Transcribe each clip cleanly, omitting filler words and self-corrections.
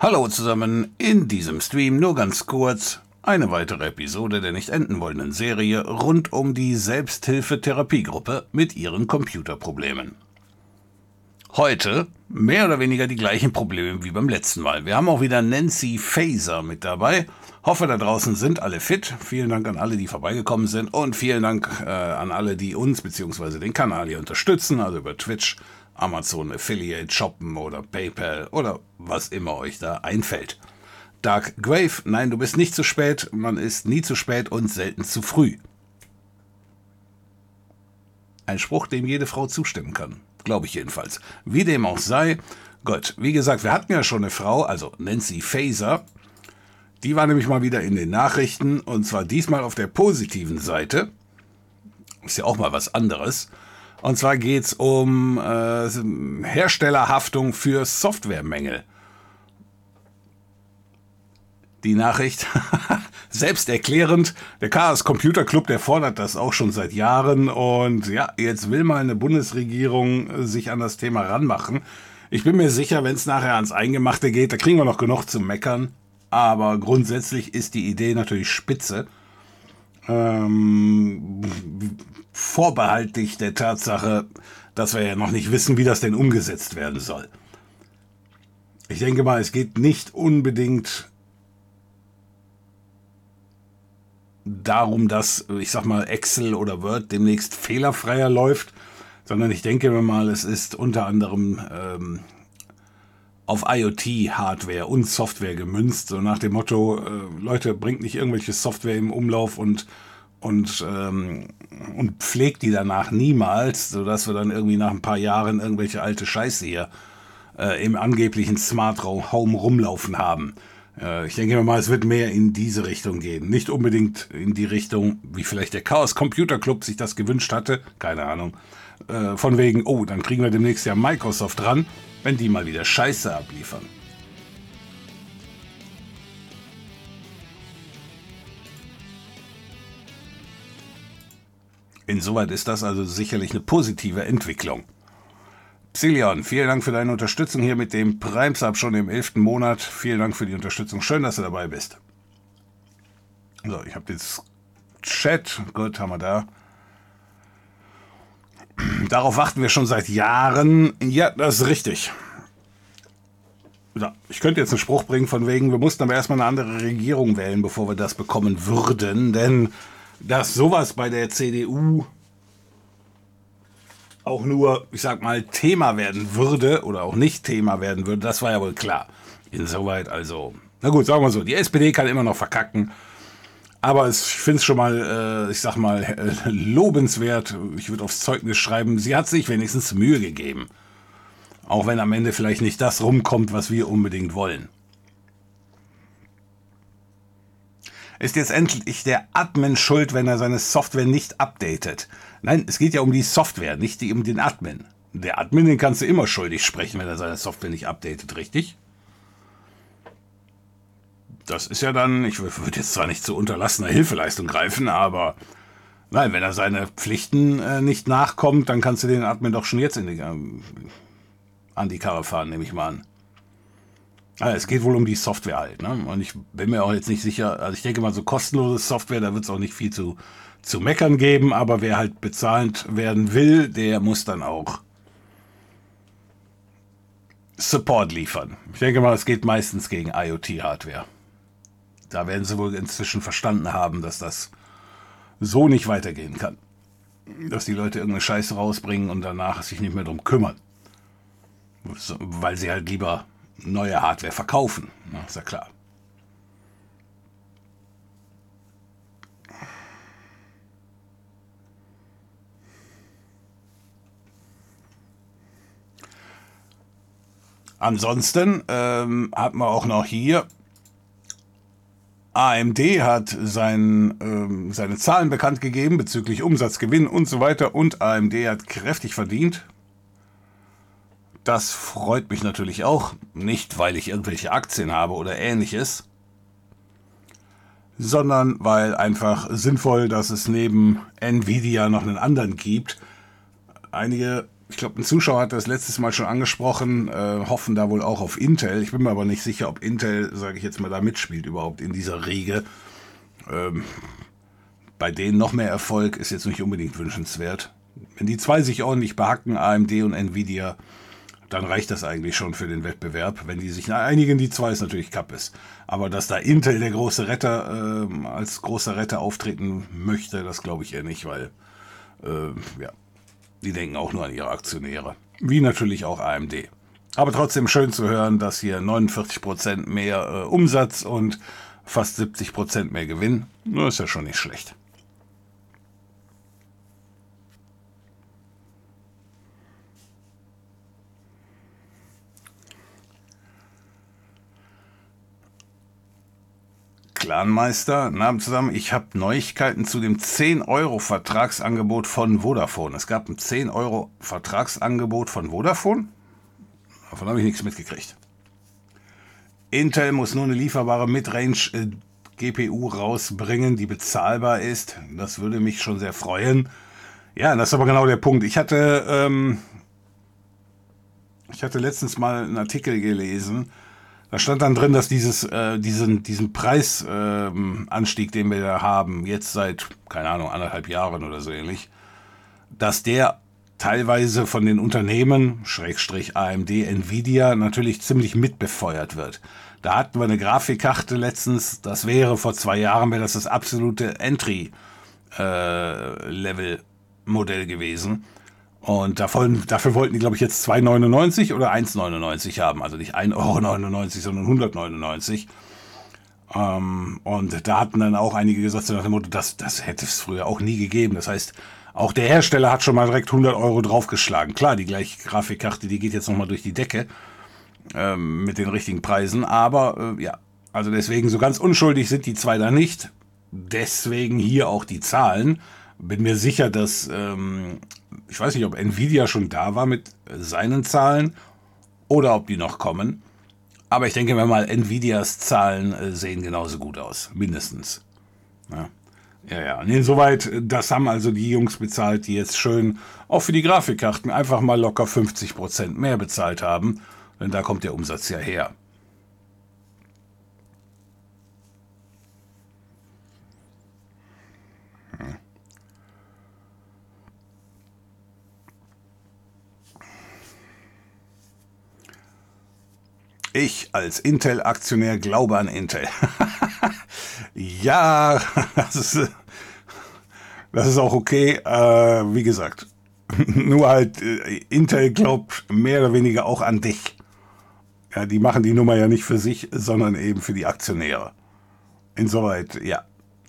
Hallo zusammen, in diesem Stream nur ganz kurz eine weitere Episode der nicht enden wollenden Serie rund um die Selbsthilfe-Therapiegruppe mit ihren Computerproblemen. Heute mehr oder weniger die gleichen Probleme wie beim letzten Mal. Wir haben auch wieder Nancy Faeser mit dabei. Hoffe, da draußen sind alle fit. Vielen Dank an alle, die vorbeigekommen sind und vielen Dank an alle, die uns bzw. den Kanal hier unterstützen, also über Twitch, Amazon Affiliate, Shoppen oder PayPal oder was immer euch da einfällt. Dark Grave, nein, du bist nicht zu spät, man ist nie zu spät und selten zu früh. Ein Spruch, dem jede Frau zustimmen kann, glaube ich jedenfalls. Wie dem auch sei, Gott, wie gesagt, wir hatten ja schon eine Frau, also Nancy Faeser, die war nämlich mal wieder in den Nachrichten und zwar diesmal auf der positiven Seite, ist ja auch mal was anderes. Und zwar geht es um Herstellerhaftung für Softwaremängel. Die Nachricht, selbsterklärend, der Chaos Computer Club, der fordert das auch schon seit Jahren. Und ja, jetzt will mal eine Bundesregierung sich an das Thema ranmachen. Ich bin mir sicher, wenn es nachher ans Eingemachte geht, da kriegen wir noch genug zu meckern. Aber grundsätzlich ist die Idee natürlich spitze. Vorbehaltlich der Tatsache, dass wir ja noch nicht wissen, wie das denn umgesetzt werden soll. Ich denke mal, es geht nicht unbedingt darum, dass, ich sag mal, Excel oder Word demnächst fehlerfreier läuft, sondern ich denke mir mal, es ist unter anderem auf IoT-Hardware und Software gemünzt, so nach dem Motto, Leute, bringt nicht irgendwelche Software im Umlauf und pflegt die danach niemals, sodass wir dann irgendwie nach ein paar Jahren irgendwelche alte Scheiße hier im angeblichen Smart Home rumlaufen haben. Ich denke mal, es wird mehr in diese Richtung gehen. Nicht unbedingt in die Richtung, wie vielleicht der Chaos Computer Club sich das gewünscht hatte. Keine Ahnung. Von wegen, oh, dann kriegen wir demnächst ja Microsoft ran, wenn die mal wieder Scheiße abliefern. Insoweit ist das also sicherlich eine positive Entwicklung. Xilion, vielen Dank für deine Unterstützung hier mit dem Prime-Sub schon im 11. Monat. Vielen Dank für die Unterstützung. Schön, dass du dabei bist. So, ich habe jetzt Chat. Gut, haben wir da. Darauf warten wir schon seit Jahren. Ja, das ist richtig. So, ich könnte jetzt einen Spruch bringen von wegen, wir mussten aber erstmal eine andere Regierung wählen, bevor wir das bekommen würden. Denn dass sowas bei der CDU auch nur, ich sag mal, Thema werden würde oder auch nicht Thema werden würde, das war ja wohl klar. Insoweit also, na gut, sagen wir so, die SPD kann immer noch verkacken, aber ich finde es schon mal, ich sag mal, lobenswert, ich würde aufs Zeugnis schreiben, sie hat sich wenigstens Mühe gegeben. Auch wenn am Ende vielleicht nicht das rumkommt, was wir unbedingt wollen. Ist jetzt endlich der Admin schuld, wenn er seine Software nicht updatet? Nein, es geht ja um die Software, nicht um den Admin. Der Admin, den kannst du immer schuldig sprechen, wenn er seine Software nicht updatet, richtig? Das ist ja dann, ich würde jetzt zwar nicht zu unterlassener Hilfeleistung greifen, aber nein, wenn er seine Pflichten nicht nachkommt, dann kannst du den Admin doch schon jetzt an die Karre fahren, nehme ich mal an. Also es geht wohl um die Software halt, ne? Und ich bin mir auch jetzt nicht sicher, also ich denke mal, so kostenlose Software, da wird es auch nicht viel zu meckern geben, aber wer halt bezahlt werden will, der muss dann auch Support liefern. Ich denke mal, es geht meistens gegen IoT-Hardware. Da werden sie wohl inzwischen verstanden haben, dass das so nicht weitergehen kann. Dass die Leute irgendeine Scheiße rausbringen und danach sich nicht mehr drum kümmern. Weil sie halt lieber neue Hardware verkaufen. Na, ist ja klar. Ansonsten hat man auch noch hier, AMD hat seine Zahlen bekannt gegeben bezüglich Umsatz, Gewinn und so weiter und AMD hat kräftig verdient. Das freut mich natürlich auch, nicht weil ich irgendwelche Aktien habe oder ähnliches, sondern weil einfach sinnvoll, dass es neben Nvidia noch einen anderen gibt. Einige Ich glaube, ein Zuschauer hat das letztes Mal schon angesprochen, hoffen da wohl auch auf Intel. Ich bin mir aber nicht sicher, ob Intel, sage ich jetzt mal, da mitspielt überhaupt in dieser Riege. Bei denen noch mehr Erfolg ist jetzt nicht unbedingt wünschenswert. Wenn die zwei sich ordentlich behacken, AMD und Nvidia, dann reicht das eigentlich schon für den Wettbewerb. Wenn die sich einigen, die zwei ist natürlich Kappes. Aber dass da Intel der große Retter als großer Retter auftreten möchte, das glaube ich eher nicht, weil ja, die denken auch nur an ihre Aktionäre. Wie natürlich auch AMD. Aber trotzdem schön zu hören, dass hier 49% mehr Umsatz und fast 70% mehr Gewinn. Das ist ja schon nicht schlecht. Clanmeister, Namen zusammen. Ich habe Neuigkeiten zu dem 10-Euro-Vertragsangebot von Vodafone. Es gab ein 10-Euro-Vertragsangebot von Vodafone. Davon habe ich nichts mitgekriegt. Intel muss nur eine lieferbare Midrange-GPU rausbringen, die bezahlbar ist. Das würde mich schon sehr freuen. Ja, das ist aber genau der Punkt. Ich hatte letztens mal einen Artikel gelesen. Da stand dann drin, dass diesen Preisanstieg, den wir da haben, jetzt seit, keine Ahnung, 1,5 Jahren oder so ähnlich, dass der teilweise von den Unternehmen, Schrägstrich AMD, Nvidia, natürlich ziemlich mitbefeuert wird. Da hatten wir eine Grafikkarte letztens, das wäre vor 2 Jahren, wäre das absolute Entry-Level-Modell gewesen. Und dafür wollten die, glaube ich, jetzt 2,99 oder 1,99 haben. Also nicht 1,99 €, sondern 199. Und da hatten dann auch einige gesagt, nach dem Motto, das hätte es früher auch nie gegeben. Das heißt, auch der Hersteller hat schon mal direkt 100 € draufgeschlagen. Klar, die gleiche Grafikkarte, die geht jetzt nochmal durch die Decke mit den richtigen Preisen. Aber ja, also deswegen so ganz unschuldig sind die zwei da nicht. Deswegen hier auch die Zahlen. Bin mir sicher, dass, ich weiß nicht, ob Nvidia schon da war mit seinen Zahlen oder ob die noch kommen. Aber ich denke mir mal, Nvidias Zahlen sehen genauso gut aus, mindestens. Ja. Und insoweit, das haben also die Jungs bezahlt, die jetzt schön auch für die Grafikkarten einfach mal locker 50% mehr bezahlt haben. Denn da kommt der Umsatz ja her. Ich als Intel-Aktionär glaube an Intel. Ja, das ist auch okay. Wie gesagt, nur halt Intel glaubt mehr oder weniger auch an dich. Ja, die machen die Nummer ja nicht für sich, sondern eben für die Aktionäre. Insoweit, ja.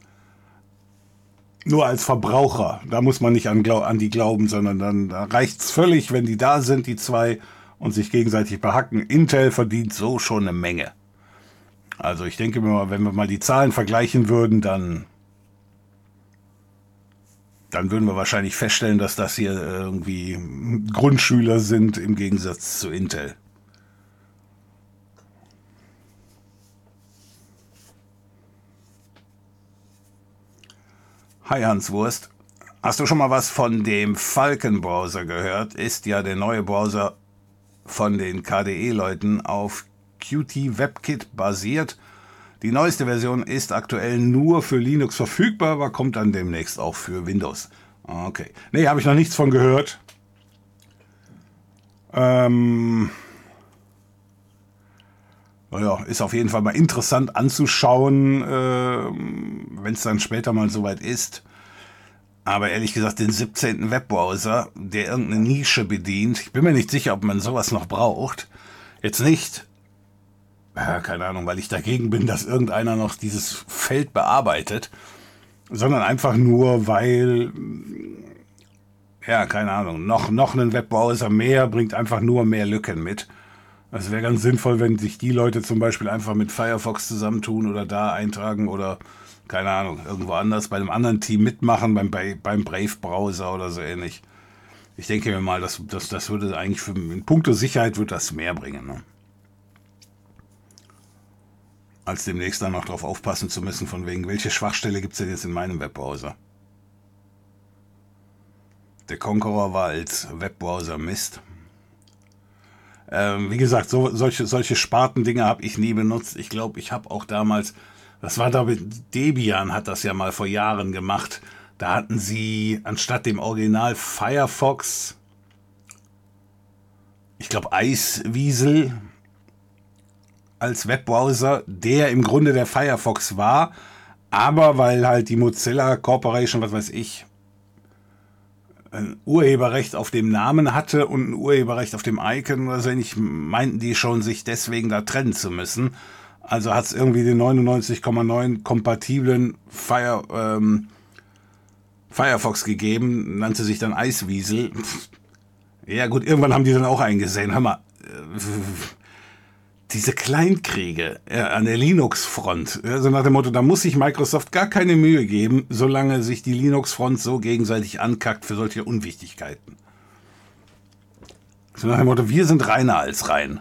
Nur als Verbraucher, da muss man nicht an die glauben, sondern dann da reicht's völlig, wenn die da sind, die zwei, und sich gegenseitig behacken. Intel verdient so schon eine Menge. Also ich denke mir mal, wenn wir mal die Zahlen vergleichen würden, dann würden wir wahrscheinlich feststellen, dass das hier irgendwie Grundschüler sind im Gegensatz zu Intel. Hi Hanswurst. Hast du schon mal was von dem Falcon Browser gehört? Ist ja der neue Browser von den KDE-Leuten auf Qt WebKit basiert. Die neueste Version ist aktuell nur für Linux verfügbar, aber kommt dann demnächst auch für Windows. Okay. Nee, habe ich noch nichts von gehört. Naja, ist auf jeden Fall mal interessant anzuschauen, wenn es dann später mal soweit ist. Aber ehrlich gesagt, den 17. Webbrowser, der irgendeine Nische bedient, ich bin mir nicht sicher, ob man sowas noch braucht. Jetzt nicht, keine Ahnung, weil ich dagegen bin, dass irgendeiner noch dieses Feld bearbeitet, sondern einfach nur, weil, ja, keine Ahnung, noch einen Webbrowser mehr bringt einfach nur mehr Lücken mit. Es wäre ganz sinnvoll, wenn sich die Leute zum Beispiel einfach mit Firefox zusammentun oder da eintragen oder, keine Ahnung, irgendwo anders bei einem anderen Team mitmachen, beim Brave-Browser oder so ähnlich. Ich denke mir mal, das würde eigentlich in puncto Sicherheit wird das mehr bringen, ne? Als demnächst dann noch drauf aufpassen zu müssen, von wegen, welche Schwachstelle gibt es denn jetzt in meinem Webbrowser? Der Conqueror war als Webbrowser Mist. Wie gesagt, solche Spartendinge habe ich nie benutzt. Ich glaube, ich habe auch damals, das war da, Debian hat das ja mal vor Jahren gemacht. Da hatten sie anstatt dem Original Firefox, ich glaube Iceweasel als Webbrowser, der im Grunde der Firefox war, aber weil halt die Mozilla Corporation, was weiß ich, ein Urheberrecht auf dem Namen hatte und ein Urheberrecht auf dem Icon oder so ähnlich, meinten die schon, sich deswegen da trennen zu müssen. Also hat es irgendwie den 99,9 kompatiblen Firefox gegeben, nannte sich dann Iceweasel. Ja gut, irgendwann haben die dann auch eingesehen, hör mal, diese Kleinkriege an der Linux-Front, so nach dem Motto, da muss sich Microsoft gar keine Mühe geben, solange sich die Linux-Front so gegenseitig ankackt für solche Unwichtigkeiten. So nach dem Motto, wir sind reiner als rein.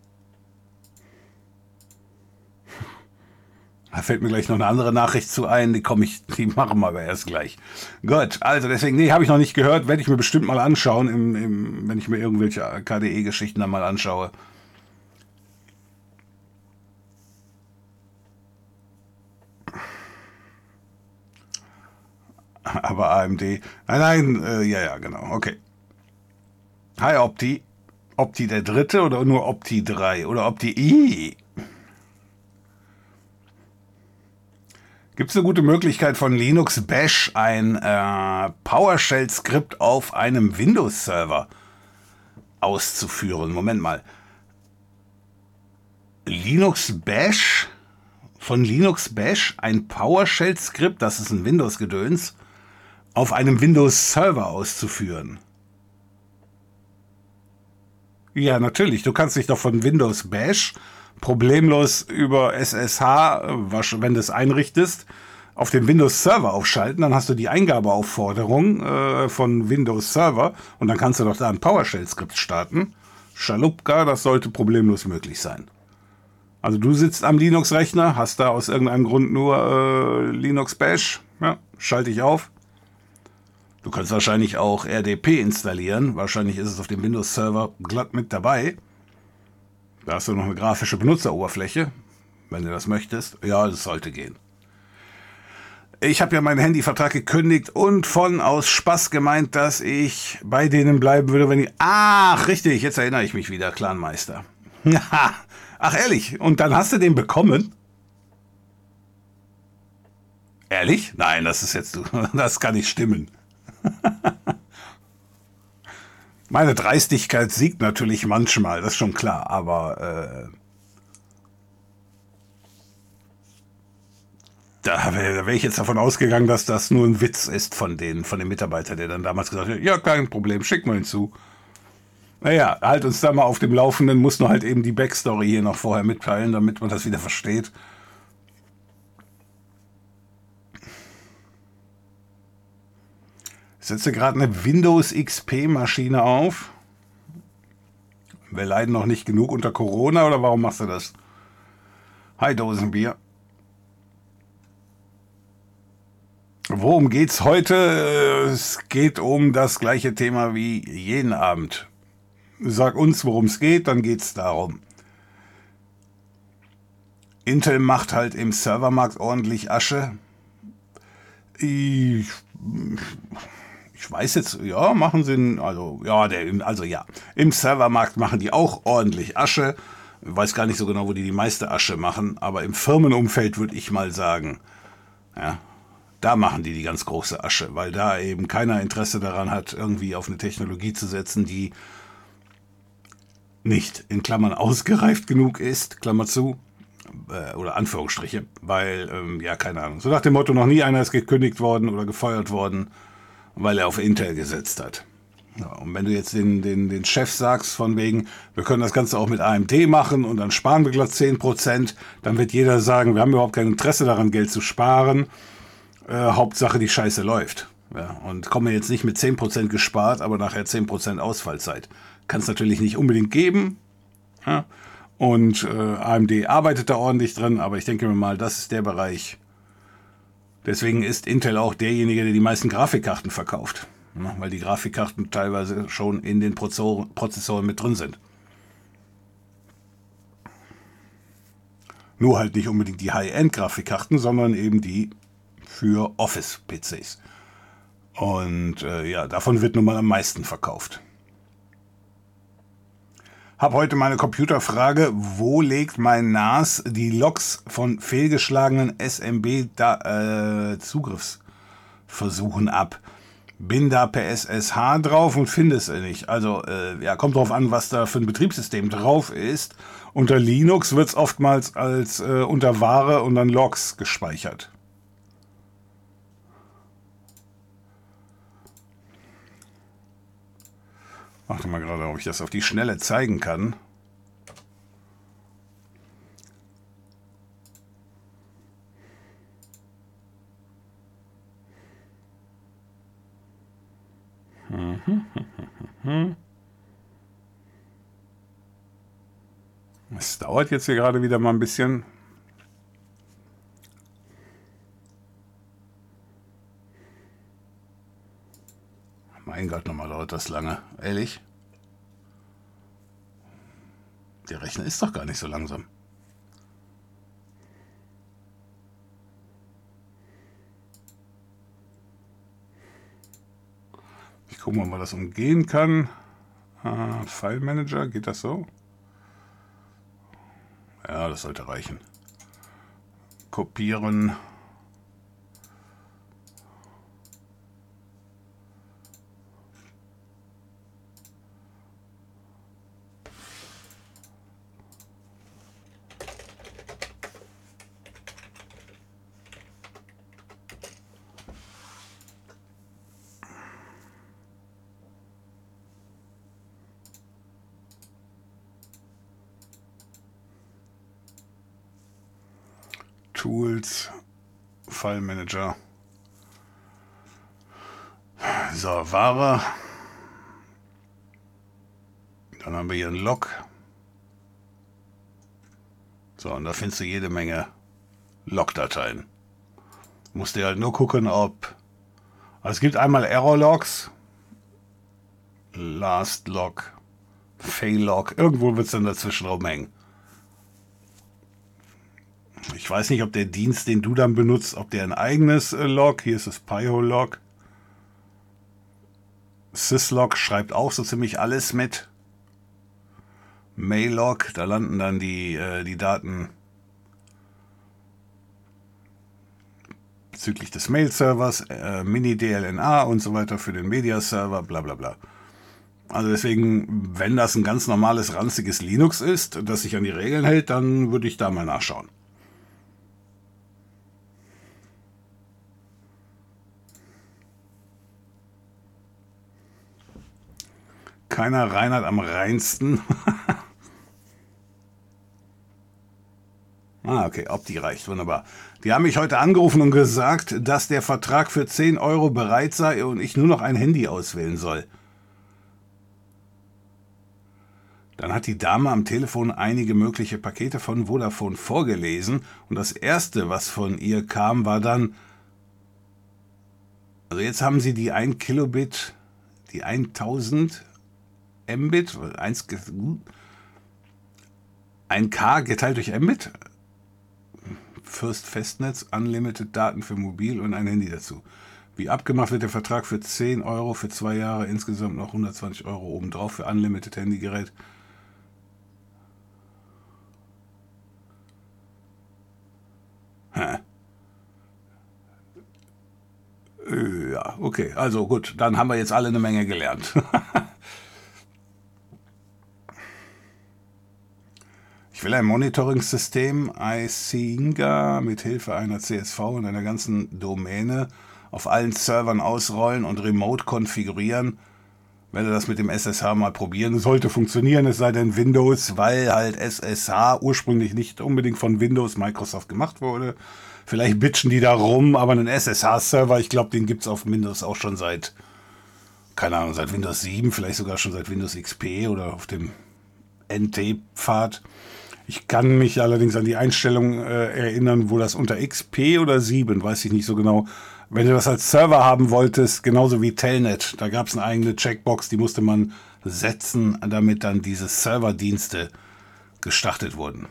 Da fällt mir gleich noch eine andere Nachricht zu ein, die machen wir aber erst gleich. Gut, also deswegen, nee, habe ich noch nicht gehört, werde ich mir bestimmt mal anschauen, wenn ich mir irgendwelche KDE-Geschichten dann mal anschaue. Aber AMD, nein, ja, genau, okay. Hi Opti. Opti der Dritte oder nur Opti 3 oder Opti I? Gibt es eine gute Möglichkeit von Linux Bash ein PowerShell-Skript auf einem Windows-Server auszuführen? Moment mal. Linux Bash? Von Linux Bash ein PowerShell-Skript, das ist ein Windows-Gedöns, auf einem Windows-Server auszuführen? Ja, natürlich. Du kannst dich doch von Windows Bash problemlos über SSH, wenn du es einrichtest, auf den Windows Server aufschalten. Dann hast du die Eingabeaufforderung von Windows Server und dann kannst du doch da ein PowerShell-Skript starten. Schalupka, das sollte problemlos möglich sein. Also du sitzt am Linux-Rechner, hast da aus irgendeinem Grund nur Linux Bash, ja, schalte ich auf. Du kannst wahrscheinlich auch RDP installieren. Wahrscheinlich ist es auf dem Windows-Server glatt mit dabei. Da hast du noch eine grafische Benutzeroberfläche, wenn du das möchtest. Ja, das sollte gehen. Ich habe ja meinen Handyvertrag gekündigt und aus Spaß gemeint, dass ich bei denen bleiben würde, wenn ich... Ach, richtig, jetzt erinnere ich mich wieder, Clanmeister. Ach, ehrlich? Und dann hast du den bekommen? Ehrlich? Nein, das ist jetzt... Das kann nicht stimmen. Meine Dreistigkeit siegt natürlich manchmal, das ist schon klar, aber da wäre ich jetzt davon ausgegangen, dass das nur ein Witz ist von dem Mitarbeiter, der dann damals gesagt hat, ja, kein Problem, schick mal hinzu. Naja, halt uns da mal auf dem Laufenden, muss nur halt eben die Backstory hier noch vorher mitteilen, damit man das wieder versteht. Ich setze gerade eine Windows XP-Maschine auf. Wir leiden noch nicht genug unter Corona, oder warum machst du das? Hi Dosenbier. Worum geht's heute? Es geht um das gleiche Thema wie jeden Abend. Sag uns, worum es geht, dann geht's darum. Intel macht halt im Servermarkt ordentlich Asche. Ich weiß jetzt, ja, machen sie, im Servermarkt machen die auch ordentlich Asche. Ich weiß gar nicht so genau, wo die meiste Asche machen, aber im Firmenumfeld würde ich mal sagen, ja, da machen die ganz große Asche, weil da eben keiner Interesse daran hat, irgendwie auf eine Technologie zu setzen, die nicht, in Klammern, ausgereift genug ist, Klammer zu, oder Anführungsstriche, weil, keine Ahnung, so nach dem Motto, noch nie einer ist gekündigt worden oder gefeuert worden, weil er auf Intel gesetzt hat. Ja, und wenn du jetzt den Chef sagst, von wegen, wir können das Ganze auch mit AMD machen und dann sparen wir glatt 10%, dann wird jeder sagen, wir haben überhaupt kein Interesse daran, Geld zu sparen. Hauptsache, die Scheiße läuft. Ja, und komme jetzt nicht mit 10% gespart, aber nachher 10% Ausfallzeit. Kann es natürlich nicht unbedingt geben. Ja? Und AMD arbeitet da ordentlich dran, aber ich denke mir mal, das ist der Bereich. Deswegen ist Intel auch derjenige, der die meisten Grafikkarten verkauft. ne, weil die Grafikkarten teilweise schon in den Prozessoren mit drin sind. Nur halt nicht unbedingt die High-End-Grafikkarten, sondern eben die für Office-PCs. Und ja, davon wird nun mal am meisten verkauft. Hab heute meine Computerfrage, wo legt mein NAS die Logs von fehlgeschlagenen SMB-Zugriffsversuchen ab? Bin da per SSH drauf und finde es nicht. Also ja, kommt drauf an, was da für ein Betriebssystem drauf ist. Unter Linux wird es oftmals als unter Ware und dann Logs gespeichert. Warte mal gerade, ob ich das auf die Schnelle zeigen kann. Es dauert jetzt hier gerade wieder mal ein bisschen. Mein Gott, nochmal dauert das lange. Ehrlich? Der Rechner ist doch gar nicht so langsam. Ich gucke mal, ob man das umgehen kann. File Manager, geht das so? Ja, das sollte reichen. Kopieren. Tools, File Manager. So, Ware. Dann haben wir hier einen Log. So, und da findest du jede Menge Log-Dateien. Musst dir halt nur gucken, ob... Also es gibt einmal Error-Logs, Last-Log, Fail-Log. Irgendwo wird es dann dazwischen rumhängen. Ich weiß nicht, ob der Dienst, den du dann benutzt, ob der ein eigenes Log, hier ist das Pi-hole-Log. Syslog schreibt auch so ziemlich alles mit. Mail-Log, da landen dann die Daten bezüglich des Mail-Servers, Mini-DLNA und so weiter für den Media-Server, bla bla bla. Also deswegen, wenn das ein ganz normales, ranziges Linux ist, das sich an die Regeln hält, dann würde ich da mal nachschauen. Keiner Reinhard am reinsten. Okay, Opti reicht, wunderbar. Die haben mich heute angerufen und gesagt, dass der Vertrag für 10 Euro bereit sei und ich nur noch ein Handy auswählen soll. Dann hat die Dame am Telefon einige mögliche Pakete von Vodafone vorgelesen und das erste, was von ihr kam, war dann, also jetzt haben sie die 1 Kilobit, die 1000 Mbit, 1K geteilt durch Mbit, First Festnetz, Unlimited Daten für Mobil und ein Handy dazu. Wie abgemacht wird der Vertrag für 10 Euro für 2 Jahre, insgesamt noch 120 Euro obendrauf für Unlimited Handygerät. Ja, okay, also gut, dann haben wir jetzt alle eine Menge gelernt. Ich will ein Monitoring-System iSINGA mit Hilfe einer CSV und einer ganzen Domäne auf allen Servern ausrollen und remote konfigurieren. Werde das mit dem SSH mal probieren. Sollte funktionieren, es sei denn Windows, weil halt SSH ursprünglich nicht unbedingt von Windows Microsoft gemacht wurde. Vielleicht bitchen die da rum, aber einen SSH-Server, ich glaube, den gibt es auf Windows auch schon seit, keine Ahnung, seit Windows 7, vielleicht sogar schon seit Windows XP oder auf dem NT-Pfad. Ich kann mich allerdings an die Einstellung erinnern, wo das unter XP oder 7, weiß ich nicht so genau. Wenn du das als Server haben wolltest, genauso wie Telnet, da gab es eine eigene Checkbox, die musste man setzen, damit dann diese Serverdienste gestartet wurden.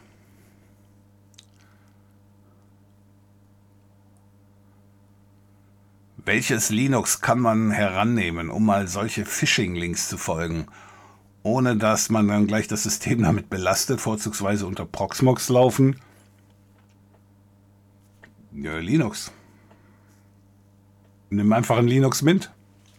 Welches Linux kann man herannehmen, um mal solche Phishing-Links zu folgen, ohne dass man dann gleich das System damit belastet, vorzugsweise unter Proxmox laufen? Ja, Linux. Nimm einfach ein Linux Mint.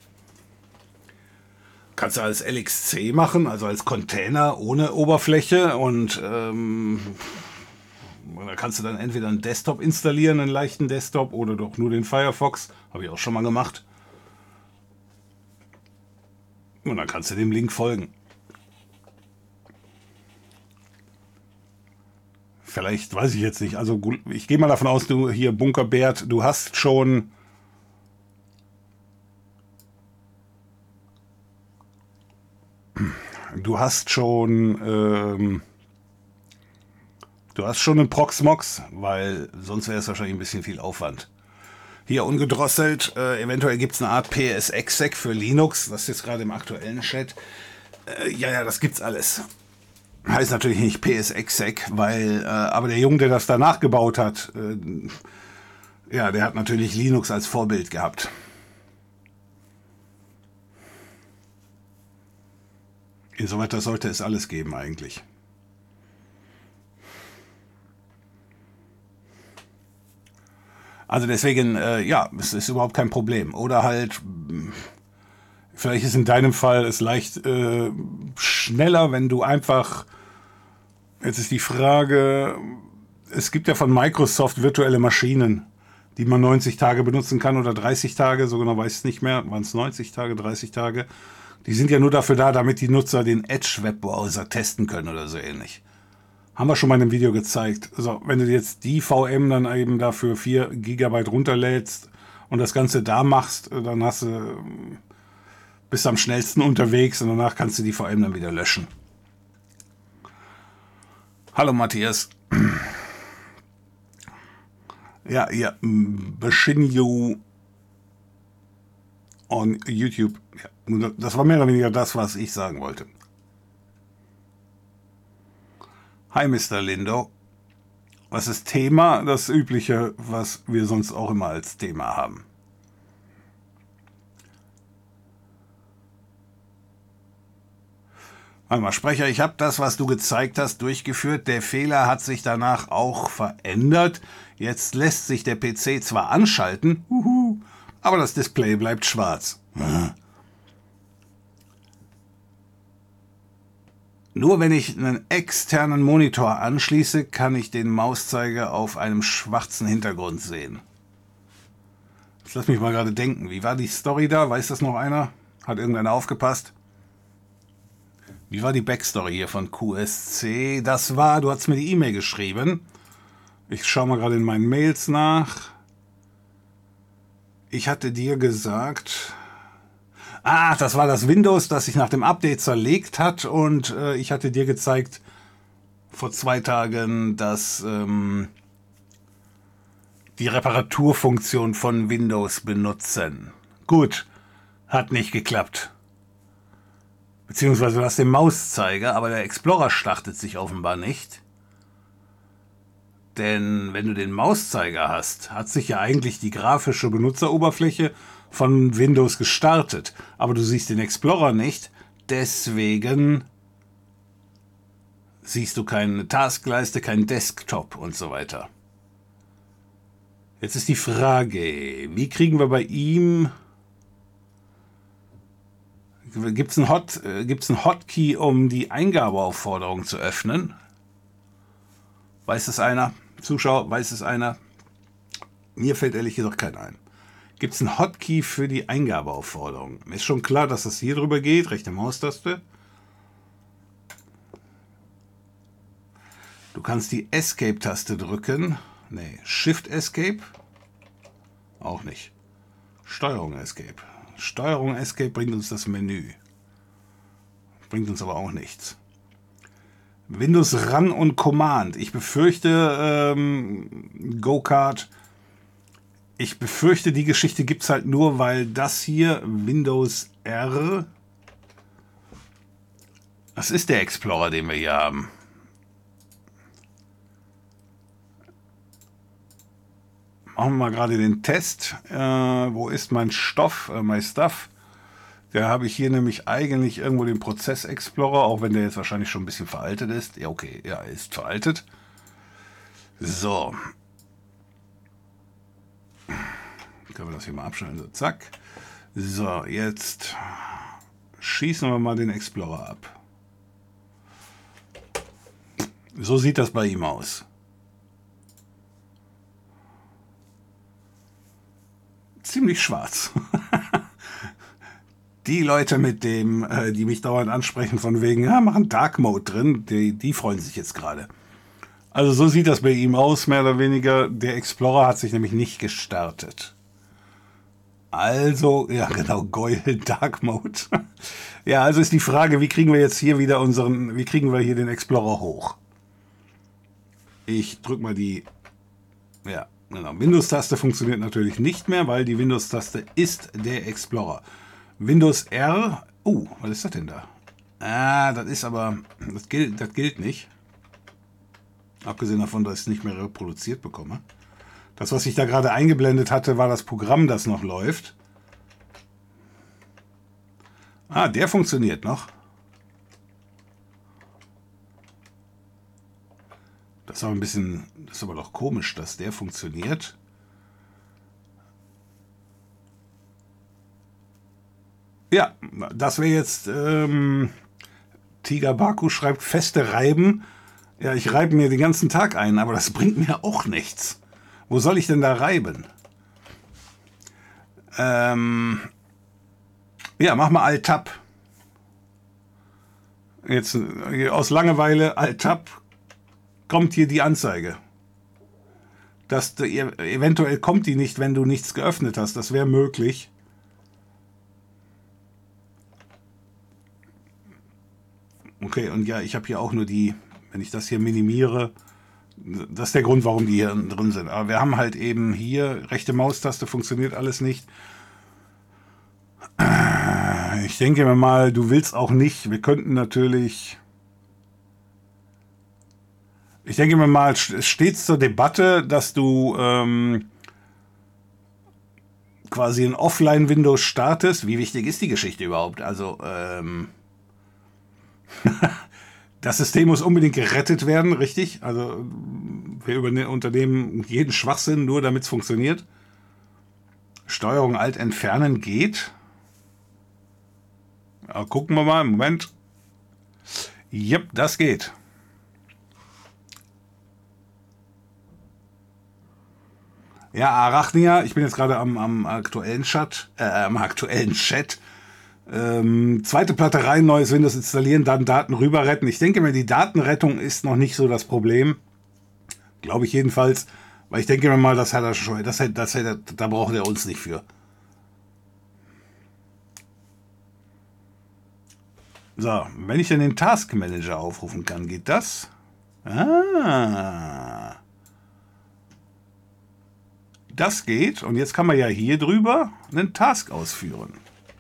Kannst du als LXC machen, also als Container ohne Oberfläche, und da kannst du dann entweder einen Desktop installieren, einen leichten Desktop, oder doch nur den Firefox. Habe ich auch schon mal gemacht. Und dann kannst du dem Link folgen. Vielleicht, weiß ich jetzt nicht. Also ich gehe mal davon aus, du hier, Bunkerbert, du hast schon einen Proxmox, weil sonst wäre es wahrscheinlich ein bisschen viel Aufwand. Hier ungedrosselt, eventuell gibt es eine Art PSExec für Linux, das ist jetzt gerade im aktuellen Chat. Ja, das gibt's alles. Heißt natürlich nicht PSExec, weil, aber der Junge, der das danach gebaut hat, ja, der hat natürlich Linux als Vorbild gehabt. Insoweit, das sollte es alles geben eigentlich. Also deswegen, ja, es ist überhaupt kein Problem. Oder halt, vielleicht ist in deinem Fall es leicht schneller, wenn du einfach, jetzt ist die Frage, es gibt ja von Microsoft virtuelle Maschinen, die man 90 Tage benutzen kann oder 30 Tage, so genau weiß ich es nicht mehr, waren es 90 Tage, 30 Tage. Die sind ja nur dafür da, damit die Nutzer den Edge-Webbrowser testen können oder so ähnlich. Haben wir schon mal in einem Video gezeigt. Also, wenn du jetzt die VM dann eben dafür 4 GB runterlädst und das Ganze da machst, dann bist du am schnellsten unterwegs, und danach kannst du die VM dann wieder löschen. Hallo Matthias. Ja, ja, Beshin You on YouTube. Ja, das war mehr oder weniger das, was ich sagen wollte. Hi Mr. Lindo. Was ist Thema? Das Übliche, was wir sonst auch immer als Thema haben. Einmal Sprecher, ich habe das, was du gezeigt hast, durchgeführt. Der Fehler hat sich danach auch verändert. Jetzt lässt sich der PC zwar anschalten, aber das Display bleibt schwarz. Nur wenn ich einen externen Monitor anschließe, kann ich den Mauszeiger auf einem schwarzen Hintergrund sehen. Jetzt lass mich mal gerade denken. Wie war die Story da? Weiß das noch einer? Hat irgendeiner aufgepasst? Wie war die Backstory hier von QSC? Das war, du hast mir die E-Mail geschrieben. Ich schaue mal gerade in meinen Mails nach. Ich hatte dir gesagt... das war das Windows, das sich nach dem Update zerlegt hat, und ich hatte dir gezeigt vor 2 Tagen, dass die Reparaturfunktion von Windows benutzen. Gut, hat nicht geklappt. Beziehungsweise du hast den Mauszeiger, aber der Explorer startet sich offenbar nicht. Denn wenn du den Mauszeiger hast, hat sich ja eigentlich die grafische Benutzeroberfläche von Windows gestartet. Aber du siehst den Explorer nicht, deswegen siehst du keine Taskleiste, kein Desktop und so weiter. Jetzt ist die Frage, wie kriegen wir bei ihm... Gibt es einen Hotkey, um die Eingabeaufforderung zu öffnen? Weiß es einer? Zuschauer, weiß es einer? Mir fällt ehrlich gesagt keiner ein. Gibt es einen Hotkey für die Eingabeaufforderung? Ist schon klar, dass das hier drüber geht, rechte Maustaste. Du kannst die Escape-Taste drücken. Nee, Shift Escape? Auch nicht. Steuerung Escape. Steuerung Escape bringt uns das Menü. Bringt uns aber auch nichts. Windows Run und Command. Ich befürchte, Go-Kart. Ich befürchte, die Geschichte gibt es halt nur, weil das hier, Windows R, das ist der Explorer, den wir hier haben. Machen wir mal gerade den Test. Wo ist mein Stoff, my Stuff? Da habe ich hier nämlich eigentlich irgendwo den Prozess Explorer, auch wenn der jetzt wahrscheinlich schon ein bisschen veraltet ist. Ja, okay, ja, er ist veraltet. So. Können wir das hier mal abschneiden. So, zack. So, jetzt schießen wir mal den Explorer ab. So sieht das bei ihm aus. Ziemlich schwarz. Die Leute mit dem, die mich dauernd ansprechen von wegen, ja, machen Dark Mode drin, die freuen sich jetzt gerade. Also so sieht das bei ihm aus, mehr oder weniger. Der Explorer hat sich nämlich nicht gestartet. Also, ja genau, Goyle Dark Mode. Ja, also ist die Frage, wie kriegen wir jetzt hier wieder wie kriegen wir hier den Explorer hoch? Ich drücke mal die, ja, genau, Windows-Taste funktioniert natürlich nicht mehr, weil die Windows-Taste ist der Explorer. Windows R, was ist das denn da? Das ist aber, das gilt nicht. Abgesehen davon, dass ich es nicht mehr reproduziert bekomme. Das, was ich da gerade eingeblendet hatte, war das Programm, das noch läuft. Der funktioniert noch. Das ist aber das ist aber doch komisch, dass der funktioniert. Ja, das wäre jetzt, Tiger Baku schreibt, feste Reiben. Ja, ich reibe mir den ganzen Tag ein, aber das bringt mir auch nichts. Wo soll ich denn da reiben? Ja, mach mal Alt-Tab. Jetzt aus Langeweile Alt-Tab kommt hier die Anzeige. Eventuell kommt die nicht, wenn du nichts geöffnet hast. Das wäre möglich. Okay, und ja, ich habe hier auch nur wenn ich das hier minimiere, das ist der Grund, warum die hier drin sind. Aber wir haben halt eben hier, rechte Maustaste funktioniert alles nicht. Ich denke mir mal, du willst auch nicht, wir könnten natürlich, ich denke mir mal, es steht zur Debatte, dass du quasi ein Offline-Windows startest. Wie wichtig ist die Geschichte überhaupt? Also, das System muss unbedingt gerettet werden, richtig? Also wir unternehmen jeden Schwachsinn, nur damit es funktioniert. Steuerung Alt entfernen geht. Ja, gucken wir mal, Moment. Jep, das geht. Ja, Arachnia, ich bin jetzt gerade am aktuellen Chat. Zweite Platte rein, neues Windows installieren, dann Daten rüber retten. Ich denke mir, die Datenrettung ist noch nicht so das Problem. Glaube ich jedenfalls. Weil ich denke mir mal, das hat er schon. Da braucht er uns nicht für. So, wenn ich dann den Task Manager aufrufen kann, geht das? Das geht. Und jetzt kann man ja hier drüber einen Task ausführen.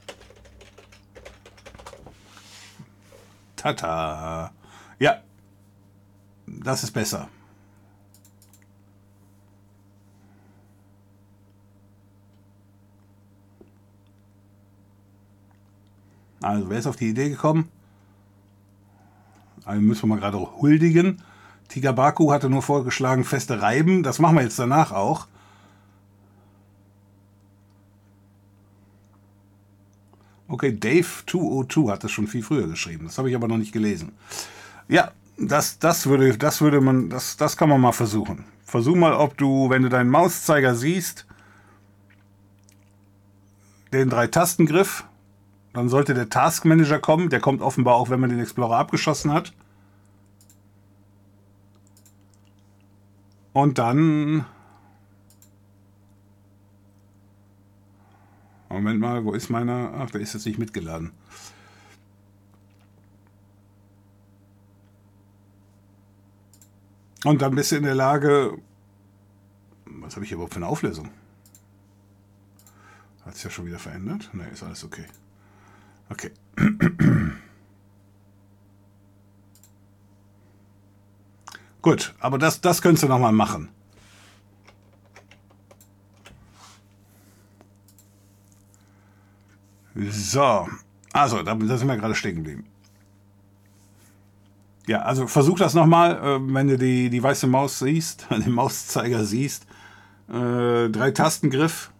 Tata. Ja, das ist besser. Also, wer ist auf die Idee gekommen? Also müssen wir mal gerade huldigen. Tiger Baku hatte nur vorgeschlagen, feste Reiben. Das machen wir jetzt danach auch. Okay, Dave202 hat das schon viel früher geschrieben. Das habe ich aber noch nicht gelesen. Ja, das kann man mal versuchen. Versuch mal, ob du, wenn du deinen Mauszeiger siehst, den 3-Tastengriff, dann sollte der Task Manager kommen. Der kommt offenbar auch, wenn man den Explorer abgeschossen hat. Und dann... Moment mal, wo ist meiner? Ach, der ist jetzt nicht mitgeladen. Und dann bist du in der Lage, was habe ich hier überhaupt für eine Auflösung? Hat sich ja schon wieder verändert? Ne, ist alles okay. Okay. Gut, aber das könntest du nochmal machen. So, also, da sind wir gerade stehen geblieben. Ja, also versuch das nochmal, wenn du die weiße Maus siehst, den Mauszeiger siehst. 3-Tastengriff.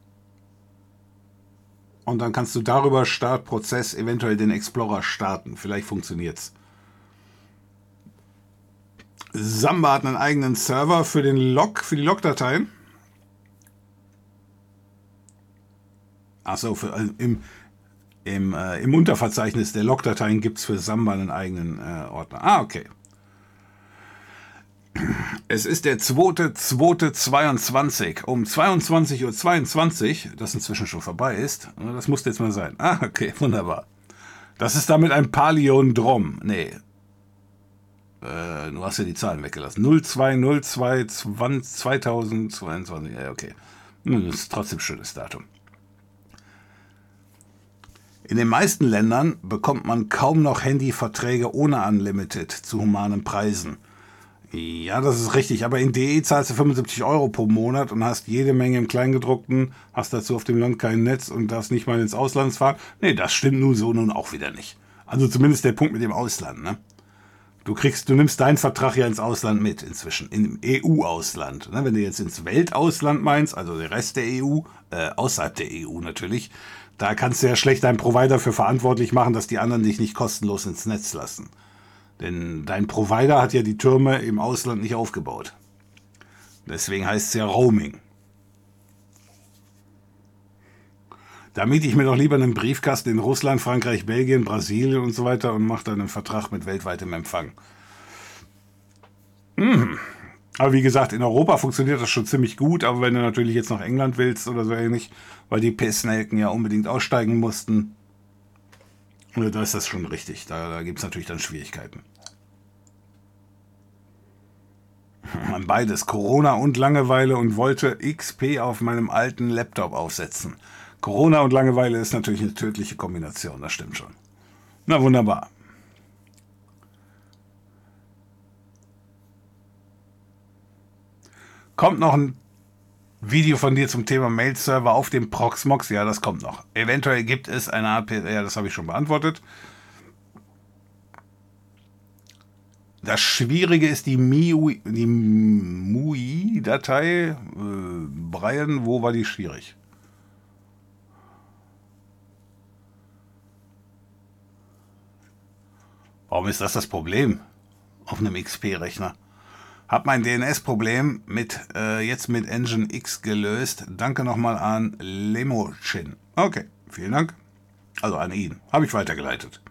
Und dann kannst du darüber Startprozess eventuell den Explorer starten. Vielleicht funktioniert's. Samba hat einen eigenen Server für den Log, für die Logdateien. Achso, im Unterverzeichnis der Logdateien gibt es für Samba einen eigenen Ordner. Ah, okay. Es ist der 2.2.22 um 22:22 Uhr, das inzwischen schon vorbei ist. Das muss jetzt mal sein. Ah, okay, wunderbar. Das ist damit ein Palindrom. Nee. Du hast ja die Zahlen weggelassen. 02/02/2022. Ja, okay. Das ist trotzdem ein schönes Datum. In den meisten Ländern bekommt man kaum noch Handyverträge ohne Unlimited zu humanen Preisen. Ja, das ist richtig, aber in DE zahlst du 75 € pro Monat und hast jede Menge im Kleingedruckten, hast dazu auf dem Land kein Netz und darfst nicht mal ins Ausland fahren. Nee, das stimmt nun auch wieder nicht. Also zumindest der Punkt mit dem Ausland, ne? Du nimmst deinen Vertrag ja ins Ausland mit inzwischen, im EU-Ausland. Wenn du jetzt ins Weltausland meinst, also der Rest der EU, außerhalb der EU natürlich, da kannst du ja schlecht deinen Provider für verantwortlich machen, dass die anderen dich nicht kostenlos ins Netz lassen. Denn dein Provider hat ja die Türme im Ausland nicht aufgebaut. Deswegen heißt es ja Roaming. Da miete ich mir doch lieber einen Briefkasten in Russland, Frankreich, Belgien, Brasilien und so weiter und mache dann einen Vertrag mit weltweitem Empfang. Aber wie gesagt, in Europa funktioniert das schon ziemlich gut, aber wenn du natürlich jetzt nach England willst oder so ähnlich, weil die Pissnelken ja unbedingt aussteigen mussten, da ist das schon richtig. Da gibt es natürlich dann Schwierigkeiten. Beides, Corona und Langeweile, und wollte XP auf meinem alten Laptop aufsetzen. Corona und Langeweile ist natürlich eine tödliche Kombination, das stimmt schon. Na wunderbar. Kommt noch ein Video von dir zum Thema Mail-Server auf dem Proxmox? Ja, das kommt noch. Eventuell gibt es eine Art, ja, das habe ich schon beantwortet. Das Schwierige ist die MUI-Datei. Brian, wo war die schwierig? Warum ist das Problem auf einem XP-Rechner? Hab mein DNS-Problem jetzt mit Nginx gelöst. Danke nochmal an Lemochin. Okay, vielen Dank. Also an ihn. Habe ich weitergeleitet.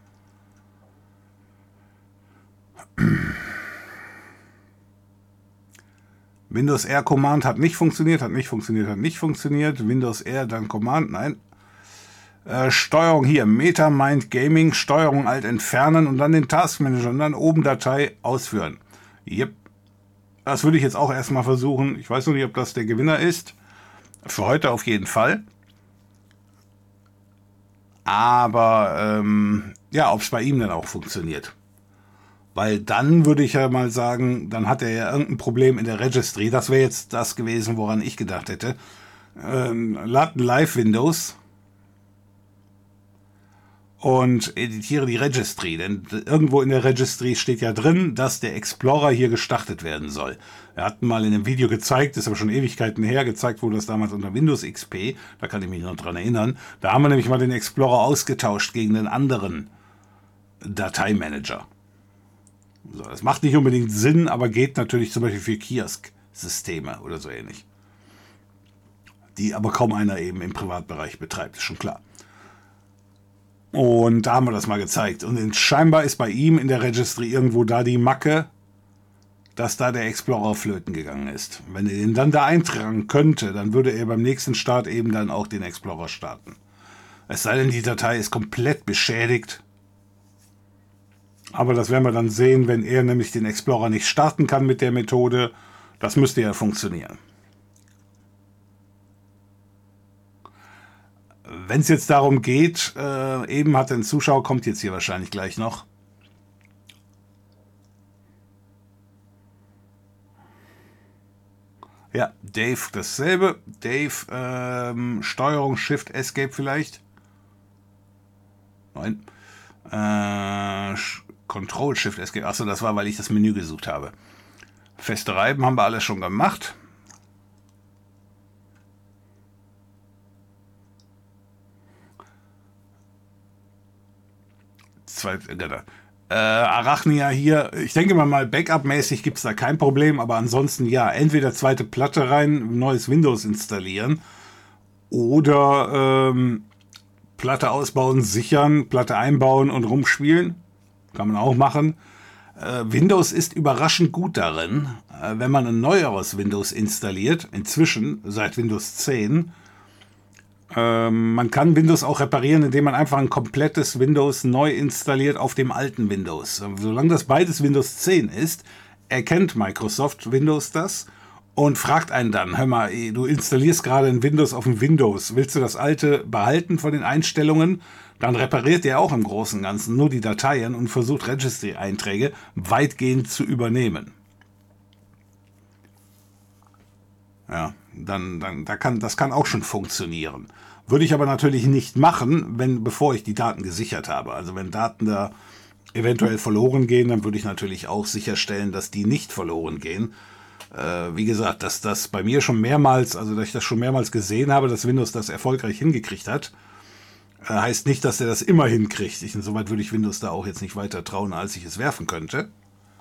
Windows R Command hat nicht funktioniert. Windows R, dann Command, nein. Steuerung hier, MetaMind Gaming, Steuerung Alt entfernen und dann den Task Manager und dann oben Datei ausführen. Yep. Das würde ich jetzt auch erstmal versuchen. Ich weiß noch nicht, ob das der Gewinner ist. Für heute auf jeden Fall. Aber ja, ob es bei ihm dann auch funktioniert. Weil dann würde ich ja mal sagen, dann hat er ja irgendein Problem in der Registry. Das wäre jetzt das gewesen, woran ich gedacht hätte. Lad ein Live-Windows und editiere die Registry, denn irgendwo in der Registry steht ja drin, dass der Explorer hier gestartet werden soll. Er hat mal in einem Video gezeigt, ist aber schon Ewigkeiten her, gezeigt wurde das damals unter Windows XP, da kann ich mich noch dran erinnern. Da haben wir nämlich mal den Explorer ausgetauscht gegen einen anderen Dateimanager. So, das macht nicht unbedingt Sinn, aber geht natürlich zum Beispiel für Kiosk-Systeme oder so ähnlich. Die aber kaum einer eben im Privatbereich betreibt, ist schon klar. Und da haben wir das mal gezeigt. Und scheinbar ist bei ihm in der Registry irgendwo da die Macke, dass da der Explorer flöten gegangen ist. Wenn er den dann da eintragen könnte, dann würde er beim nächsten Start eben dann auch den Explorer starten. Es sei denn, die Datei ist komplett beschädigt. Aber das werden wir dann sehen, wenn er nämlich den Explorer nicht starten kann mit der Methode. Das müsste ja funktionieren. Wenn es jetzt darum geht, eben hat ein Zuschauer, kommt jetzt hier wahrscheinlich gleich noch. Ja, Dave dasselbe. Dave, Steuerung, Shift, Escape vielleicht. Nein. Control, Shift, Escape. Achso, das war, weil ich das Menü gesucht habe. Feste Reiben haben wir alles schon gemacht. Arachnia hier, ich denke mal, Backup-mäßig gibt es da kein Problem, aber ansonsten ja, entweder zweite Platte rein, neues Windows installieren oder Platte ausbauen, sichern, Platte einbauen und rumspielen. Kann man auch machen. Windows ist überraschend gut darin, wenn man ein neueres Windows installiert, inzwischen seit Windows 10. Man kann Windows auch reparieren, indem man einfach ein komplettes Windows neu installiert auf dem alten Windows. Solange das beides Windows 10 ist, erkennt Microsoft Windows das und fragt einen dann, hör mal, du installierst gerade ein Windows auf dem Windows, willst du das alte behalten von den Einstellungen? Dann repariert er auch im Großen und Ganzen nur die Dateien und versucht Registry-Einträge weitgehend zu übernehmen. Ja, das kann auch schon funktionieren. Würde ich aber natürlich nicht machen, bevor ich die Daten gesichert habe. Also wenn Daten da eventuell verloren gehen, dann würde ich natürlich auch sicherstellen, dass die nicht verloren gehen. Wie gesagt, dass das bei mir schon mehrmals, also dass ich das schon mehrmals gesehen habe, dass Windows das erfolgreich hingekriegt hat, heißt nicht, dass er das immer hinkriegt. Insoweit würde ich Windows da auch jetzt nicht weiter trauen, als ich es werfen könnte.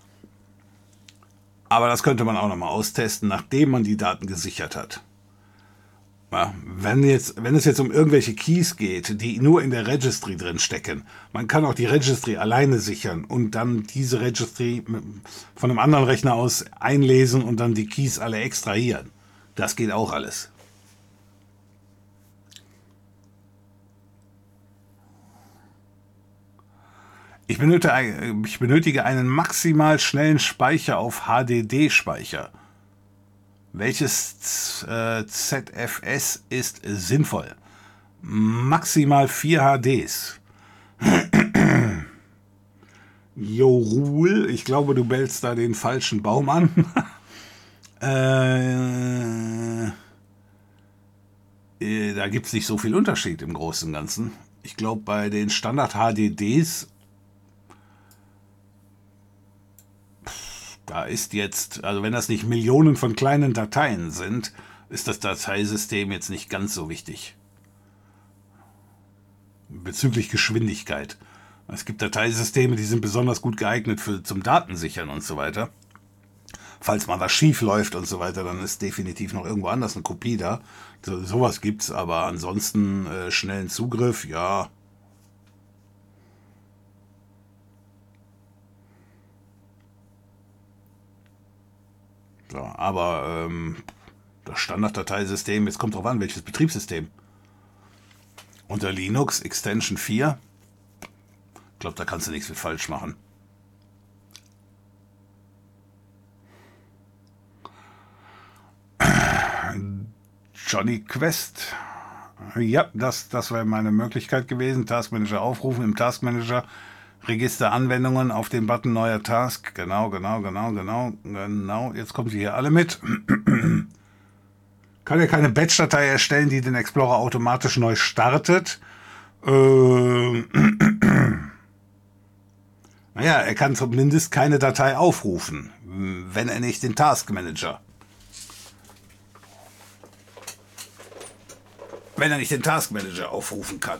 Aber das könnte man auch nochmal austesten, nachdem man die Daten gesichert hat. Ja, wenn es jetzt um irgendwelche Keys geht, die nur in der Registry drin stecken, man kann auch die Registry alleine sichern und dann diese Registry von einem anderen Rechner aus einlesen und dann die Keys alle extrahieren. Das geht auch alles. Ich benötige einen maximal schnellen Speicher auf HDD-Speicher. Welches ZFS ist sinnvoll? Maximal 4 HDs. Jorul, ich glaube, du bellst da den falschen Baum an. Da gibt es nicht so viel Unterschied im Großen und Ganzen. Ich glaube, bei den Standard-HDDs da ist jetzt, also wenn das nicht Millionen von kleinen Dateien sind, ist das Dateisystem jetzt nicht ganz so wichtig. Bezüglich Geschwindigkeit. Es gibt Dateisysteme, die sind besonders gut geeignet zum Datensichern und so weiter. Falls mal was schief läuft und so weiter, dann ist definitiv noch irgendwo anders eine Kopie da. Sowas gibt's, aber ansonsten schnellen Zugriff, ja. So, aber das Standarddateisystem, jetzt kommt drauf an, welches Betriebssystem. Unter Linux Extension 4, ich glaube, da kannst du nichts mit falsch machen. Johnny Quest. Ja, das wäre meine Möglichkeit gewesen. Taskmanager aufrufen, im Taskmanager Register Anwendungen auf den Button neuer Task. Genau. Jetzt kommen sie hier alle mit. Kann ja keine Batch-Datei erstellen, die den Explorer automatisch neu startet. Naja, er kann zumindest keine Datei aufrufen, wenn er nicht den Taskmanager aufrufen kann.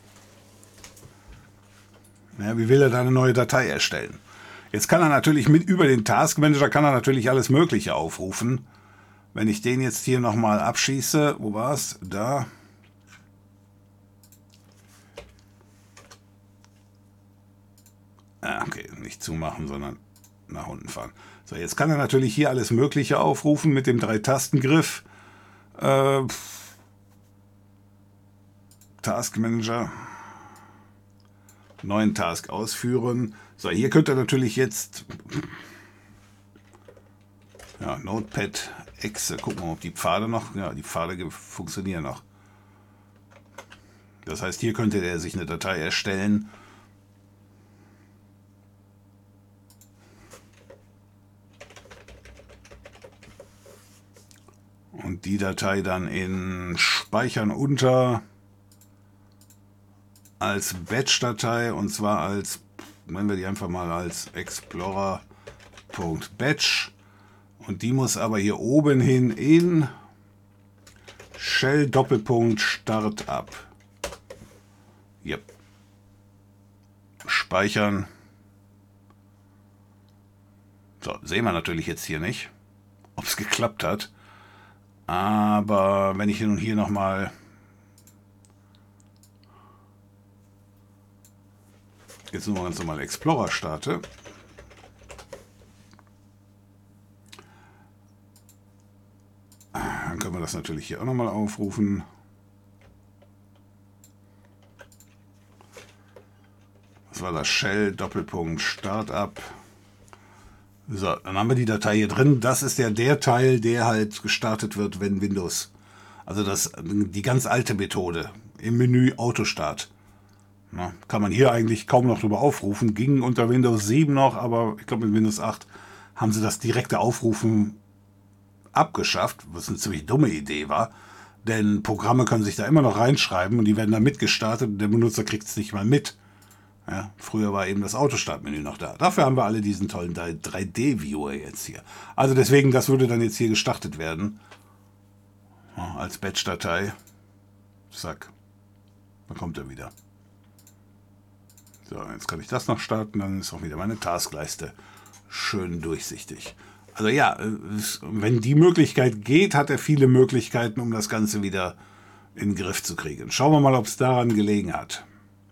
Ja, wie will er da eine neue Datei erstellen? Jetzt kann er natürlich über den Taskmanager kann er natürlich alles Mögliche aufrufen. Wenn ich den jetzt hier nochmal abschieße, wo war es? Da. Okay, nicht zumachen, sondern nach unten fahren. So, jetzt kann er natürlich hier alles Mögliche aufrufen mit dem 3-Tastengriff. Taskmanager. Neuen Task ausführen. So, hier könnt ihr natürlich jetzt Notepad, Exe, gucken wir mal, ob die Pfade noch, ja, die Pfade funktionieren noch. Das heißt, hier könnte er sich eine Datei erstellen. Und die Datei dann in Speichern unter als Batch-Datei, und zwar als, nennen wir die einfach mal als Explorer.batch. Und die muss aber hier oben hin in Shell Doppelpunkt Startup. Yep. Speichern. So, sehen wir natürlich jetzt hier nicht, ob es geklappt hat. Aber wenn ich nun hier nochmal jetzt nur ganz normal Explorer starte, dann können wir das natürlich hier auch nochmal aufrufen. Das war das Shell Doppelpunkt Startup. So, dann haben wir die Datei hier drin. Das ist der Teil, der halt gestartet wird, wenn Windows, also die ganz alte Methode im Menü Autostart. Na, kann man hier eigentlich kaum noch drüber aufrufen. Ging unter Windows 7 noch, aber ich glaube mit Windows 8 haben sie das direkte Aufrufen abgeschafft, was eine ziemlich dumme Idee war. Denn Programme können sich da immer noch reinschreiben und die werden dann mitgestartet und der Benutzer kriegt es nicht mal mit. Ja, früher war eben das Autostartmenü noch da. Dafür haben wir alle diesen tollen 3D-Viewer jetzt hier. Also deswegen, das würde dann jetzt hier gestartet werden. Ja, als Batch-Datei. Zack. Dann kommt er wieder. So, jetzt kann ich das noch starten. Dann ist auch wieder meine Taskleiste schön durchsichtig. Also ja, wenn die Möglichkeit geht, hat er viele Möglichkeiten, um das Ganze wieder in den Griff zu kriegen. Schauen wir mal, ob es daran gelegen hat.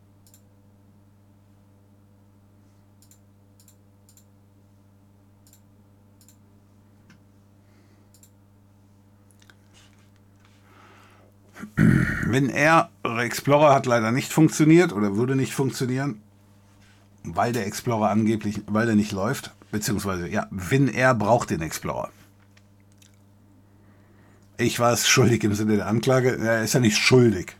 Explorer hat leider nicht funktioniert oder würde nicht funktionieren, weil der Explorer angeblich, weil der nicht läuft, beziehungsweise, ja, WinR braucht den Explorer. Ich war es schuldig im Sinne der Anklage, er ist ja nicht schuldig.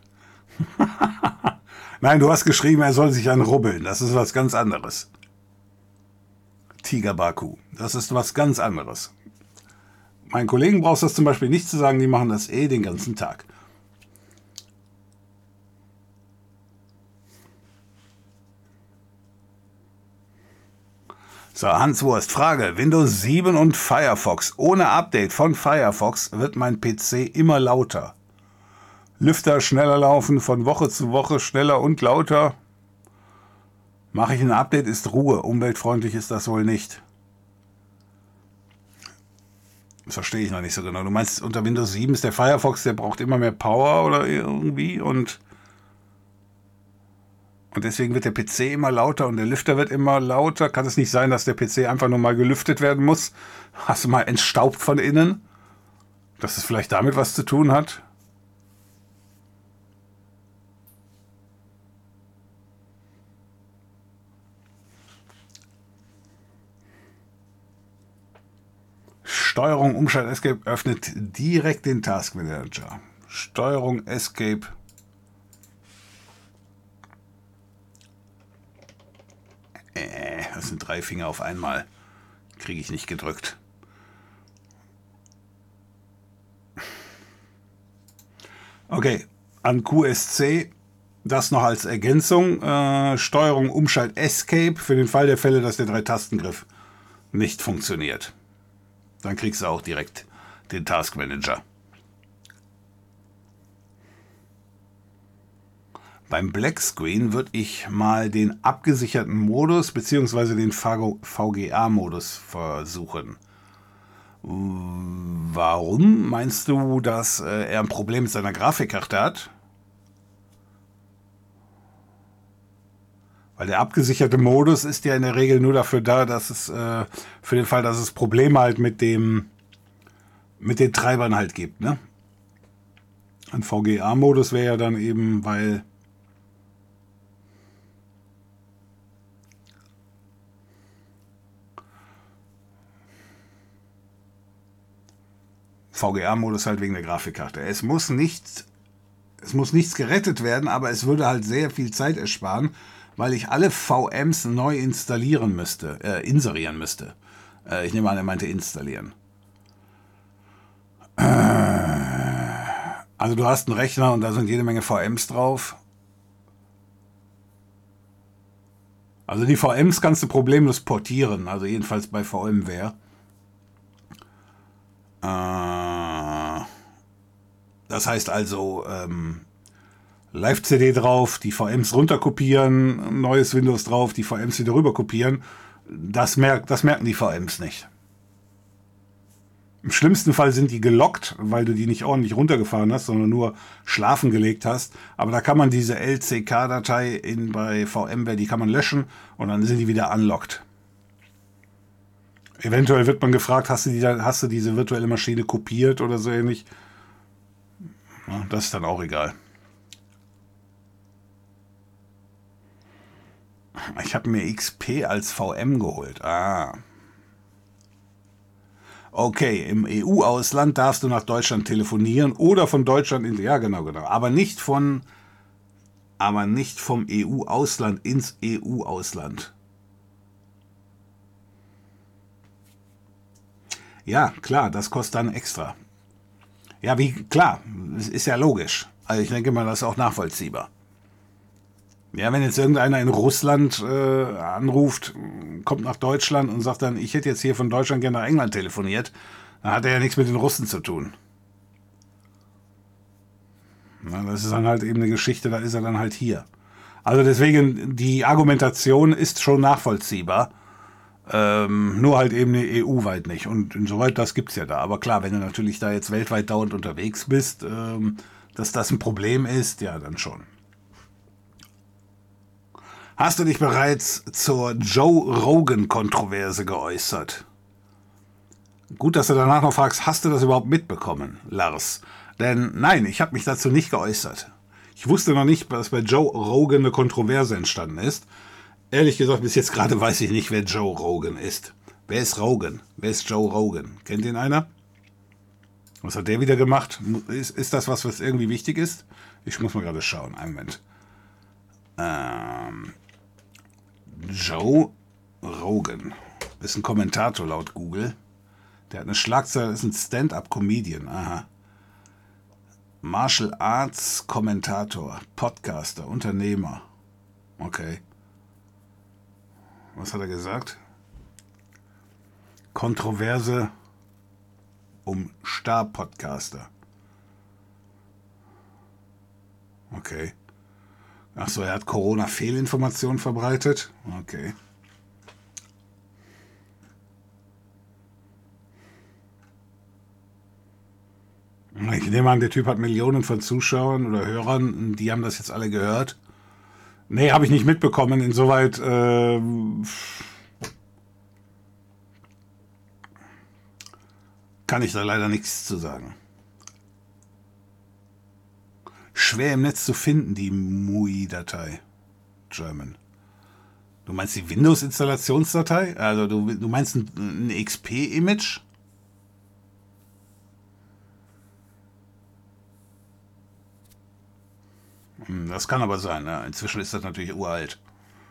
Nein, du hast geschrieben, er soll sich anrubbeln, das ist was ganz anderes. Tiger Baku, das ist was ganz anderes. Meinen Kollegen brauchst du das zum Beispiel nicht zu sagen, die machen das den ganzen Tag. So, Hans Wurst, Frage. Windows 7 und Firefox. Ohne Update von Firefox wird mein PC immer lauter. Lüfter schneller laufen, von Woche zu Woche schneller und lauter. Mache ich ein Update, ist Ruhe. Umweltfreundlich ist das wohl nicht. Das verstehe ich noch nicht so genau. Du meinst, unter Windows 7 ist der Firefox, der braucht immer mehr Power oder irgendwie und deswegen wird der PC immer lauter und der Lüfter wird immer lauter. Kann es nicht sein, dass der PC einfach nur mal gelüftet werden muss? Hast du mal entstaubt von innen? Dass es vielleicht damit was zu tun hat? Steuerung Umschalt Escape öffnet direkt den Task Manager. Steuerung Escape. Das sind 3 Finger auf einmal. Kriege ich nicht gedrückt. Okay, an QSC das noch als Ergänzung. Steuerung Umschalt Escape für den Fall der Fälle, dass der 3-Tastengriff nicht funktioniert. Dann kriegst du auch direkt den Task Manager. Beim Black Screen würde ich mal den abgesicherten Modus bzw. den VGA-Modus versuchen. Warum meinst du, dass er ein Problem mit seiner Grafikkarte hat? Weil der abgesicherte Modus ist ja in der Regel nur dafür da, dass es für den Fall, dass es Probleme halt mit den Treibern halt gibt. Ne? Ein VGA-Modus wäre ja dann eben, weil VGA-Modus halt wegen der Grafikkarte. Es muss nichts gerettet werden, aber es würde halt sehr viel Zeit ersparen, weil ich alle VMs neu inserieren müsste. Ich nehme an, er meinte installieren. Also du hast einen Rechner und da sind jede Menge VMs drauf. Also die VMs kannst du problemlos portieren, also jedenfalls bei VMware. Das heißt also Live-CD drauf, die VMs runterkopieren, neues Windows drauf, die VMs wieder rüber kopieren. Das merken die VMs nicht. Im schlimmsten Fall sind die gelockt, weil du die nicht ordentlich runtergefahren hast, sondern nur schlafen gelegt hast. Aber da kann man diese LCK-Datei bei VMware, die kann man löschen und dann sind die wieder unlocked. Eventuell wird man gefragt, hast du diese virtuelle Maschine kopiert oder so ähnlich. Ja, das ist dann auch egal. Ich habe mir XP als VM geholt. Okay, im EU-Ausland darfst du nach Deutschland telefonieren oder von Deutschland ja, genau. Aber nicht vom EU-Ausland ins EU-Ausland. Ja, klar, das kostet dann extra. Ja, klar, ist ja logisch. Also ich denke mal, das ist auch nachvollziehbar. Ja, wenn jetzt irgendeiner in Russland anruft, kommt nach Deutschland und sagt dann, ich hätte jetzt hier von Deutschland gerne nach England telefoniert, dann hat er ja nichts mit den Russen zu tun. Na, das ist dann halt eben eine Geschichte, da ist er dann halt hier. Also deswegen, die Argumentation ist schon nachvollziehbar, nur halt eben EU-weit nicht. Und insoweit, das gibt's ja da. Aber klar, wenn du natürlich da jetzt weltweit dauernd unterwegs bist, dass das ein Problem ist, ja, dann schon. Hast du dich bereits zur Joe Rogan-Kontroverse geäußert? Gut, dass du danach noch fragst, hast du das überhaupt mitbekommen, Lars? Denn nein, ich habe mich dazu nicht geäußert. Ich wusste noch nicht, dass bei Joe Rogan eine Kontroverse entstanden ist. Ehrlich gesagt, bis jetzt gerade weiß ich nicht, wer Joe Rogan ist. Wer ist Rogan? Wer ist Joe Rogan? Kennt ihn einer? Was hat der wieder gemacht? Ist das was irgendwie wichtig ist? Ich muss mal gerade schauen. Einen Moment. Joe Rogan ist ein Kommentator laut Google. Der hat eine Schlagzeile, ist ein Stand-up-Comedian. Aha. Martial Arts Kommentator, Podcaster, Unternehmer. Okay. Was hat er gesagt? Kontroverse um Star-Podcaster. Okay. Achso, er hat Corona-Fehlinformationen verbreitet. Okay. Ich nehme an, der Typ hat Millionen von Zuschauern oder Hörern, die haben das jetzt alle gehört. Nee, habe ich nicht mitbekommen. Insoweit kann ich da leider nichts zu sagen. Schwer im Netz zu finden, die MUI-Datei. German. Du meinst die Windows-Installationsdatei? Also du meinst ein XP-Image? Das kann aber sein. Ja. Inzwischen ist das natürlich uralt.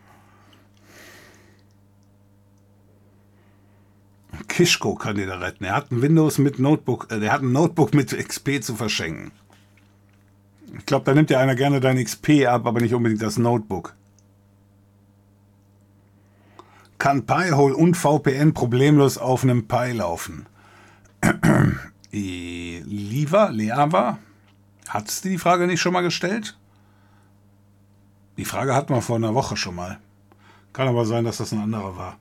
Kishko kann dir da retten. Er hat ein Windows mit Notebook, der hat ein Notebook mit XP zu verschenken. Ich glaube, da nimmt ja einer gerne dein XP ab, aber nicht unbedingt das Notebook. Kann Pi-hole und VPN problemlos auf einem Pi laufen? Leava? Hattest du die Frage nicht schon mal gestellt? Die Frage hatten wir vor einer Woche schon mal. Kann aber sein, dass das ein anderer war.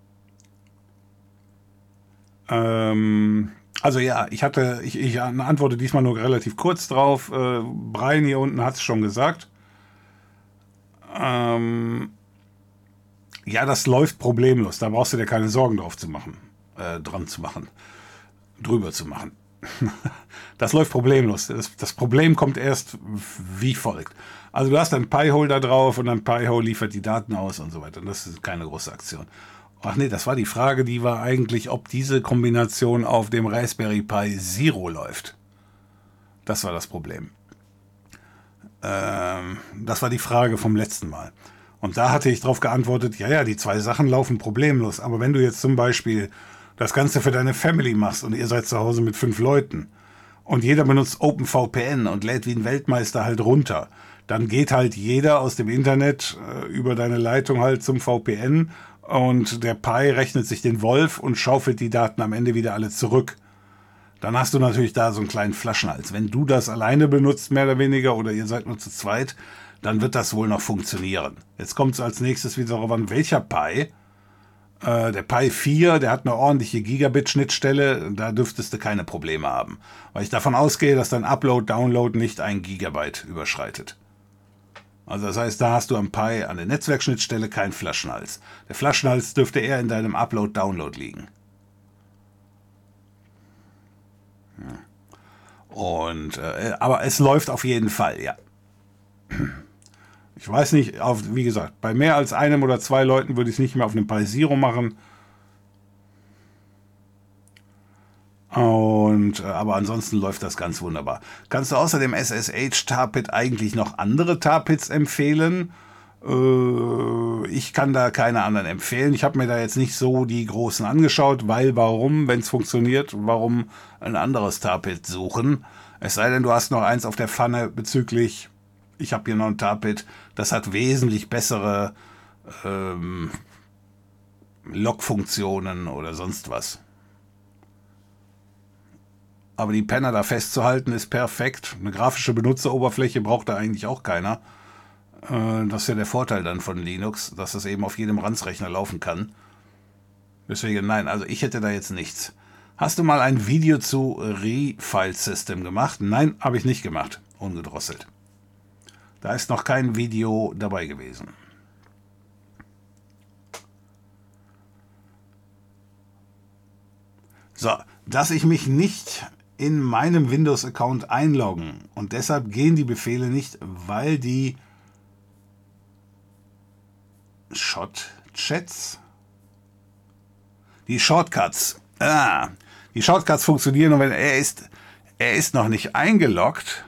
Also ja, ich antworte diesmal nur relativ kurz drauf. Brian hier unten hat es schon gesagt. Ja, das läuft problemlos. Da brauchst du dir keine Sorgen drüber zu machen. Das läuft problemlos. Das Problem kommt erst wie folgt. Also du hast einen Pi-hole da drauf und ein Pi-hole liefert die Daten aus und so weiter. Das ist keine große Aktion. Ach nee, das war die Frage, die war eigentlich, ob diese Kombination auf dem Raspberry Pi Zero läuft. Das war das Problem. Das war die Frage vom letzten Mal. Und da hatte ich darauf geantwortet, ja, die zwei Sachen laufen problemlos. Aber wenn du jetzt zum Beispiel das Ganze für deine Family machst und ihr seid zu Hause mit 5 Leuten und jeder benutzt OpenVPN und lädt wie ein Weltmeister halt runter, dann geht halt jeder aus dem Internet über deine Leitung halt zum VPN und der Pi rechnet sich den Wolf und schaufelt die Daten am Ende wieder alle zurück. Dann hast du natürlich da so einen kleinen Flaschenhals. Wenn du das alleine benutzt, mehr oder weniger, oder ihr seid nur zu zweit, dann wird das wohl noch funktionieren. Jetzt kommt es als nächstes wieder darauf an, welcher Pi. Der Pi 4, der hat eine ordentliche Gigabit-Schnittstelle, da dürftest du keine Probleme haben. Weil ich davon ausgehe, dass dein Upload-Download nicht 1 Gigabyte überschreitet. Also das heißt, da hast du am Pi an der Netzwerkschnittstelle keinen Flaschenhals. Der Flaschenhals dürfte eher in deinem Upload-Download liegen. Und, aber es läuft auf jeden Fall, ja. Ich weiß nicht, wie gesagt, bei mehr als einem oder 2 Leuten würde ich es nicht mehr auf einem Pi Zero machen. Und, aber ansonsten läuft das ganz wunderbar. Kannst du außer dem SSH Tarpit eigentlich noch andere Tarpits empfehlen? Ich kann da keine anderen empfehlen. Ich habe mir da jetzt nicht so die großen angeschaut, weil warum, wenn es funktioniert, warum ein anderes Tarpit suchen? Es sei denn, du hast noch eins auf der Pfanne bezüglich, ich habe hier noch ein Tarpit, das hat wesentlich bessere Log-Funktionen oder sonst was. Aber die Penner da festzuhalten ist perfekt. Eine grafische Benutzeroberfläche braucht da eigentlich auch keiner. Das ist ja der Vorteil dann von Linux, dass das eben auf jedem Ranzrechner laufen kann. Deswegen nein, also ich hätte da jetzt nichts. Hast du mal ein Video zu Refile System gemacht? Nein, habe ich nicht gemacht. Ungedrosselt. Da ist noch kein Video dabei gewesen. So, dass ich mich nicht in meinem Windows-Account einloggen und deshalb gehen die Befehle nicht, weil die Shortchats, die Shortcuts, die Shortcuts funktionieren und wenn er ist noch nicht eingeloggt.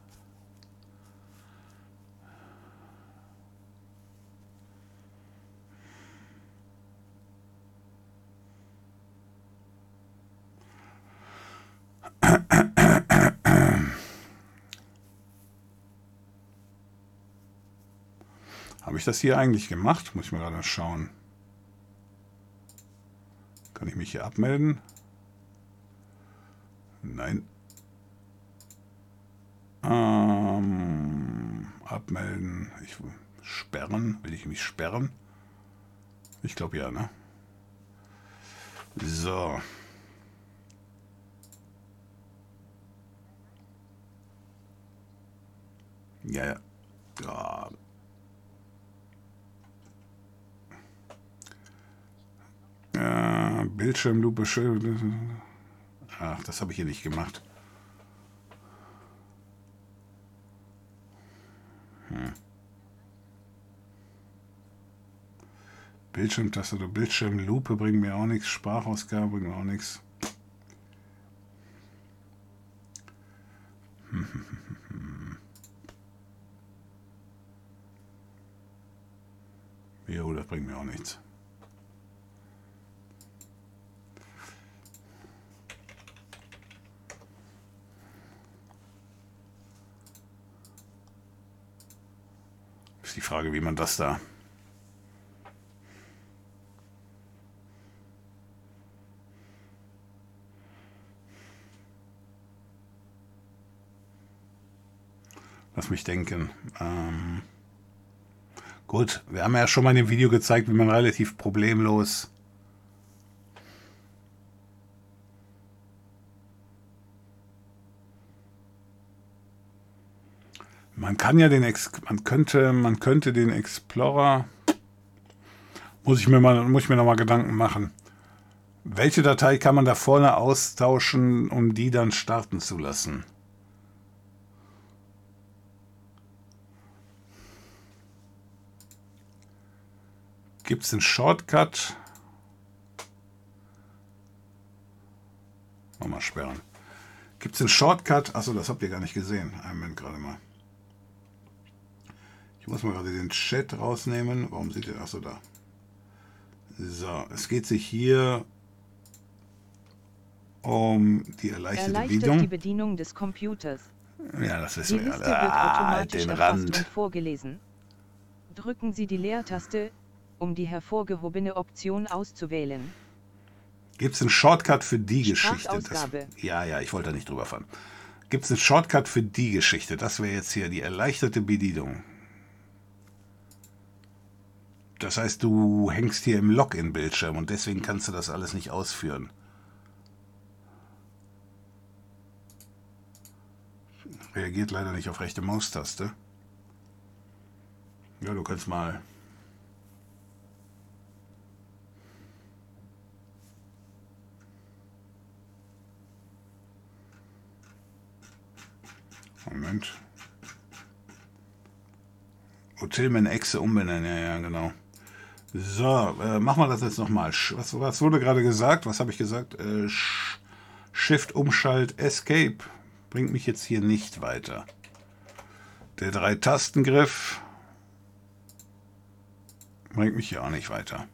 Habe ich das hier eigentlich gemacht? Muss ich mal gerade schauen. Kann ich mich hier abmelden? Nein. Abmelden. Sperren. Will ich mich sperren? Ich glaube ja, ne? So. Ja. Bildschirmlupe. Ach, das habe ich hier nicht gemacht. Bildschirmtaste, Bildschirmlupe bringt mir auch nichts. Sprachausgabe bringt mir auch nichts. Jo, das bringt mir auch nichts. Ist die Frage, wie man das da... Lass mich denken. Gut, wir haben ja schon mal in dem Video gezeigt, wie man relativ problemlos man kann ja man könnte den Explorer, muss ich mir noch mal Gedanken machen. Welche Datei kann man da vorne austauschen, um die dann starten zu lassen? Gibt es einen Shortcut? mal sperren. Gibt es einen Shortcut? Achso, das habt ihr gar nicht gesehen. Einen Moment gerade mal. Ich muss mal gerade den Chat rausnehmen. Warum seht ihr? Achso, da. So, es geht sich hier um die erleichterte Bedienung. Die Bedienung des Computers. Ja, das wissen Die wir Liste alle. wird automatisch Den erfasst Rand. und vorgelesen. Drücken Sie die Leertaste, um die hervorgehobene Option auszuwählen. Gibt es einen Shortcut für die Geschichte? Sprachausgabe. Ja, ich wollte da nicht drüber fahren. Gibt es einen Shortcut für die Geschichte? Das wäre jetzt hier die erleichterte Bedienung. Das heißt, du hängst hier im Login-Bildschirm und deswegen kannst du das alles nicht ausführen. Reagiert leider nicht auf rechte Maustaste. Ja, du kannst mal... Moment. Tillman Exe umbenennen, ja, genau. So, machen wir das jetzt nochmal. Was wurde gerade gesagt? Was habe ich gesagt? Shift, Umschalt, Escape. Bringt mich jetzt hier nicht weiter. Der 3-Tastengriff bringt mich hier auch nicht weiter.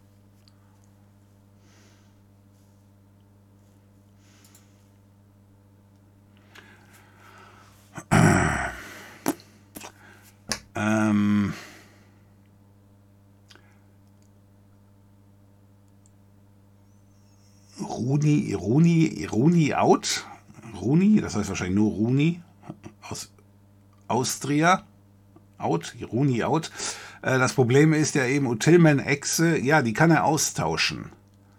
Runi out. Runi, das heißt wahrscheinlich nur Runi aus Austria. Out, Runi out. Das Problem ist ja eben, Tillman Exe, ja, die kann er austauschen.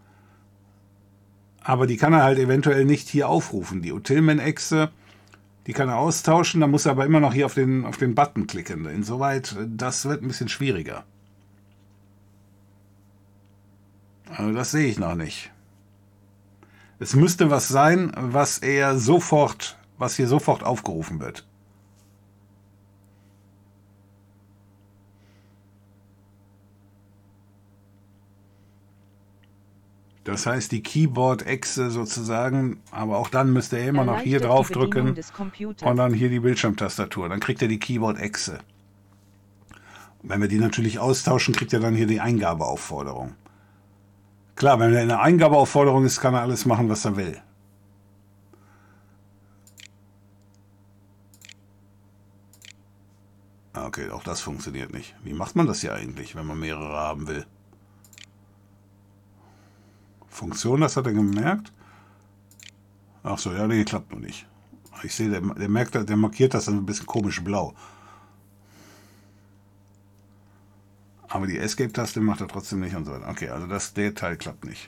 Aber die kann er halt eventuell nicht hier aufrufen. Die Tillman Exe, die kann er austauschen, da muss er aber immer noch hier auf den Button klicken. Insoweit, das wird ein bisschen schwieriger. Also das sehe ich noch nicht. Es müsste was sein, was hier sofort aufgerufen wird. Das heißt, die Keyboard-Echse sozusagen, aber auch dann müsste er immer noch hier drauf drücken und dann hier die Bildschirmtastatur. Dann kriegt er die Keyboard-Echse. Wenn wir die natürlich austauschen, kriegt er dann hier die Eingabeaufforderung. Klar, wenn er in der Eingabeaufforderung ist, kann er alles machen, was er will. Okay, auch das funktioniert nicht. Wie macht man das hier eigentlich, wenn man mehrere haben will? Funktion, das hat er gemerkt. Ach so, ja, nee, klappt noch nicht. Ich sehe, der markiert das dann ein bisschen komisch blau. Aber die Escape-Taste macht er trotzdem nicht und so weiter. Okay, also der Teil klappt nicht.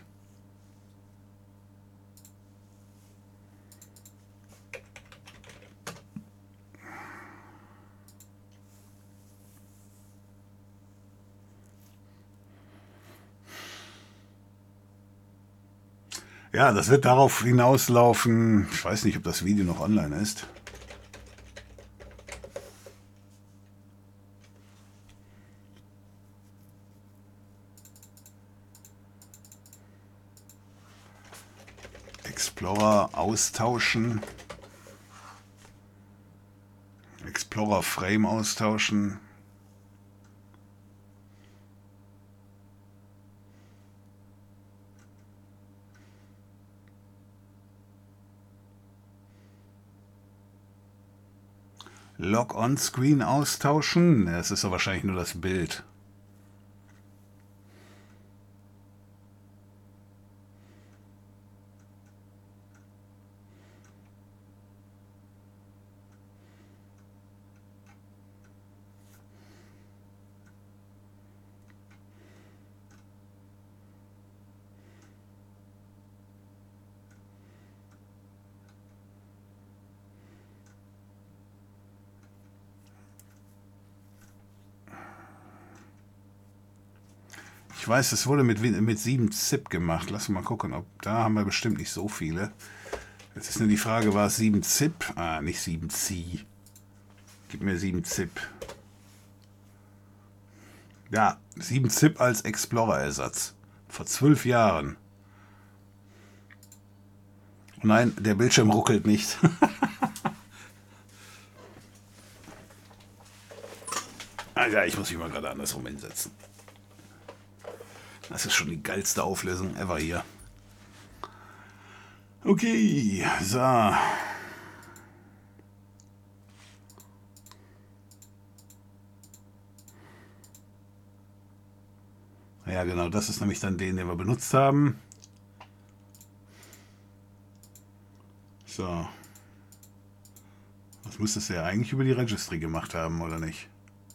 Ja, das wird darauf hinauslaufen. Ich weiß nicht, ob das Video noch online ist. Explorer austauschen. Explorer Frame austauschen. Log-on-Screen austauschen. Es ist ja wahrscheinlich nur das Bild. Ich weiß, es wurde mit 7-Zip gemacht. Lass mal gucken, da haben wir bestimmt nicht so viele. Jetzt ist nur die Frage, war es 7-Zip? Ah, nicht 7-C. Gib mir 7-Zip. Ja, 7-Zip als Explorer-Ersatz. Vor 12 Jahren. Nein, der Bildschirm ruckelt nicht. Ja, ich muss mich mal gerade andersrum hinsetzen. Das ist schon die geilste Auflösung ever hier. Okay, so. Ja, genau, das ist nämlich dann den wir benutzt haben. So. Das müsstest du ja eigentlich über die Registry gemacht haben, oder nicht?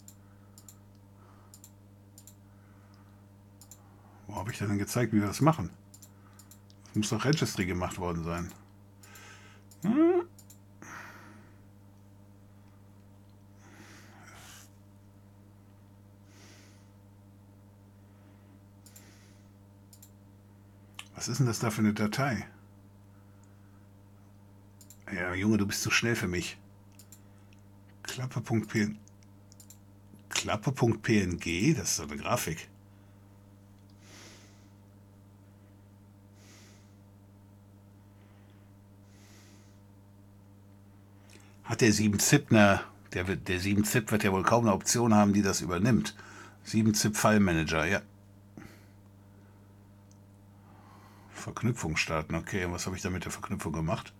Wo habe ich denn gezeigt, wie wir das machen? Das muss doch Registry gemacht worden sein. Hm? Was ist denn das da für eine Datei? Ja, Junge, du bist zu schnell für mich. Klappe.png, das ist doch eine Grafik. Hat der 7-Zip der 7-Zip wird ja wohl kaum eine Option haben, die das übernimmt. 7-Zip File Manager, ja. Verknüpfung starten, okay. Was habe ich da mit der Verknüpfung gemacht?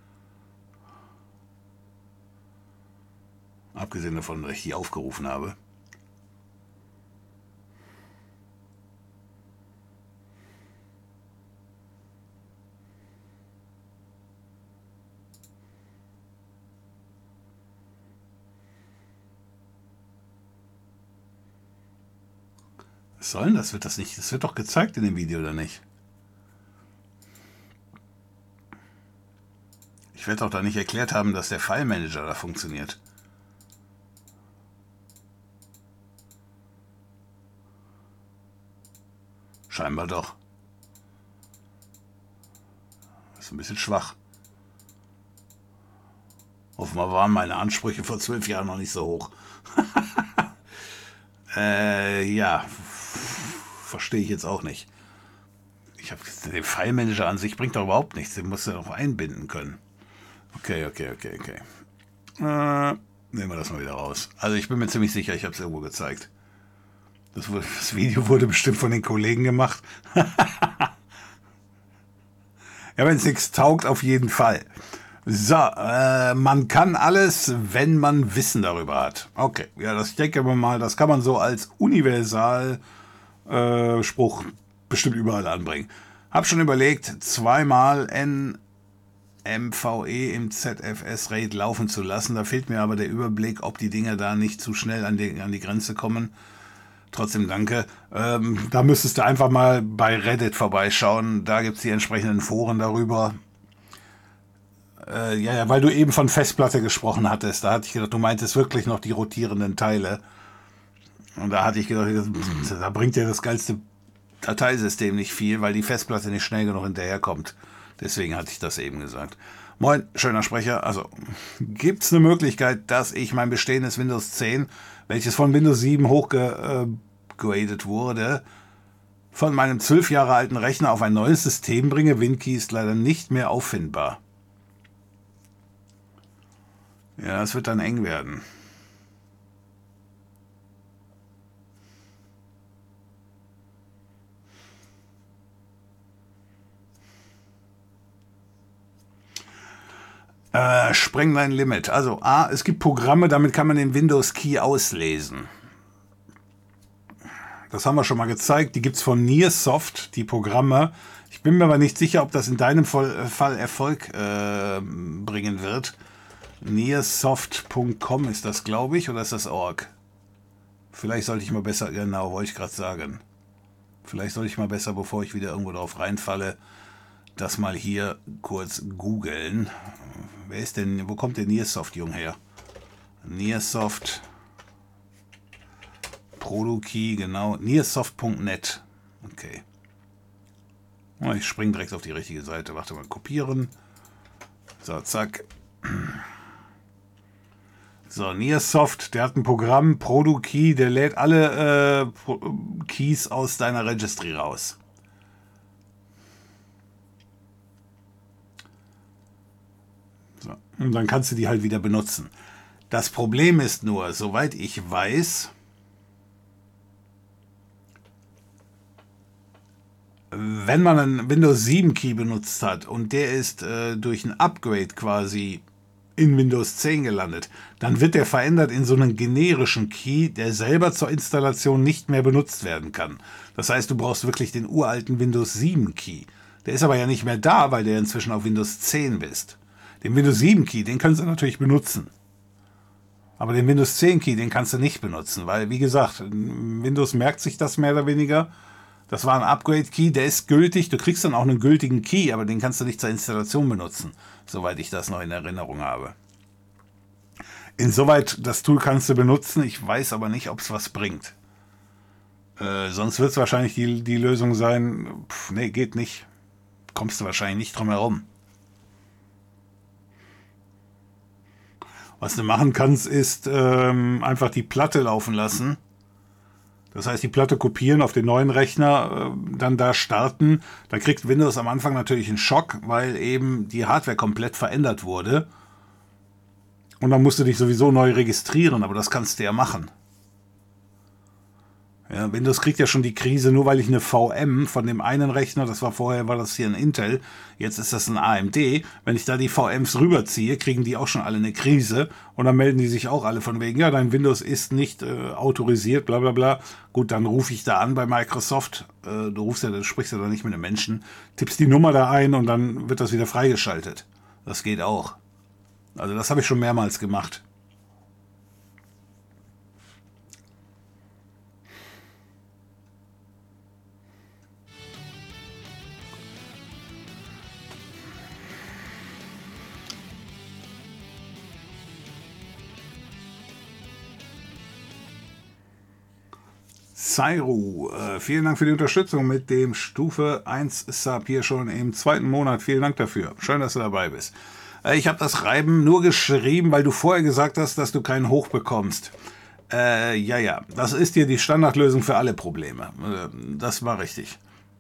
Abgesehen davon, dass ich die aufgerufen habe. Was soll denn das? Wird das nicht? Das wird doch gezeigt in dem Video, oder nicht? Ich werde doch da nicht erklärt haben, dass der File Manager da funktioniert. Scheinbar doch. Das ist ein bisschen schwach. Offenbar waren meine Ansprüche vor 12 Jahren noch nicht so hoch. Ja, verstehe ich jetzt auch nicht. Ich habe den File Manager an sich bringt doch überhaupt nichts. Den musst du doch einbinden können. Okay. Nehmen wir das mal wieder raus. Also ich bin mir ziemlich sicher, ich habe es irgendwo gezeigt. Das Video wurde bestimmt von den Kollegen gemacht. Ja, wenn es nichts taugt, auf jeden Fall. So, man kann alles, wenn man Wissen darüber hat. Okay, ja, das denke ich mal, das kann man so als Universalspruch bestimmt überall anbringen. Hab schon überlegt, zweimal NMVE im ZFS-RAID laufen zu lassen. Da fehlt mir aber der Überblick, ob die Dinger da nicht zu schnell an die Grenze kommen. Trotzdem danke. Da müsstest du einfach mal bei Reddit vorbeischauen. Da gibt es die entsprechenden Foren darüber. Ja, weil du eben von Festplatte gesprochen hattest. Da hatte ich gedacht, du meintest wirklich noch die rotierenden Teile. Und da hatte ich gedacht, da bringt dir das geilste Dateisystem nicht viel, weil die Festplatte nicht schnell genug hinterherkommt. Deswegen hatte ich das eben gesagt. Moin, schöner Sprecher. Also, gibt es eine Möglichkeit, dass ich mein bestehendes Windows 10, welches von Windows 7 hochgegradet wurde, von meinem 12 Jahre alten Rechner auf ein neues System bringe? WinKey ist leider nicht mehr auffindbar. Ja, es wird dann eng werden. Spreng dein Limit. Also A, es gibt Programme, damit kann man den Windows Key auslesen. Das haben wir schon mal gezeigt. Die gibt es von Nearsoft, die Programme. Ich bin mir aber nicht sicher, ob das in deinem Fall Erfolg bringen wird. Nearsoft.com ist das, glaube ich, oder ist das org? Vielleicht sollte ich mal besser, genau, wollte ich gerade sagen. Vielleicht sollte ich mal besser, bevor ich wieder irgendwo drauf reinfalle, das mal hier kurz googeln. Wer ist denn, wo kommt der Nearsoft Jung her? Nearsoft Produkey, genau, nearsoft.net. Okay. Ich springe direkt auf die richtige Seite. Warte mal, kopieren. So, zack. So, Nearsoft, der hat ein Programm, Produkey, der lädt alle Keys aus deiner Registry raus. Und dann kannst du die halt wieder benutzen. Das Problem ist nur, soweit ich weiß, wenn man einen Windows 7 Key benutzt hat und der ist durch ein Upgrade quasi in Windows 10 gelandet, dann wird der verändert in so einen generischen Key, der selber zur Installation nicht mehr benutzt werden kann. Das heißt, du brauchst wirklich den uralten Windows 7 Key. Der ist aber ja nicht mehr da, weil der inzwischen auf Windows 10 bist. Den Windows 7 Key, den kannst du natürlich benutzen. Aber den Windows 10 Key, den kannst du nicht benutzen, weil, wie gesagt, Windows merkt sich das mehr oder weniger. Das war ein Upgrade-Key, der ist gültig. Du kriegst dann auch einen gültigen Key, aber den kannst du nicht zur Installation benutzen, soweit ich das noch in Erinnerung habe. Insoweit, das Tool kannst du benutzen, ich weiß aber nicht, ob es was bringt. Sonst wird es wahrscheinlich die Lösung sein, nee, geht nicht. Kommst du wahrscheinlich nicht drum herum. Was du machen kannst, ist einfach die Platte laufen lassen. Das heißt, die Platte kopieren auf den neuen Rechner, dann da starten. Da kriegt Windows am Anfang natürlich einen Schock, weil eben die Hardware komplett verändert wurde. Und dann musst du dich sowieso neu registrieren, aber das kannst du ja machen. Ja, Windows kriegt ja schon die Krise, nur weil ich eine VM von dem einen Rechner, vorher war das hier ein Intel, jetzt ist das ein AMD, wenn ich da die VMs rüberziehe, kriegen die auch schon alle eine Krise und dann melden die sich auch alle von wegen, ja, dein Windows ist nicht autorisiert, bla bla bla. Gut, dann rufe ich da an bei Microsoft, du sprichst ja da nicht mit einem Menschen, tippst die Nummer da ein und dann wird das wieder freigeschaltet. Das geht auch. Also das habe ich schon mehrmals gemacht. Cyru, vielen Dank für die Unterstützung mit dem Stufe 1 Sub hier schon im 2. Monat. Vielen Dank dafür. Schön, dass du dabei bist. Ich habe das Reiben nur geschrieben, weil du vorher gesagt hast, dass du keinen Hoch bekommst. Ja, das ist hier die Standardlösung für alle Probleme. Das war richtig.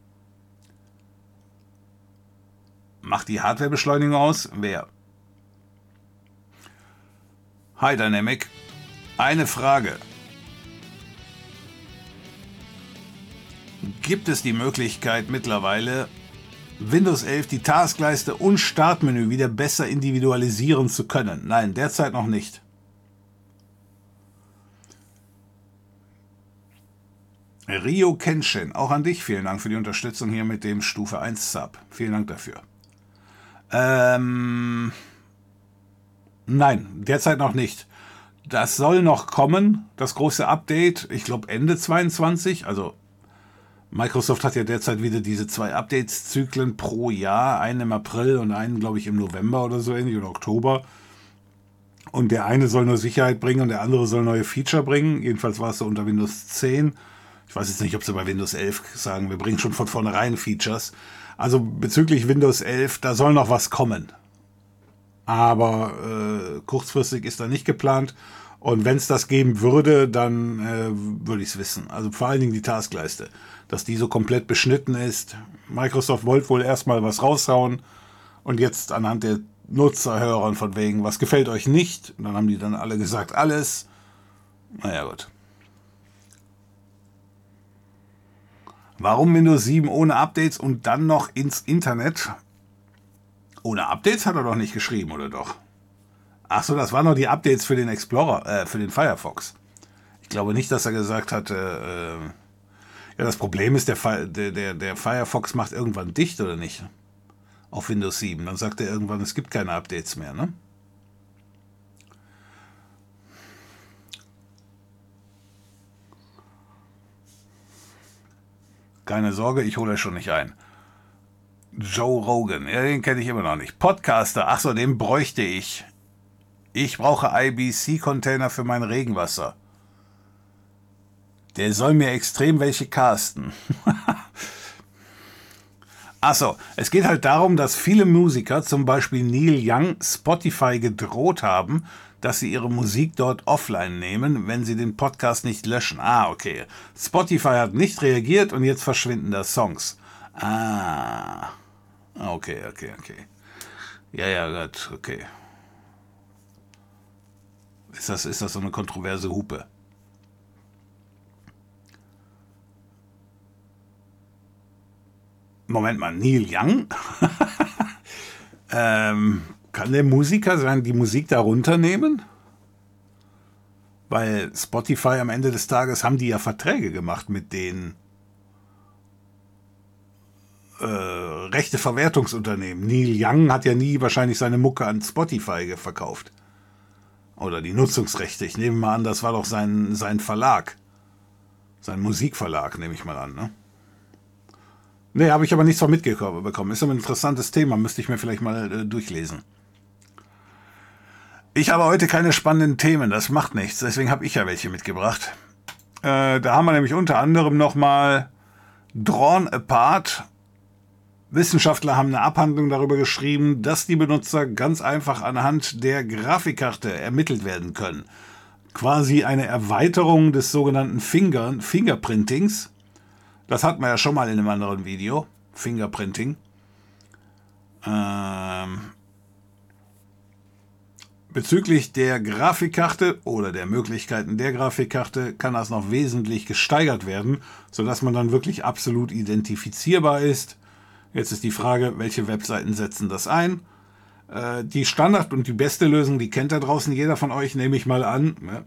Macht die Hardwarebeschleunigung aus? Wer? Hi Dynamic. Eine Frage. Gibt es die Möglichkeit mittlerweile, Windows 11 die Taskleiste und Startmenü wieder besser individualisieren zu können? Nein, derzeit noch nicht. Rio Kenshin, auch an dich vielen Dank für die Unterstützung hier mit dem Stufe 1 Sub. Vielen Dank dafür. Nein, derzeit noch nicht. Das soll noch kommen, das große Update, ich glaube Ende 22, also Microsoft hat ja derzeit wieder diese 2 Updates-Zyklen pro Jahr, einen im April und einen, glaube ich, im November oder so ähnlich, oder Oktober. Und der eine soll nur Sicherheit bringen und der andere soll neue Feature bringen. Jedenfalls war es so unter Windows 10. Ich weiß jetzt nicht, ob sie bei Windows 11 sagen, wir bringen schon von vornherein Features. Also bezüglich Windows 11, da soll noch was kommen. Aber kurzfristig ist da nicht geplant. Und wenn es das geben würde, dann würde ich es wissen. Also vor allen Dingen die Taskleiste. Dass die so komplett beschnitten ist. Microsoft wollte wohl erstmal was raushauen. Und jetzt anhand der Nutzerhörern von wegen, was gefällt euch nicht? Und dann haben die dann alle gesagt, alles. Naja, gut. Warum Windows 7 ohne Updates und dann noch ins Internet? Ohne Updates hat er doch nicht geschrieben, oder doch? Achso, das waren noch die Updates für den Explorer, für den Firefox. Ich glaube nicht, dass er gesagt hatte, ja, das Problem ist, der Firefox macht irgendwann dicht, oder nicht? Auf Windows 7. Dann sagt er irgendwann, es gibt keine Updates mehr, ne? Keine Sorge, ich hole euch schon nicht ein. Joe Rogan, ja, den kenne ich immer noch nicht. Podcaster, achso, den bräuchte ich. Ich brauche IBC-Container für mein Regenwasser. Der soll mir extrem welche casten. Achso, es geht halt darum, dass viele Musiker, zum Beispiel Neil Young, Spotify gedroht haben, dass sie ihre Musik dort offline nehmen, wenn sie den Podcast nicht löschen. Ah, okay. Spotify hat nicht reagiert und jetzt verschwinden da Songs. Ah, okay. Ja, gut, okay. Ist das so eine kontroverse Hupe? Moment mal, Neil Young? Kann der Musiker die Musik da runternehmen? Weil Spotify am Ende des Tages haben die ja Verträge gemacht mit den Rechteverwertungsunternehmen. Neil Young hat ja nie wahrscheinlich seine Mucke an Spotify verkauft. Oder die Nutzungsrechte. Ich nehme mal an, das war doch sein Verlag. Sein Musikverlag, nehme ich mal an, ne? Ne, habe ich aber nichts von mitbekommen. Ist aber ein interessantes Thema, müsste ich mir vielleicht mal durchlesen. Ich habe heute keine spannenden Themen, das macht nichts, deswegen habe ich ja welche mitgebracht. Da haben wir nämlich unter anderem nochmal Drawn Apart. Wissenschaftler haben eine Abhandlung darüber geschrieben, dass die Benutzer ganz einfach anhand der Grafikkarte ermittelt werden können. Quasi eine Erweiterung des sogenannten Fingerprintings. Das hatten wir ja schon mal in einem anderen Video. Fingerprinting. Bezüglich der Grafikkarte oder der Möglichkeiten der Grafikkarte kann das noch wesentlich gesteigert werden, sodass man dann wirklich absolut identifizierbar ist. Jetzt ist die Frage, welche Webseiten setzen das ein? Die Standard- und die beste Lösung, die kennt da draußen jeder von euch, nehme ich mal an. Ja.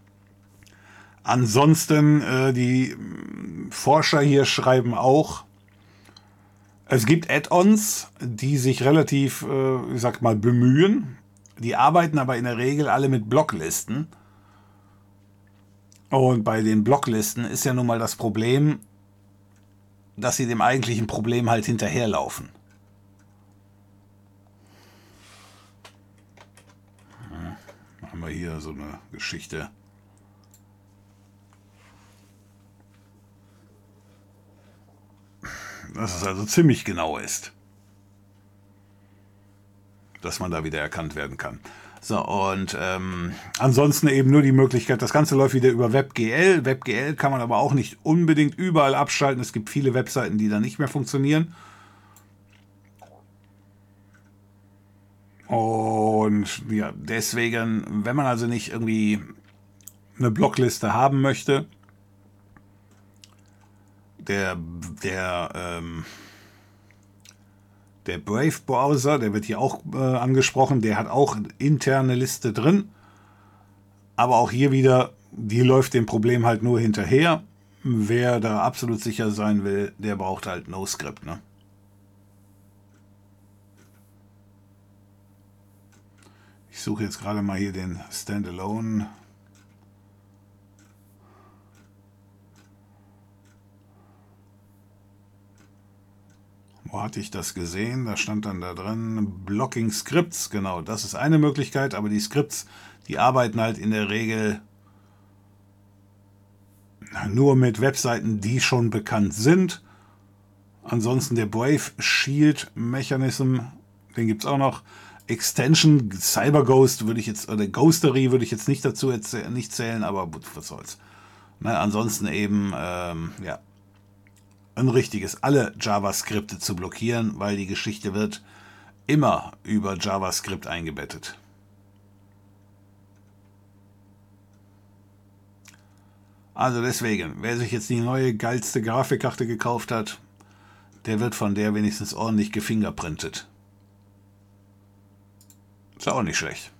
Ansonsten, die Forscher hier schreiben auch, es gibt Add-ons, die sich relativ, ich sag mal, bemühen. Die arbeiten aber in der Regel alle mit Blocklisten. Und bei den Blocklisten ist ja nun mal das Problem, dass sie dem eigentlichen Problem halt hinterherlaufen. Haben wir hier so eine Geschichte. Dass es also ziemlich genau ist. Dass man da wieder erkannt werden kann. So, und ansonsten eben nur die Möglichkeit, das Ganze läuft wieder über WebGL. WebGL kann man aber auch nicht unbedingt überall abschalten. Es gibt viele Webseiten, die da nicht mehr funktionieren. Und ja, deswegen, wenn man also nicht irgendwie eine Blockliste haben möchte, der Brave-Browser, der wird hier auch angesprochen, der hat auch interne Liste drin. Aber auch hier wieder, die läuft dem Problem halt nur hinterher. Wer da absolut sicher sein will, der braucht halt NoScript, ne? Ich suche jetzt gerade mal hier den Standalone. Wo hatte ich das gesehen? Da stand dann da drin Blocking Scripts. Genau, das ist eine Möglichkeit, aber die Scripts, die arbeiten halt in der Regel nur mit Webseiten, die schon bekannt sind. Ansonsten der Brave Shield Mechanism, den gibt es auch noch. Extension, CyberGhost würde ich jetzt, oder Ghostery würde ich jetzt nicht dazu nicht zählen, aber was soll's. Na, ansonsten eben, ja, ein richtiges, alle JavaScripte zu blockieren, weil die Geschichte wird immer über JavaScript eingebettet. Also deswegen, wer sich jetzt die neue geilste Grafikkarte gekauft hat, der wird von der wenigstens ordentlich gefingerprintet. Ist auch nicht schlecht.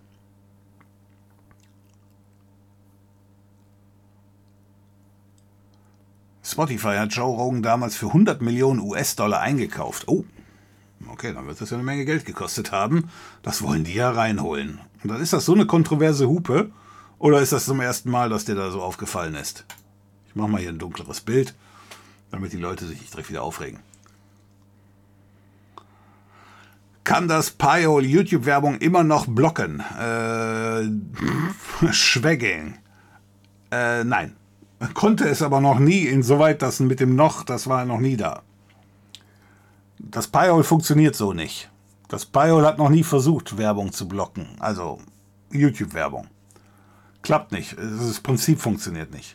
Spotify hat Joe Rogan damals für 100 Millionen US-Dollar eingekauft. Oh, okay, dann wird das ja eine Menge Geld gekostet haben. Das wollen die ja reinholen. Und dann ist das so eine kontroverse Hupe? Oder ist das zum ersten Mal, dass der da so aufgefallen ist? Ich mache mal hier ein dunkleres Bild, damit die Leute sich nicht direkt wieder aufregen. Kann das Pi-hole YouTube-Werbung immer noch blocken? Schwägging. Nein. Konnte es aber noch nie, insoweit das mit dem noch, das war noch nie da. Das Pi-hole funktioniert so nicht. Das Pi-hole hat noch nie versucht, Werbung zu blocken. Also YouTube-Werbung. Klappt nicht. Das Prinzip funktioniert nicht.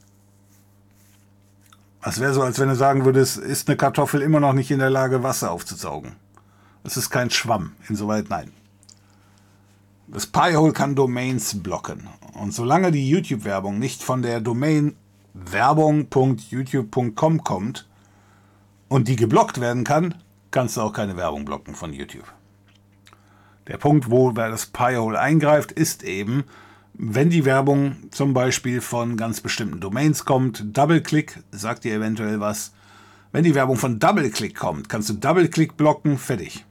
Das wäre so, als wenn du sagen würdest, ist eine Kartoffel immer noch nicht in der Lage, Wasser aufzusaugen. Es ist kein Schwamm. Insoweit nein. Das Pi-hole kann Domains blocken. Und solange die YouTube-Werbung nicht von der Domain werbung.youtube.com kommt und die geblockt werden kann, kannst du auch keine Werbung blocken von YouTube. Der Punkt, wo das Pi-hole eingreift, ist eben, wenn die Werbung zum Beispiel von ganz bestimmten Domains kommt, DoubleClick sagt dir eventuell was. Wenn die Werbung von DoubleClick kommt, kannst du DoubleClick blocken, fertig.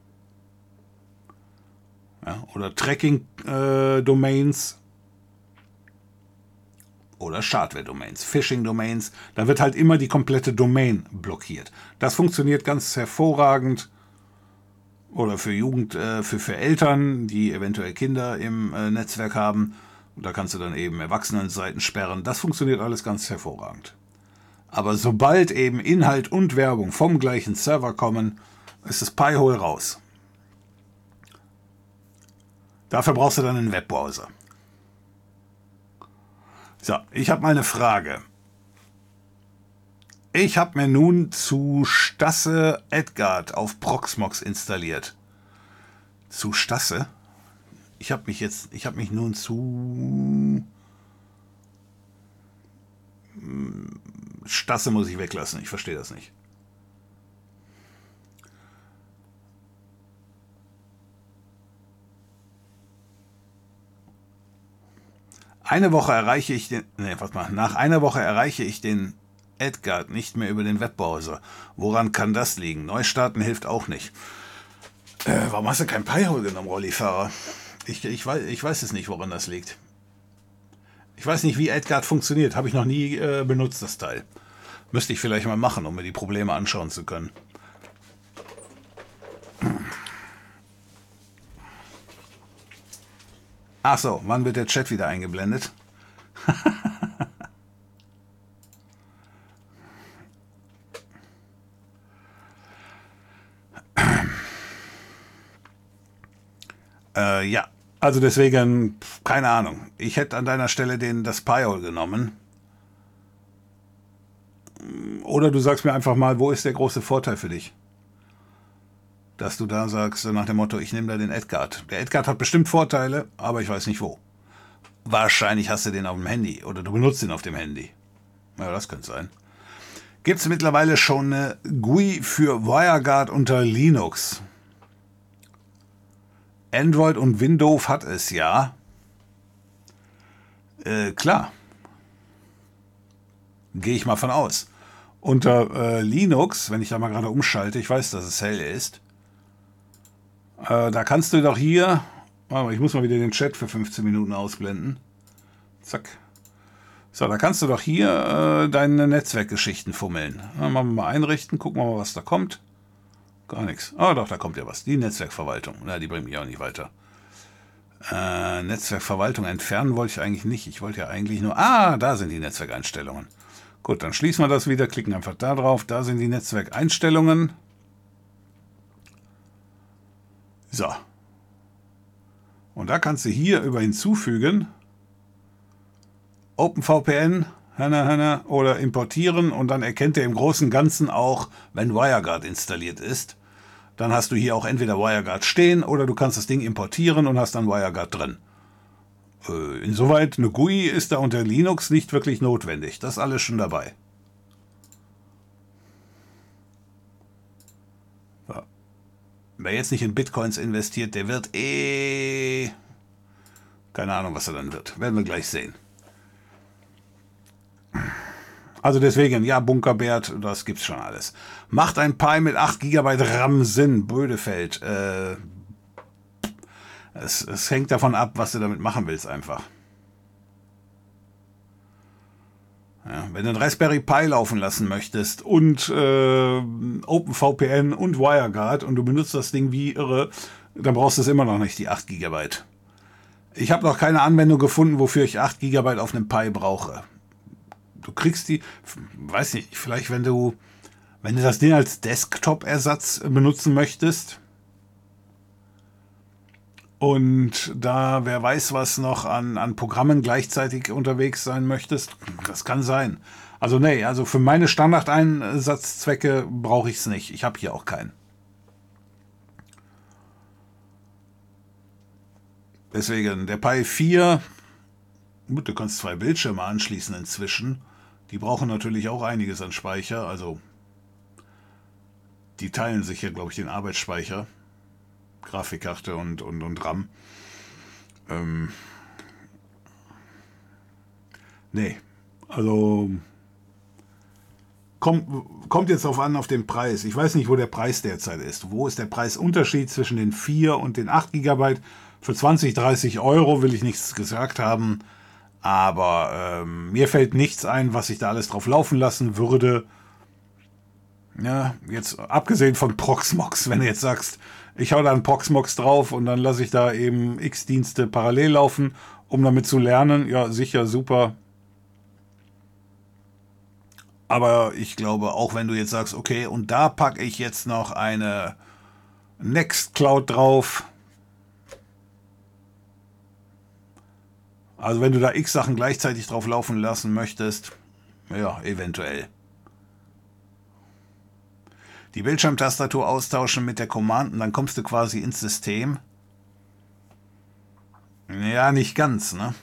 Ja, oder Tracking-Domains oder Schadware-Domains, Phishing-Domains. Da wird halt immer die komplette Domain blockiert. Das funktioniert ganz hervorragend. Oder für für Eltern, die eventuell Kinder im Netzwerk haben. Und da kannst du dann eben Erwachsenenseiten sperren. Das funktioniert alles ganz hervorragend. Aber sobald eben Inhalt und Werbung vom gleichen Server kommen, ist das Pi-hole raus. Dafür brauchst du dann einen Webbrowser. So, ich habe mal eine Frage. Ich habe mir nun zu Stasse Edgard auf Proxmox installiert. Zu Stasse? Ich habe mich nun zu Stasse muss ich weglassen. Ich verstehe das nicht. Nach einer Woche erreiche ich den Edgard nicht mehr über den Webbrowser. Woran kann das liegen? Neustarten hilft auch nicht. Warum hast du kein Pi-hole genommen, Rollifahrer? Ich weiß es nicht, woran das liegt. Ich weiß nicht, wie Edgard funktioniert. Habe ich noch nie benutzt, das Teil. Müsste ich vielleicht mal machen, um mir die Probleme anschauen zu können. Ach so, wann wird der Chat wieder eingeblendet? Ja, also deswegen, keine Ahnung. Ich hätte an deiner Stelle das Pi-hole genommen. Oder du sagst mir einfach mal, wo ist der große Vorteil für dich? Dass du da sagst, nach dem Motto, ich nehme da den Edgard. Der Edgard hat bestimmt Vorteile, aber ich weiß nicht wo. Wahrscheinlich hast du den auf dem Handy oder du benutzt ihn auf dem Handy. Ja, das könnte sein. Gibt es mittlerweile schon eine GUI für WireGuard unter Linux? Android und Windows hat es ja. Klar. Gehe ich mal von aus. Unter Linux, wenn ich da mal gerade umschalte, ich weiß, dass es hell ist, da kannst du doch hier, ich muss mal wieder den Chat für 15 Minuten ausblenden. Zack. So, da kannst du doch hier deine Netzwerkgeschichten fummeln. Machen wir mal einrichten, gucken wir mal, was da kommt. Gar nichts. Ah, doch, da kommt ja was. Die Netzwerkverwaltung. Na, die bringt mich auch nicht weiter. Netzwerkverwaltung entfernen wollte ich eigentlich nicht. Ich wollte ja eigentlich nur... Ah, da sind die Netzwerkeinstellungen. Gut, dann schließen wir das wieder, klicken einfach da drauf. Da sind die Netzwerkeinstellungen. So. Und da kannst du hier über hinzufügen. OpenVPN oder importieren und dann erkennt er im Großen und Ganzen auch, wenn WireGuard installiert ist. Dann hast du hier auch entweder WireGuard stehen oder du kannst das Ding importieren und hast dann WireGuard drin. Insoweit, eine GUI ist da unter Linux nicht wirklich notwendig. Das ist alles schon dabei. So. Wer jetzt nicht in Bitcoins investiert, der wird keine Ahnung, was er dann wird. Werden wir gleich sehen. Also deswegen, ja, Bunkerbert, das gibt's schon alles. Macht ein Pi mit 8 GB RAM Sinn, Bödefeld. Es hängt davon ab, was du damit machen willst einfach. Ja, wenn du ein Raspberry Pi laufen lassen möchtest und OpenVPN und WireGuard und du benutzt das Ding wie irre, dann brauchst du es immer noch nicht, die 8 GB. Ich habe noch keine Anwendung gefunden, wofür ich 8 GB auf einem Pi brauche. Du kriegst die, weiß nicht, vielleicht wenn du das Ding als Desktop-Ersatz benutzen möchtest und da wer weiß was noch an Programmen gleichzeitig unterwegs sein möchtest, das kann sein. Also nee, also für meine Standardeinsatzzwecke brauche ich es nicht. Ich habe hier auch keinen. Deswegen, der Pi 4, gut, du kannst 2 Bildschirme anschließen inzwischen. Die brauchen natürlich auch einiges an Speicher, also die teilen sich ja, glaube ich, den Arbeitsspeicher, Grafikkarte und RAM. Nee, also kommt jetzt drauf an, auf den Preis. Ich weiß nicht, wo der Preis derzeit ist. Wo ist der Preisunterschied zwischen den 4 und den 8 GB? Für 20, 30 Euro will ich nichts gesagt haben. Aber mir fällt nichts ein, was ich da alles drauf laufen lassen würde. Ja, jetzt abgesehen von Proxmox, wenn du jetzt sagst, ich hau da einen Proxmox drauf und dann lasse ich da eben X Dienste parallel laufen, um damit zu lernen. Ja, sicher, super. Aber ich glaube, auch wenn du jetzt sagst, okay, und da packe ich jetzt noch eine Nextcloud drauf. Also wenn du da X Sachen gleichzeitig drauf laufen lassen möchtest, ja, eventuell. Die Bildschirmtastatur austauschen mit der Command und dann kommst du quasi ins System. Ja, nicht ganz, ne?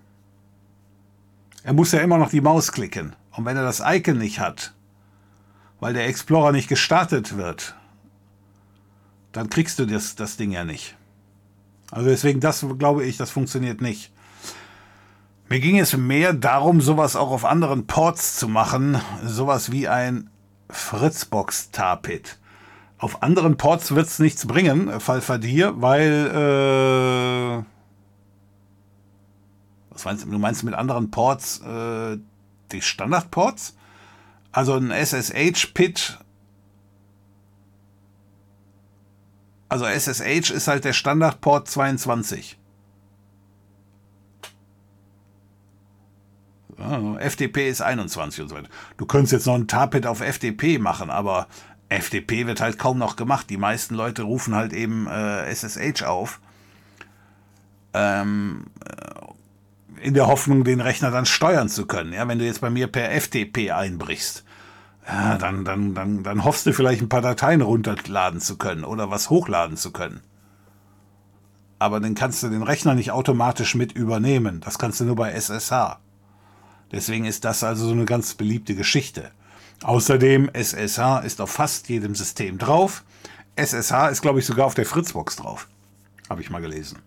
Er muss ja immer noch die Maus klicken. Und wenn er das Icon nicht hat, weil der Explorer nicht gestartet wird, dann kriegst du das Ding ja nicht. Also deswegen, das glaube ich, das funktioniert nicht. Mir ging es mehr darum, sowas auch auf anderen Ports zu machen. Sowas wie ein Fritzbox Tarpit. Auf anderen Ports wird es nichts bringen, Falfadir, weil was meinst du? Du meinst mit anderen Ports die Standardports? Also ein SSH-Pit. Also SSH ist halt der Standardport 22. FTP ist 21 und so weiter. Du könntest jetzt noch ein Tarpit auf FTP machen, aber FTP wird halt kaum noch gemacht. Die meisten Leute rufen halt eben SSH auf. In der Hoffnung, den Rechner dann steuern zu können. Ja, wenn du jetzt bei mir per FTP einbrichst, ja, dann hoffst du vielleicht ein paar Dateien runterladen zu können oder was hochladen zu können. Aber dann kannst du den Rechner nicht automatisch mit übernehmen. Das kannst du nur bei SSH. Deswegen ist das also so eine ganz beliebte Geschichte. Außerdem, SSH ist auf fast jedem System drauf. SSH ist, glaube ich, sogar auf der Fritzbox drauf. Habe ich mal gelesen.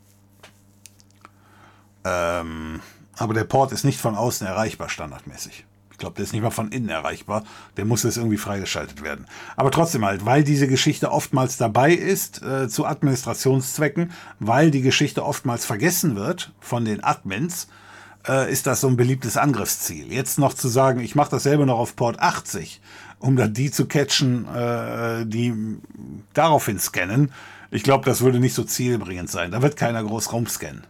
Aber der Port ist nicht von außen erreichbar, standardmäßig. Ich glaube, der ist nicht mal von innen erreichbar. Der muss jetzt irgendwie freigeschaltet werden. Aber trotzdem halt, weil diese Geschichte oftmals dabei ist, zu Administrationszwecken, weil die Geschichte oftmals vergessen wird von den Admins, ist das so ein beliebtes Angriffsziel. Jetzt noch zu sagen, ich mache dasselbe noch auf Port 80, um dann die zu catchen, die daraufhin scannen. Ich glaube, das würde nicht so zielbringend sein. Da wird keiner groß rumscannen.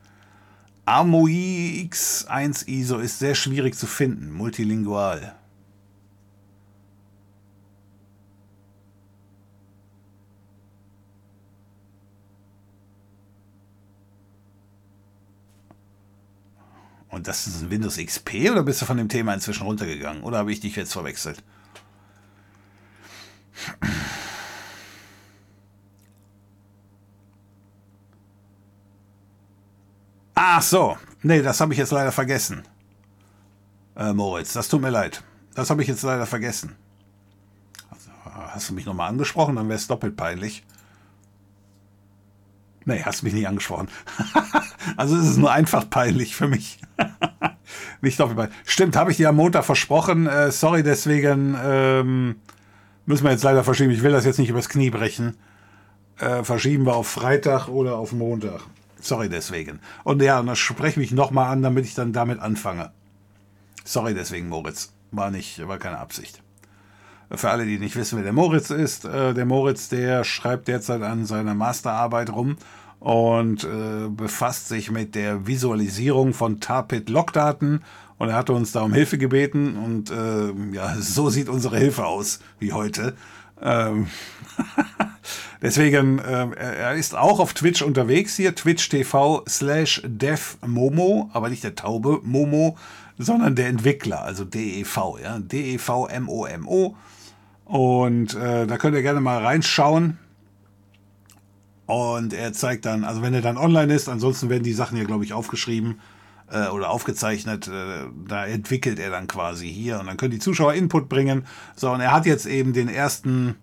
AMOI X1 ISO ist sehr schwierig zu finden, multilingual. Und das ist ein Windows XP oder bist du von dem Thema inzwischen runtergegangen? Oder habe ich dich jetzt verwechselt? Ach so, nee, das habe ich jetzt leider vergessen. Moritz, das tut mir leid. Das habe ich jetzt leider vergessen. Also, hast du mich nochmal angesprochen, dann wäre es doppelt peinlich. Nee, hast mich nicht angesprochen. Also es ist nur einfach peinlich für mich. Nicht doppelt peinlich. Stimmt, habe ich dir am Montag versprochen. Sorry, deswegen müssen wir jetzt leider verschieben. Ich will das jetzt nicht übers Knie brechen. Verschieben wir auf Freitag oder auf Montag. Sorry deswegen. Und ja, dann spreche mich nochmal an, damit ich dann damit anfange. Sorry deswegen, Moritz. War keine Absicht. Für alle, die nicht wissen, wer der Moritz ist. Der Moritz, der schreibt derzeit an seiner Masterarbeit rum und befasst sich mit der Visualisierung von Tarpit-Logdaten. Und er hatte uns da um Hilfe gebeten. Und ja, so sieht unsere Hilfe aus, wie heute. Deswegen, er ist auch auf Twitch unterwegs hier, Twitch TV/devmomo, aber nicht der Taube Momo, sondern der Entwickler, also DEV, ja, DEVMOMO. Und da könnt ihr gerne mal reinschauen. Und er zeigt dann, also wenn er dann online ist, ansonsten werden die Sachen ja, glaube ich, aufgeschrieben oder aufgezeichnet, da entwickelt er dann quasi hier und dann können die Zuschauer Input bringen. So, und er hat jetzt eben den ersten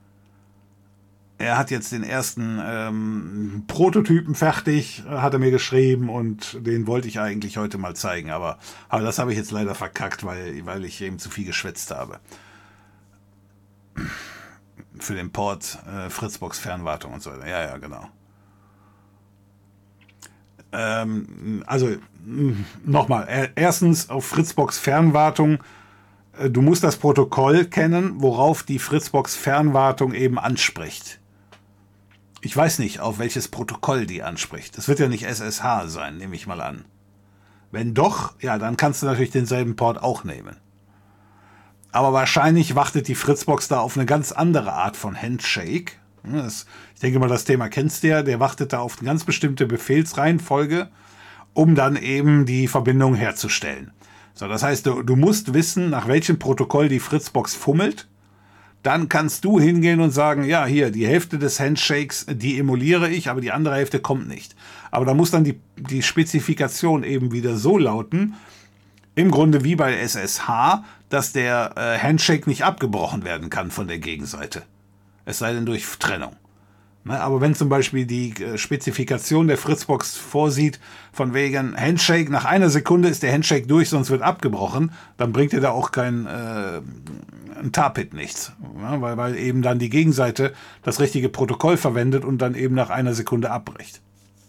Prototypen fertig, hat er mir geschrieben und den wollte ich eigentlich heute mal zeigen, aber das habe ich jetzt leider verkackt, weil ich eben zu viel geschwätzt habe. Für den Port Fritzbox Fernwartung und so weiter. Ja, genau. Also nochmal, erstens auf Fritzbox Fernwartung, du musst das Protokoll kennen, worauf die Fritzbox Fernwartung eben anspricht. Ich weiß nicht, auf welches Protokoll die anspricht. Das wird ja nicht SSH sein, nehme ich mal an. Wenn doch, ja, dann kannst du natürlich denselben Port auch nehmen. Aber wahrscheinlich wartet die Fritzbox da auf eine ganz andere Art von Handshake. Ich denke mal, das Thema kennst du ja. Der wartet da auf eine ganz bestimmte Befehlsreihenfolge, um dann eben die Verbindung herzustellen. So, das heißt, du musst wissen, nach welchem Protokoll die Fritzbox fummelt. Dann kannst du hingehen und sagen, ja, hier, die Hälfte des Handshakes, die emuliere ich, aber die andere Hälfte kommt nicht. Aber da muss dann die Spezifikation eben wieder so lauten, im Grunde wie bei SSH, dass der Handshake nicht abgebrochen werden kann von der Gegenseite. Es sei denn durch Trennung. Aber wenn zum Beispiel die Spezifikation der Fritzbox vorsieht, von wegen Handshake, nach einer Sekunde ist der Handshake durch, sonst wird abgebrochen, dann bringt dir da auch kein Tar-Pit nichts. Weil eben dann die Gegenseite das richtige Protokoll verwendet und dann eben nach einer Sekunde abbricht.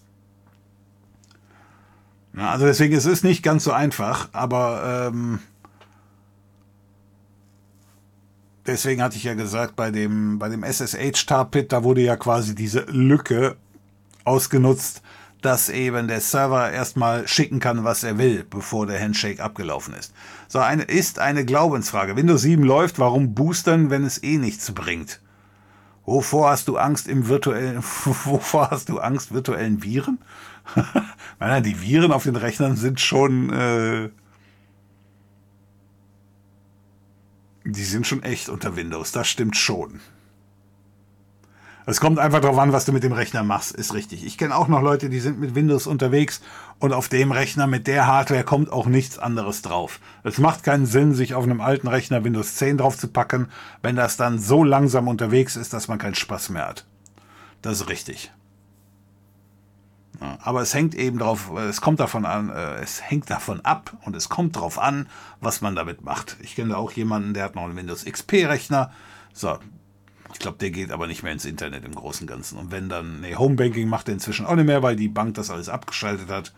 Also deswegen, es ist nicht ganz so einfach, aber deswegen hatte ich ja gesagt, bei dem SSH-Tar-Pit, da wurde ja quasi diese Lücke ausgenutzt, dass eben der Server erstmal schicken kann, was er will, bevor der Handshake abgelaufen ist. So, ist eine Glaubensfrage. Windows 7 läuft, warum boostern, wenn es eh nichts bringt? Wovor hast du Angst virtuellen Viren? Nein, die Viren auf den Rechnern sind schon die sind schon echt unter Windows, das stimmt schon. Es kommt einfach darauf an, was du mit dem Rechner machst, ist richtig. Ich kenne auch noch Leute, die sind mit Windows unterwegs und auf dem Rechner mit der Hardware kommt auch nichts anderes drauf. Es macht keinen Sinn, sich auf einem alten Rechner Windows 10 drauf zu packen, wenn das dann so langsam unterwegs ist, dass man keinen Spaß mehr hat. Das ist richtig. Ja, aber es hängt eben drauf, es kommt davon an, es hängt davon ab und es kommt drauf an, was man damit macht. Ich kenne auch jemanden, der hat noch einen Windows XP-Rechner. So, ich glaube, der geht aber nicht mehr ins Internet im Großen und Ganzen. Und wenn dann, Homebanking macht er inzwischen auch nicht mehr, weil die Bank das alles abgeschaltet hat.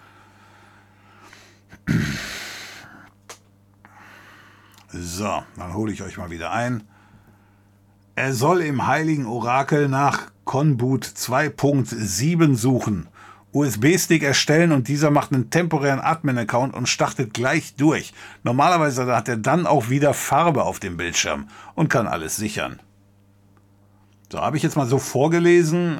So, dann hole ich euch mal wieder ein. Er soll im Heiligen Orakel nach Konboot 2.7 suchen. USB-Stick erstellen und dieser macht einen temporären Admin-Account und startet gleich durch. Normalerweise hat er dann auch wieder Farbe auf dem Bildschirm und kann alles sichern. So, habe ich jetzt mal so vorgelesen.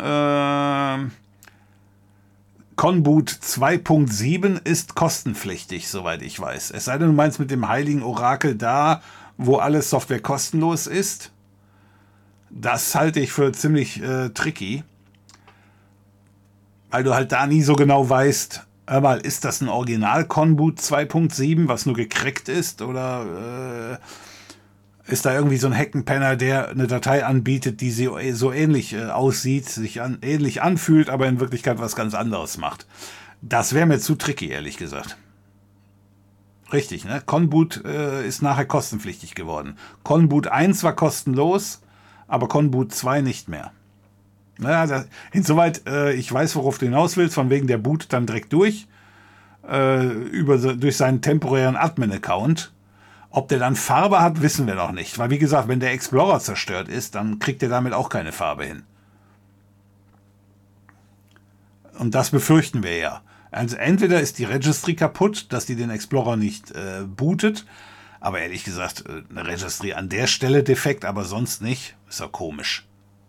Konboot 2.7 ist kostenpflichtig, soweit ich weiß. Es sei denn, du meinst mit dem Heiligen Orakel da, wo alles Software kostenlos ist. Das halte ich für ziemlich tricky. Weil du halt da nie so genau weißt, ist das ein Original Konboot 2.7, was nur gecrackt ist, oder ist da irgendwie so ein Hackenpenner, der eine Datei anbietet, die so ähnlich aussieht, sich ähnlich anfühlt, aber in Wirklichkeit was ganz anderes macht. Das wäre mir zu tricky, ehrlich gesagt. Richtig, ne? Konboot ist nachher kostenpflichtig geworden. Konboot 1 war kostenlos, aber Konboot 2 nicht mehr. Naja, insoweit, ich weiß, worauf du hinaus willst, von wegen der Boot dann direkt durch seinen temporären Admin-Account. Ob der dann Farbe hat, wissen wir noch nicht. Weil wie gesagt, wenn der Explorer zerstört ist, dann kriegt er damit auch keine Farbe hin. Und das befürchten wir ja. Also entweder ist die Registry kaputt, dass die den Explorer nicht bootet. Aber ehrlich gesagt, eine Registry an der Stelle defekt, aber sonst nicht. Ist ja komisch.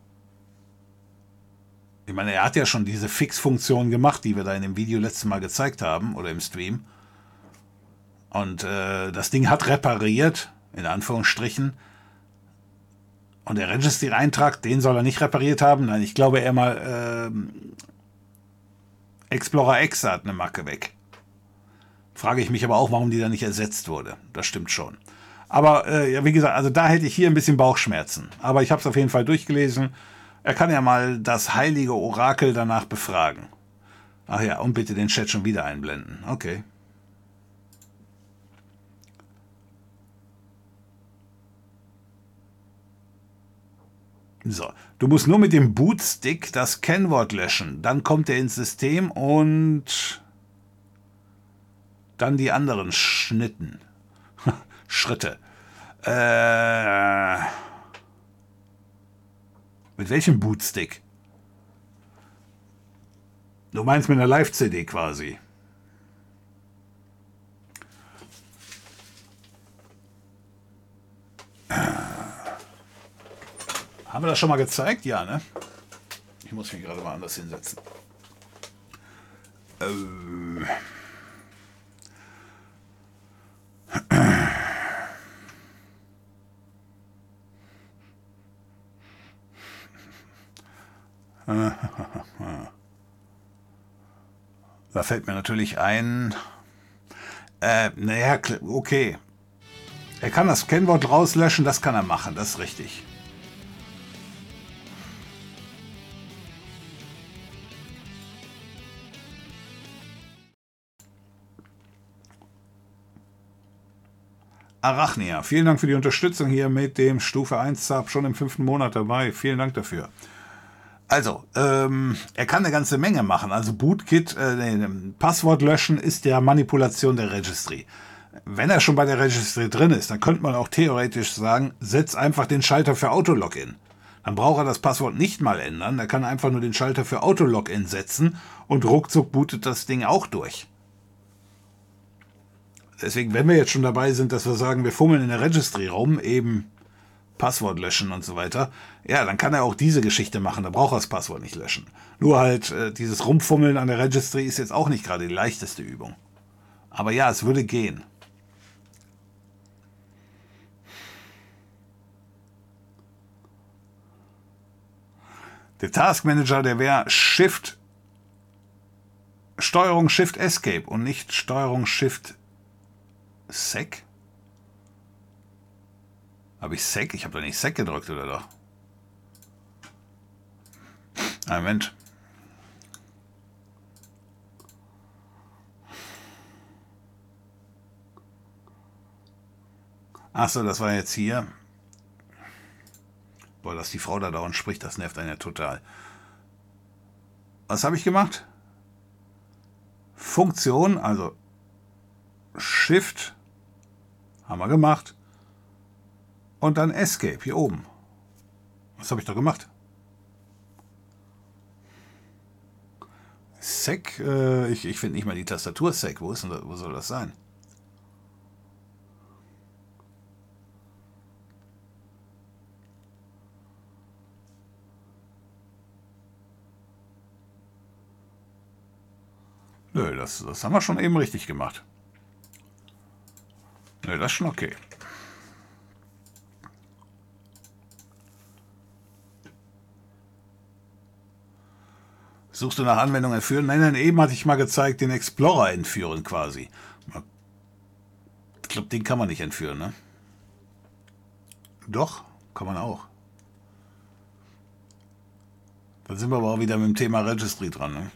Ich meine, er hat ja schon diese Fix-Funktion gemacht, die wir da in dem Video letztes Mal gezeigt haben, oder im Stream. Und das Ding hat repariert, in Anführungsstrichen. Und der Registry-Eintrag, den soll er nicht repariert haben. Nein, ich glaube, er mal Explorer X hat eine Macke weg. Frage ich mich aber auch, warum die da nicht ersetzt wurde. Das stimmt schon. Aber ja, wie gesagt, also da hätte ich hier ein bisschen Bauchschmerzen. Aber ich habe es auf jeden Fall durchgelesen. Er kann ja mal das heilige Orakel danach befragen. Ach ja, und bitte den Chat schon wieder einblenden. Okay. So, du musst nur mit dem Bootstick das Kennwort löschen. Dann kommt er ins System und dann die anderen Schritte. Mit welchem Bootstick? Du meinst mit einer Live-CD quasi. Haben wir das schon mal gezeigt? Ja, ne? Ich muss mich gerade mal anders hinsetzen. Da fällt mir natürlich ein, naja, okay. Er kann das Kennwort rauslöschen, das kann er machen, das ist richtig. Arachnia, vielen Dank für die Unterstützung hier mit dem Stufe 1 Sub, schon im 5. Monat dabei. Vielen Dank dafür. Also, er kann eine ganze Menge machen. Also Bootkit, Passwort löschen ist ja Manipulation der Registry. Wenn er schon bei der Registry drin ist, dann könnte man auch theoretisch sagen, setz einfach den Schalter für Autologin. Dann braucht er das Passwort nicht mal ändern. Er kann einfach nur den Schalter für Autologin setzen und ruckzuck bootet das Ding auch durch. Deswegen, wenn wir jetzt schon dabei sind, dass wir sagen, wir fummeln in der Registry rum, eben Passwort löschen und so weiter, ja, dann kann er auch diese Geschichte machen, da braucht er das Passwort nicht löschen. Nur halt, dieses Rumfummeln an der Registry ist jetzt auch nicht gerade die leichteste Übung. Aber ja, es würde gehen. Der Task Manager, der wäre Steuerung Shift Escape und nicht Steuerung Shift Sec? Habe ich Sec? Ich habe doch nicht Sec gedrückt, oder doch? Moment. Achso, das war jetzt hier. Boah, dass die Frau da dauernd spricht, das nervt einen ja total. Was habe ich gemacht? Funktion, also Shift, haben wir gemacht. Und dann Escape hier oben. Was habe ich da gemacht? Sec, ich finde nicht mal die Tastatur Sec. Wo soll das sein? Nö, das haben wir schon eben richtig gemacht. Nö, das ist schon okay. Suchst du nach Anwendung entführen? Nein, eben hatte ich mal gezeigt, den Explorer entführen quasi. Ich glaube, den kann man nicht entführen, ne? Doch, kann man auch. Da sind wir aber auch wieder mit dem Thema Registry dran, ne?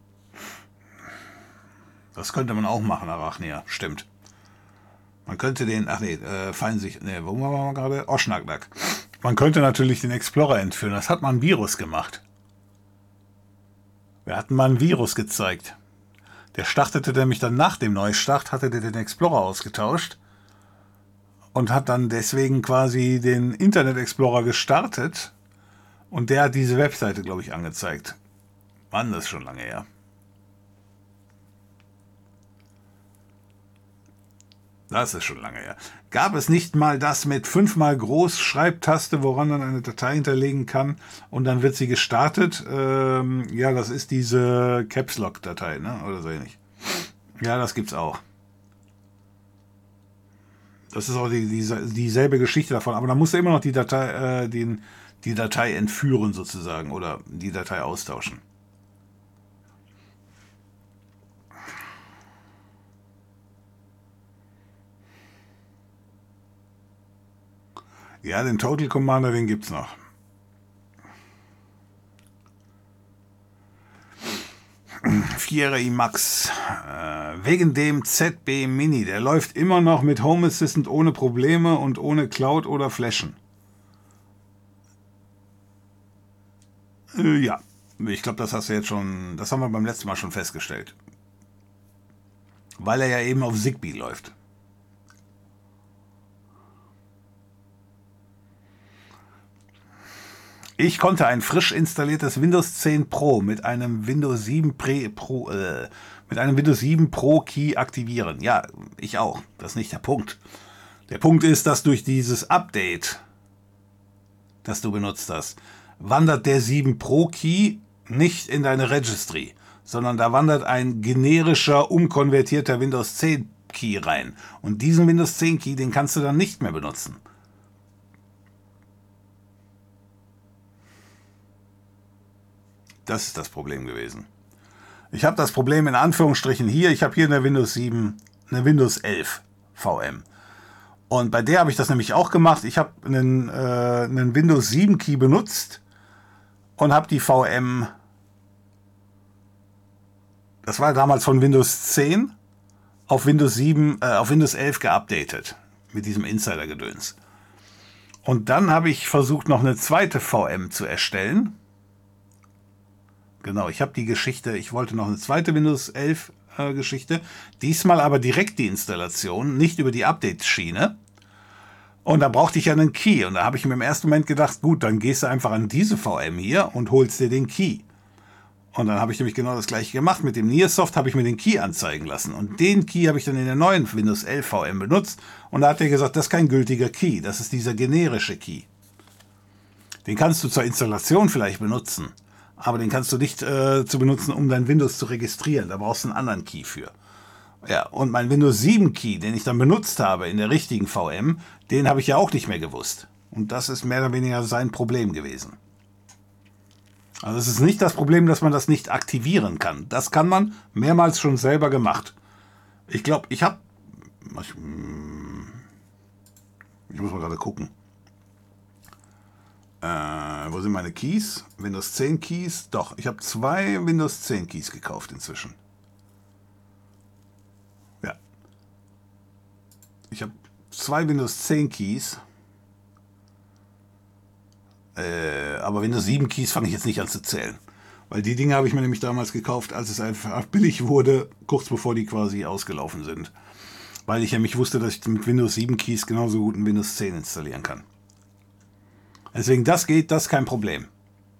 Das könnte man auch machen, Arachnia, stimmt. Man könnte den, wo waren wir gerade? Oschnacknack. Man könnte natürlich den Explorer entführen, das hat mal ein Virus gemacht. Wir hatten mal ein Virus gezeigt. Der startete nämlich dann nach dem Neustart, hatte der den Explorer ausgetauscht und hat dann deswegen quasi den Internet Explorer gestartet und der hat diese Webseite, glaube ich, angezeigt. Mann, das ist schon lange her. Das ist schon lange her. Gab es nicht mal das mit 5-mal Großschreibtaste, woran man eine Datei hinterlegen kann und dann wird sie gestartet? Ja, das ist diese Caps Lock Datei, ne? Oder so ähnlich. Ja, das gibt's auch. Das ist auch dieselbe Geschichte davon. Aber dann musst du immer noch die Datei entführen sozusagen oder die Datei austauschen. Ja, den Total Commander, den gibt's noch. Vierer iMax. Wegen dem ZB Mini. Der läuft immer noch mit Home Assistant ohne Probleme und ohne Cloud oder Flashen. Ja, ich glaube, das hast du jetzt schon. Das haben wir beim letzten Mal schon festgestellt. Weil er ja eben auf Zigbee läuft. Ich konnte ein frisch installiertes Windows 10 Pro mit einem Windows 7 Pro Key aktivieren. Ja, ich auch. Das ist nicht der Punkt. Der Punkt ist, dass durch dieses Update, das du benutzt hast, wandert der 7 Pro Key nicht in deine Registry, sondern da wandert ein generischer, umkonvertierter Windows 10 Key rein. Und diesen Windows 10 Key, den kannst du dann nicht mehr benutzen. Das ist das Problem gewesen. Ich habe das Problem in Anführungsstrichen hier. Ich habe hier eine Windows 11 VM. Und bei der habe ich das nämlich auch gemacht. Ich habe einen Windows 7 Key benutzt und habe die VM, das war damals von Windows 10, auf Windows 11 geupdatet. Mit diesem Insider-Gedöns. Und dann habe ich versucht, noch eine zweite VM zu erstellen. Genau, ich habe die Geschichte, ich wollte noch eine zweite Windows 11 Geschichte, diesmal aber direkt die Installation, nicht über die Update-Schiene. Und da brauchte ich ja einen Key. Und da habe ich mir im ersten Moment gedacht, gut, dann gehst du einfach an diese VM hier und holst dir den Key. Und dann habe ich nämlich genau das gleiche gemacht. Mit dem Nearsoft habe ich mir den Key anzeigen lassen. Und den Key habe ich dann in der neuen Windows 11 VM benutzt. Und da hat er gesagt, das ist kein gültiger Key, das ist dieser generische Key. Den kannst du zur Installation vielleicht benutzen. Aber den kannst du nicht zu benutzen, um dein Windows zu registrieren. Da brauchst du einen anderen Key für. Ja, und mein Windows 7 Key, den ich dann benutzt habe in der richtigen VM, den habe ich ja auch nicht mehr gewusst. Und das ist mehr oder weniger sein Problem gewesen. Also es ist nicht das Problem, dass man das nicht aktivieren kann. Das kann man mehrmals schon selber gemacht. Ich glaube, ich muss mal gerade gucken. Wo sind meine Keys? Windows 10 Keys? Doch, ich habe 2 Windows 10 Keys gekauft inzwischen. Ja. Ich habe 2 Windows 10 Keys. Aber Windows 7 Keys fange ich jetzt nicht an zu zählen. Weil die Dinge habe ich mir nämlich damals gekauft, als es einfach billig wurde, kurz bevor die quasi ausgelaufen sind. Weil ich nämlich wusste, dass ich mit Windows 7 Keys genauso gut ein Windows 10 installieren kann. Deswegen, das geht, das ist kein Problem.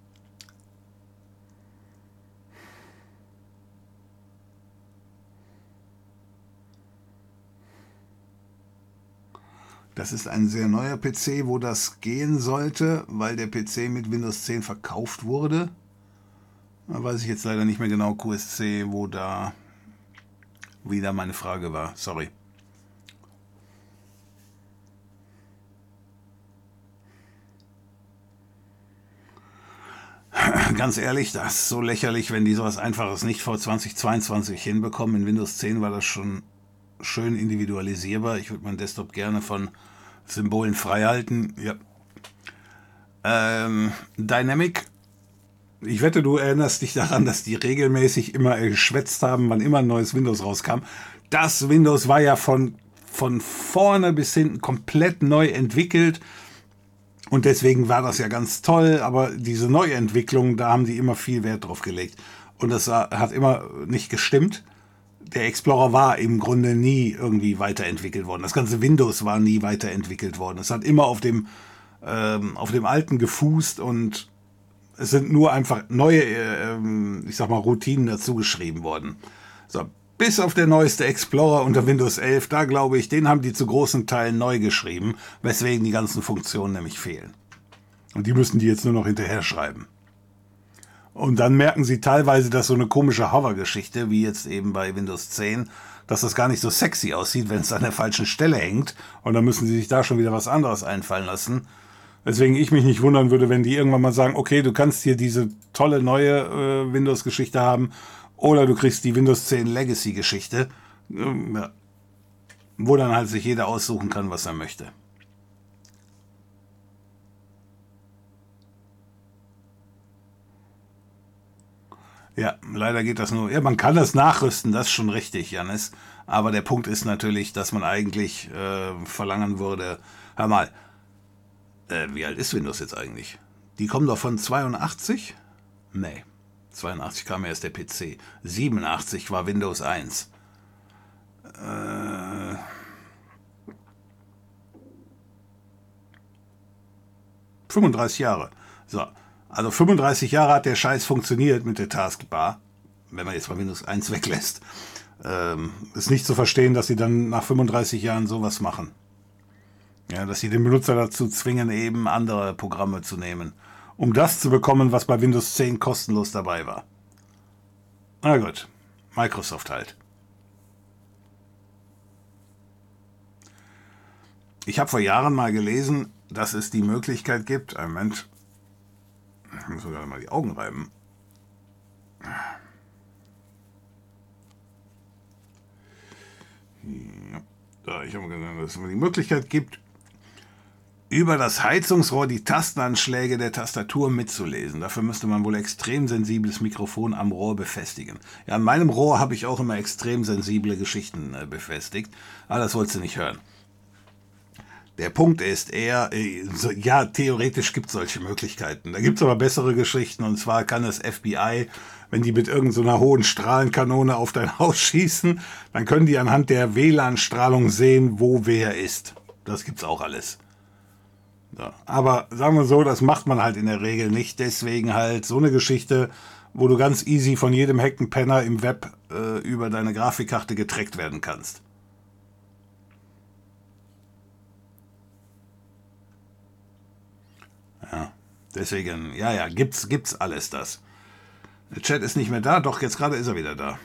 Das ist ein sehr neuer PC, wo das gehen sollte, weil der PC mit Windows 10 verkauft wurde. Da weiß ich jetzt leider nicht mehr genau, QSC, wo da wieder meine Frage war. Sorry. Ganz ehrlich, das ist so lächerlich, wenn die sowas Einfaches nicht vor 2022 hinbekommen. In Windows 10 war das schon schön individualisierbar. Ich würde meinen Desktop gerne von Symbolen frei halten. Ja. Dynamic. Ich wette, du erinnerst dich daran, dass die regelmäßig immer geschwätzt haben, wann immer ein neues Windows rauskam. Das Windows war ja von vorne bis hinten komplett neu entwickelt. Und deswegen war das ja ganz toll, aber diese Neuentwicklung, da haben die immer viel Wert drauf gelegt. Und das hat immer nicht gestimmt. Der Explorer war im Grunde nie irgendwie weiterentwickelt worden. Das ganze Windows war nie weiterentwickelt worden. Es hat immer auf dem alten gefußt und es sind nur einfach neue, Routinen dazu geschrieben worden. So, bis auf der neueste Explorer unter Windows 11, da glaube ich, den haben die zu großen Teilen neu geschrieben, weswegen die ganzen Funktionen nämlich fehlen. Und die müssen die jetzt nur noch hinterher schreiben. Und dann merken sie teilweise, dass so eine komische Hover-Geschichte, wie jetzt eben bei Windows 10, dass das gar nicht so sexy aussieht, wenn es an der falschen Stelle hängt. Und dann müssen sie sich da schon wieder was anderes einfallen lassen. Weswegen ich mich nicht wundern würde, wenn die irgendwann mal sagen, okay, du kannst hier diese tolle neue Windows-Geschichte haben oder du kriegst die Windows 10 Legacy-Geschichte, ja, wo dann halt sich jeder aussuchen kann, was er möchte. Ja, leider geht das nur. Ja, man kann das nachrüsten, das ist schon richtig, Jannis. Aber der Punkt ist natürlich, dass man eigentlich verlangen würde, hör mal, wie alt ist Windows jetzt eigentlich? Die kommen doch von 82? Nee, 82 kam erst der PC. 87 war Windows 1. 35 Jahre. So, also 35 Jahre hat der Scheiß funktioniert mit der Taskbar, wenn man jetzt mal Windows 1 weglässt. Ist nicht zu verstehen, dass sie dann nach 35 Jahren sowas machen. Ja, dass sie den Benutzer dazu zwingen, eben andere Programme zu nehmen, um das zu bekommen, was bei Windows 10 kostenlos dabei war. Na gut, Microsoft halt. Ich habe vor Jahren mal gelesen, dass es die Möglichkeit gibt, einen Moment, ich muss mir gerade mal die Augen reiben. Ja, ich habe gesagt, dass es die Möglichkeit gibt, über das Heizungsrohr die Tastenanschläge der Tastatur mitzulesen. Dafür müsste man wohl extrem sensibles Mikrofon am Rohr befestigen. Ja, an meinem Rohr habe ich auch immer extrem sensible Geschichten befestigt, aber das wolltest du nicht hören. Der Punkt ist eher, ja, theoretisch gibt es solche Möglichkeiten. Da gibt es aber bessere Geschichten, und zwar kann das FBI, wenn die mit irgendeiner hohen Strahlenkanone auf dein Haus schießen, dann können die anhand der WLAN-Strahlung sehen, wo wer ist. Das gibt's auch alles. Ja, aber sagen wir so, das macht man halt in der Regel nicht. Deswegen halt so eine Geschichte, wo du ganz easy von jedem Heckenpenner im Web über deine Grafikkarte getrackt werden kannst. Ja, deswegen, ja, gibt's alles das. Der Chat ist nicht mehr da, doch jetzt gerade ist er wieder da.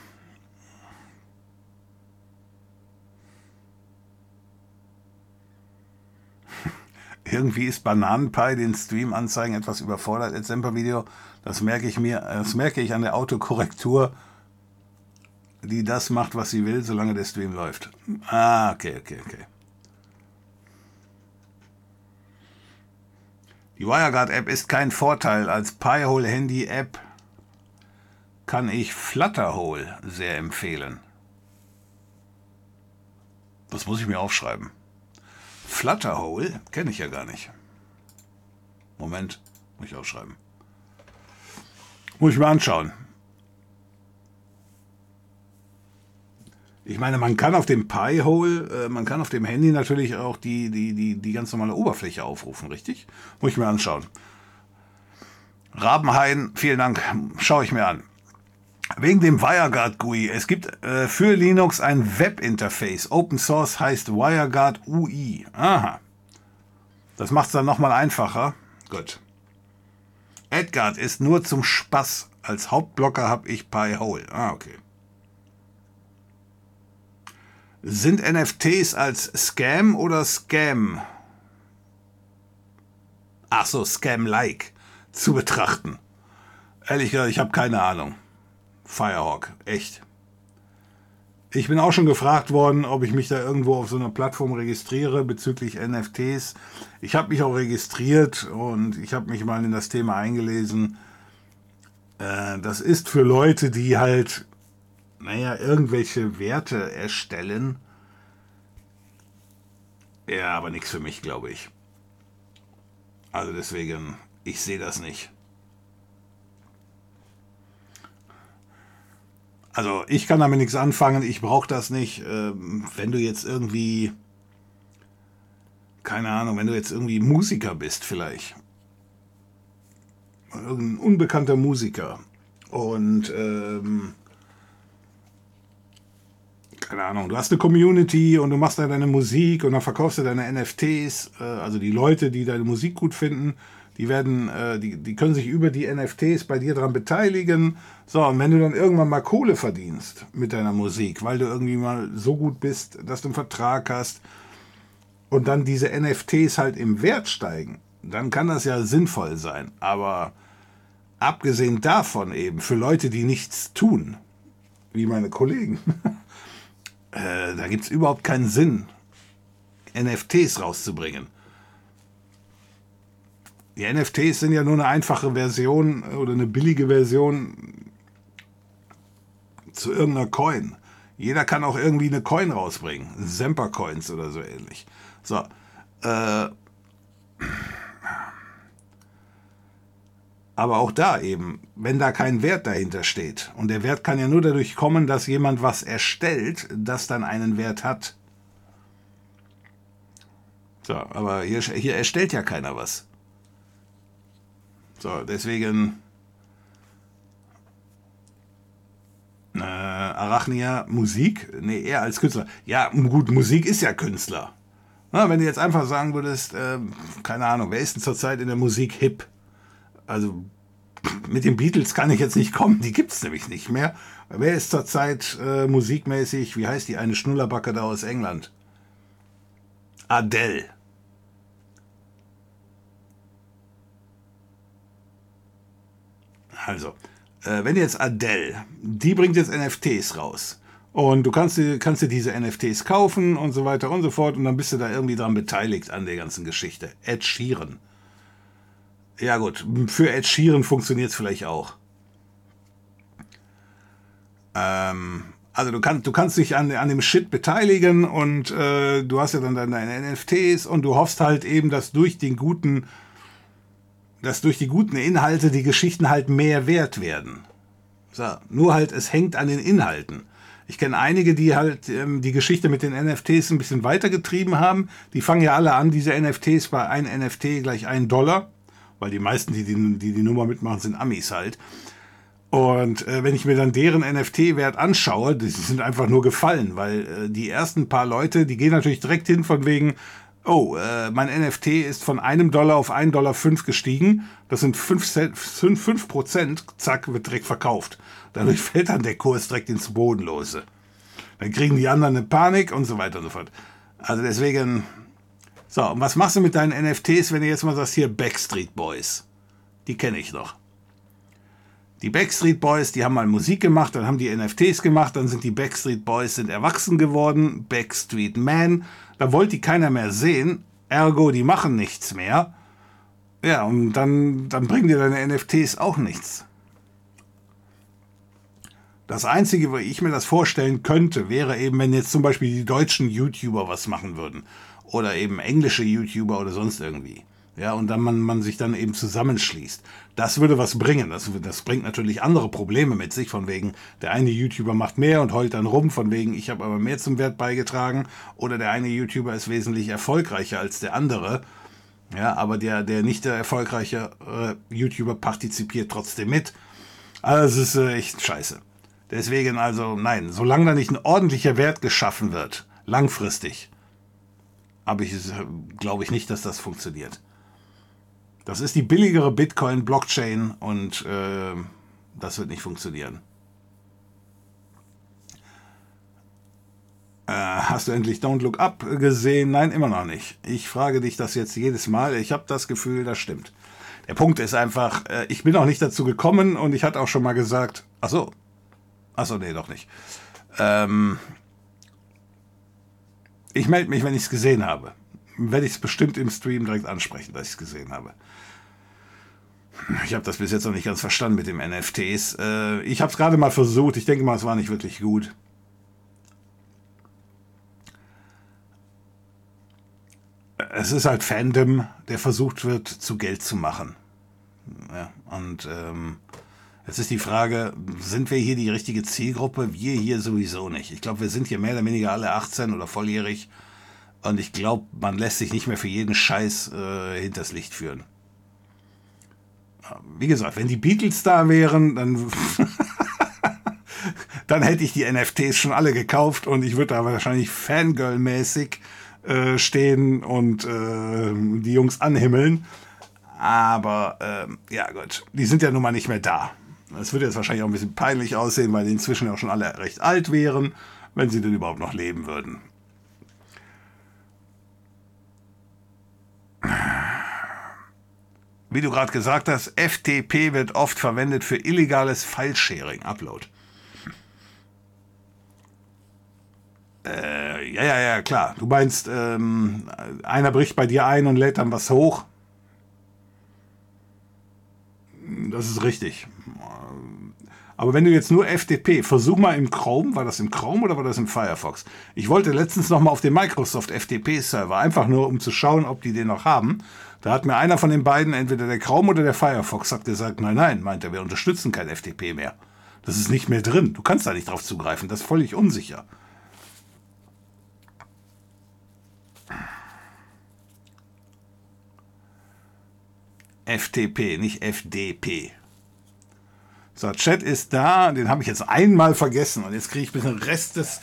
Irgendwie ist Bananenpie den Stream-Anzeigen etwas überfordert als Semper-Video. Das merke ich an der Autokorrektur, die das macht, was sie will, solange der Stream läuft. Ah, okay. Die WireGuard-App ist kein Vorteil. Als Pi-Hole-Handy-App kann ich Flutterhole sehr empfehlen. Das muss ich mir aufschreiben. Flutterhole kenne ich ja gar nicht. Moment, muss ich aufschreiben. Muss ich mir anschauen. Ich meine, man kann auf dem Pi-Hole, man kann auf dem Handy natürlich auch die ganz normale Oberfläche aufrufen, richtig? Muss ich mir anschauen. Rabenhain, vielen Dank, schaue ich mir an. Wegen dem WireGuard GUI. Es gibt für Linux ein Webinterface. Open Source heißt WireGuard UI. Aha. Das macht es dann nochmal einfacher. Gut. Edgard ist nur zum Spaß. Als Hauptblocker habe ich Pi-Hole. Ah, okay. Sind NFTs als Scam oder Scam? Ach so, Scam-like zu betrachten. Ehrlich gesagt, ich habe keine Ahnung. Firehawk, echt. Ich bin auch schon gefragt worden, ob ich mich da irgendwo auf so einer Plattform registriere bezüglich NFTs. Ich habe mich auch registriert und ich habe mich mal in das Thema eingelesen. Das ist für Leute, die halt, irgendwelche Werte erstellen. Ja, aber nichts für mich, glaube ich. Also deswegen, ich sehe das nicht. Also ich kann damit nichts anfangen, ich brauche das nicht. Wenn du jetzt irgendwie, keine Ahnung, wenn du jetzt irgendwie Musiker bist vielleicht. Irgendein unbekannter Musiker. Und keine Ahnung, du hast eine Community und du machst da deine Musik und dann verkaufst du deine NFTs, also die Leute, die deine Musik gut finden, Die können sich über die NFTs bei dir dran beteiligen. So, und wenn du dann irgendwann mal Kohle verdienst mit deiner Musik, weil du irgendwie mal so gut bist, dass du einen Vertrag hast und dann diese NFTs halt im Wert steigen, dann kann das ja sinnvoll sein. Aber abgesehen davon eben, für Leute, die nichts tun, wie meine Kollegen, da gibt es überhaupt keinen Sinn, NFTs rauszubringen. Die NFTs sind ja nur eine einfache Version oder eine billige Version zu irgendeiner Coin. Jeder kann auch irgendwie eine Coin rausbringen. Semper-Coins oder so ähnlich. So. Aber auch da eben, wenn da kein Wert dahinter steht. Und der Wert kann ja nur dadurch kommen, dass jemand was erstellt, das dann einen Wert hat. So, aber hier erstellt ja keiner was. So, deswegen Arachnia, Musik? Nee, eher als Künstler. Ja, gut, Musik ist ja Künstler. Na, wenn du jetzt einfach sagen würdest, keine Ahnung, wer ist denn zurzeit in der Musik hip? Also mit den Beatles kann ich jetzt nicht kommen, die gibt es nämlich nicht mehr. Wer ist zurzeit musikmäßig, wie heißt die eine Schnullerbacke da aus England? Adele. Also, wenn jetzt Adele, die bringt jetzt NFTs raus und du kannst dir diese NFTs kaufen und so weiter und so fort und dann bist du da irgendwie dran beteiligt an der ganzen Geschichte. Ed Sheeran. Ja gut, für Ed Sheeran funktioniert es vielleicht auch. Also du kannst dich an dem Shit beteiligen und du hast ja dann deine NFTs und du hoffst halt eben, dass durch die guten Inhalte die Geschichten halt mehr wert werden. So, nur halt, es hängt an den Inhalten. Ich kenne einige, die halt die Geschichte mit den NFTs ein bisschen weitergetrieben haben. Die fangen ja alle an, diese NFTs bei ein NFT gleich $1, weil die meisten, die Nummer mitmachen, sind Amis halt. Und wenn ich mir dann deren NFT-Wert anschaue, die sind einfach nur gefallen, weil die ersten paar Leute, die gehen natürlich direkt hin von wegen, oh, mein NFT ist von $1 auf $1,05 gestiegen. Das sind 5%, zack, wird direkt verkauft. Dadurch fällt dann der Kurs direkt ins Bodenlose. Dann kriegen die anderen eine Panik und so weiter und so fort. Also deswegen, so, und was machst du mit deinen NFTs, wenn du jetzt mal sagst, hier Backstreet Boys? Die kenne ich noch. Die Backstreet Boys, die haben mal Musik gemacht, dann haben die NFTs gemacht, dann sind die Backstreet Boys erwachsen geworden, Backstreet Man, da wollte die keiner mehr sehen, ergo, die machen nichts mehr. Ja, und dann bringen dir deine NFTs auch nichts. Das Einzige, wo ich mir das vorstellen könnte, wäre eben, wenn jetzt zum Beispiel die deutschen YouTuber was machen würden. Oder eben englische YouTuber oder sonst irgendwie. Ja, und dann man sich dann eben zusammenschließt. Das würde was bringen. Das bringt natürlich andere Probleme mit sich, von wegen, der eine YouTuber macht mehr und heult dann rum, von wegen, ich habe aber mehr zum Wert beigetragen. Oder der eine YouTuber ist wesentlich erfolgreicher als der andere. Ja, aber der nicht der erfolgreiche YouTuber partizipiert trotzdem mit. Also es ist echt scheiße. Deswegen also, nein, solange da nicht ein ordentlicher Wert geschaffen wird, langfristig, glaube ich nicht, dass das funktioniert. Das ist die billigere Bitcoin-Blockchain und das wird nicht funktionieren. Hast du endlich Don't Look Up gesehen? Nein, immer noch nicht. Ich frage dich das jetzt jedes Mal. Ich habe das Gefühl, das stimmt. Der Punkt ist einfach, ich bin auch nicht dazu gekommen und ich hatte auch schon mal gesagt, Achso, nee, doch nicht. Ich melde mich, wenn ich es gesehen habe. Werde ich es bestimmt im Stream direkt ansprechen, dass ich es gesehen habe. Ich habe das bis jetzt noch nicht ganz verstanden mit dem NFTs. Ich habe es gerade mal versucht. Ich denke mal, es war nicht wirklich gut. Es ist halt Fandom, der versucht wird, zu Geld zu machen. Ja, und jetzt ist die Frage, sind wir hier die richtige Zielgruppe? Wir hier sowieso nicht. Ich glaube, wir sind hier mehr oder weniger alle 18 oder volljährig. Und ich glaube, man lässt sich nicht mehr für jeden Scheiß hinters Licht führen. Wie gesagt, wenn die Beatles da wären, dann hätte ich die NFTs schon alle gekauft und ich würde da wahrscheinlich Fangirl-mäßig stehen und die Jungs anhimmeln. Aber ja gut, die sind ja nun mal nicht mehr da. Es würde jetzt wahrscheinlich auch ein bisschen peinlich aussehen, weil die inzwischen auch schon alle recht alt wären, wenn sie denn überhaupt noch leben würden. Wie du gerade gesagt hast, FTP wird oft verwendet für illegales File-Sharing, Upload. Ja, klar. Du meinst, einer bricht bei dir ein und lädt dann was hoch. Das ist richtig. Aber wenn du jetzt nur FTP, versuch mal im Chrome, war das im Chrome oder war das im Firefox? Ich wollte letztens nochmal auf den Microsoft FTP-Server, einfach nur um zu schauen, ob die den noch haben. Da hat mir einer von den beiden, entweder der Chrome oder der Firefox, hat gesagt, nein, meint er, wir unterstützen kein FTP mehr. Das ist nicht mehr drin. Du kannst da nicht drauf zugreifen, das ist völlig unsicher. FTP, nicht FDP. So, Chat ist da, den habe ich jetzt einmal vergessen und jetzt kriege ich ein bisschen Rest des...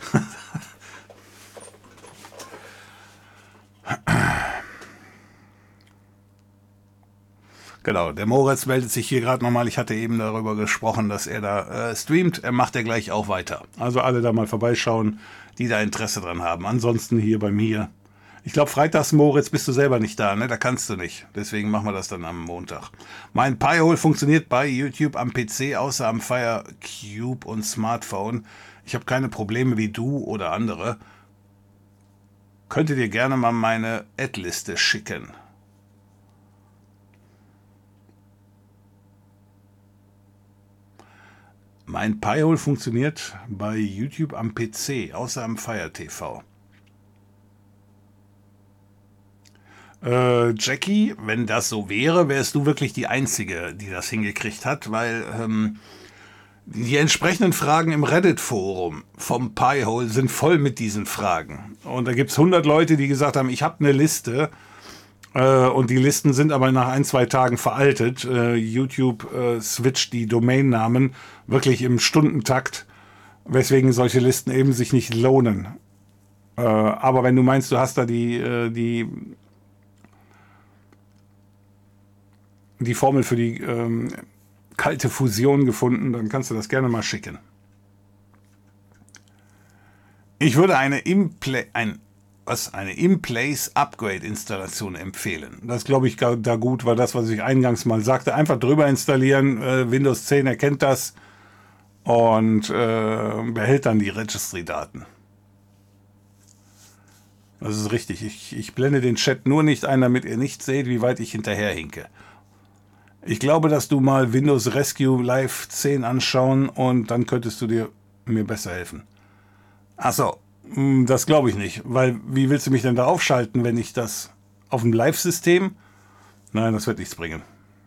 Genau, der Moritz meldet sich hier gerade nochmal. Ich hatte eben darüber gesprochen, dass er da streamt. Er macht ja gleich auch weiter. Also alle da mal vorbeischauen, die da Interesse dran haben. Ansonsten hier bei mir. Ich glaube, freitags, Moritz, bist du selber nicht da, ne? Da kannst du nicht. Deswegen machen wir das dann am Montag. Mein Pi-hole funktioniert bei YouTube am PC, außer am Fire Cube und Smartphone. Ich habe keine Probleme wie du oder andere. Könnte dir gerne mal meine Ad-Liste schicken. Mein Pi-hole funktioniert bei YouTube am PC, außer am Fire TV. Jackie, wenn das so wäre, wärst du wirklich die Einzige, die das hingekriegt hat, weil die entsprechenden Fragen im Reddit-Forum vom Pi-hole sind voll mit diesen Fragen. Und da gibt es 100 Leute, die gesagt haben, ich habe eine Liste und die Listen sind aber nach 1-2 Tagen veraltet. YouTube switcht die Domainnamen wirklich im Stundentakt, weswegen solche Listen eben sich nicht lohnen. Aber wenn du meinst, du hast da die Formel für die kalte Fusion gefunden, dann kannst du das gerne mal schicken. Ich würde eine In-Place-Upgrade-Installation empfehlen. Das glaube ich da gut, war das, was ich eingangs mal sagte. Einfach drüber installieren, Windows 10 erkennt das und behält dann die Registry-Daten. Das ist richtig. Ich blende den Chat nur nicht ein, damit ihr nicht seht, wie weit ich hinterherhinke. Ich glaube, dass du mal Windows Rescue Live 10 anschauen und dann könntest du mir besser helfen. Achso, das glaube ich nicht, weil wie willst du mich denn da aufschalten, wenn ich das auf dem Live-System? Nein, das wird nichts bringen.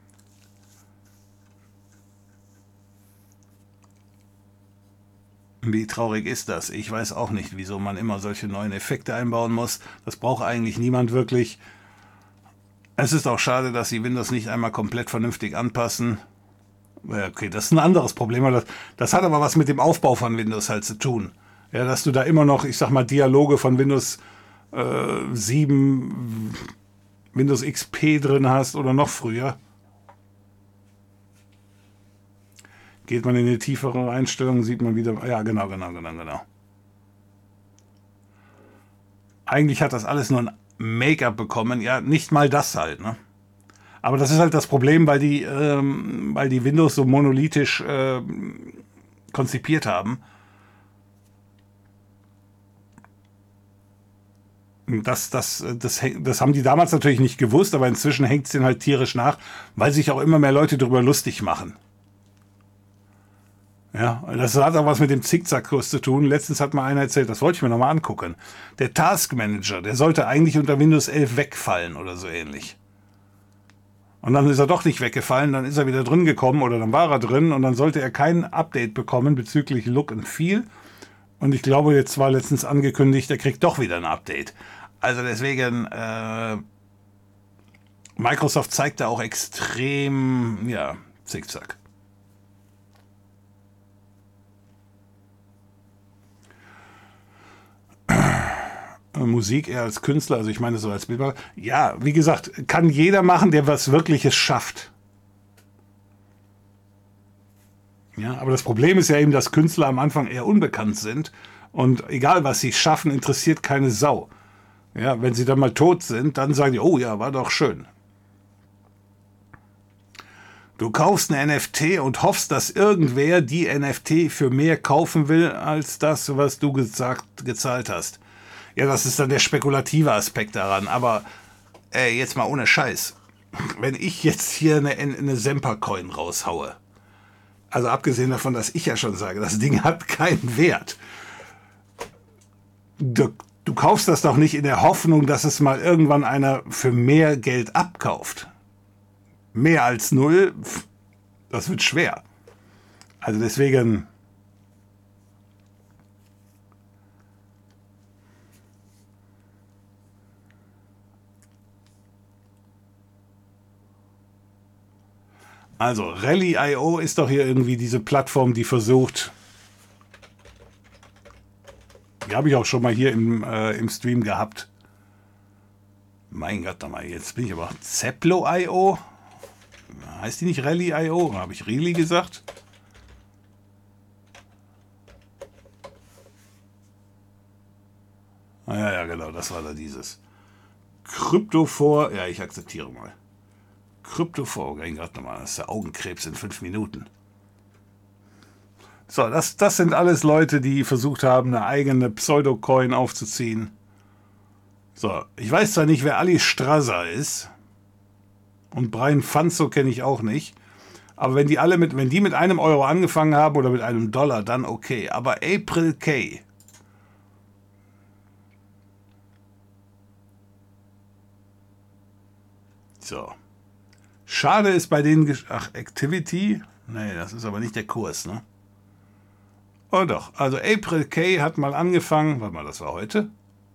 Wie traurig ist das? Ich weiß auch nicht, wieso man immer solche neuen Effekte einbauen muss. Das braucht eigentlich niemand wirklich. Es ist auch schade, dass sie Windows nicht einmal komplett vernünftig anpassen. Okay, das ist ein anderes Problem. Das hat aber was mit dem Aufbau von Windows halt zu tun. Ja, dass du da immer noch, ich sag mal, Dialoge von Windows 7, Windows XP drin hast oder noch früher. Geht man in die tiefere Einstellung, sieht man wieder, ja, genau. Eigentlich hat das alles nur ein Make-up bekommen, ja, nicht mal das halt, ne? Aber das ist halt das Problem, weil die Windows so monolithisch konzipiert haben. Das haben die damals natürlich nicht gewusst, aber inzwischen hängt es denen halt tierisch nach, weil sich auch immer mehr Leute darüber lustig machen. Ja, das hat auch was mit dem Zickzackkurs zu tun. Letztens hat mal einer erzählt, das wollte ich mir nochmal angucken. Der Task Manager, der sollte eigentlich unter Windows 11 wegfallen oder so ähnlich. Und dann ist er doch nicht weggefallen, dann ist er wieder drin gekommen oder dann war er drin und dann sollte er kein Update bekommen bezüglich Look and Feel. Und ich glaube, jetzt war letztens angekündigt, er kriegt doch wieder ein Update. Also deswegen, Microsoft zeigt da auch extrem, ja, Zickzack. Musik eher als Künstler, also ich meine so als Bildmacher. Ja, wie gesagt, kann jeder machen, der was Wirkliches schafft. Ja, aber das Problem ist ja eben, dass Künstler am Anfang eher unbekannt sind und egal was sie schaffen, interessiert keine Sau. Ja, wenn sie dann mal tot sind, dann sagen die, oh ja, war doch schön. Du kaufst eine NFT und hoffst, dass irgendwer die NFT für mehr kaufen will, als das, was du gezahlt hast. Ja, das ist dann der spekulative Aspekt daran. Aber jetzt mal ohne Scheiß. Wenn ich jetzt hier eine Semper-Coin raushaue, also abgesehen davon, dass ich ja schon sage, das Ding hat keinen Wert. Du kaufst das doch nicht in der Hoffnung, dass es mal irgendwann einer für mehr Geld abkauft. Mehr als 0, das wird schwer. Also deswegen... Also Rally.io ist doch hier irgendwie diese Plattform, die versucht... Die habe ich auch schon mal hier im Stream gehabt. Mein Gott, nochmal, jetzt bin ich aber... Zeplo.io? Heißt die nicht Rally.io? Habe ich Really gesagt? Ah, ja, genau, das war da dieses. Kryptofor, ja, ich akzeptiere mal. Kryptofor, gerade nochmal, das ist der Augenkrebs in 5 Minuten. So, das sind alles Leute, die versucht haben, eine eigene Pseudo-Coin aufzuziehen. So, ich weiß zwar nicht, wer Ali Strasser ist. Und Brian Fanzo kenne ich auch nicht. Aber wenn die mit einem Euro angefangen haben oder mit einem Dollar, dann okay. Aber April K. So. Schade ist bei denen... Ach, Activity? Nee, das ist aber nicht der Kurs, ne? Oh doch, also April K hat mal angefangen... Warte mal, das war heute?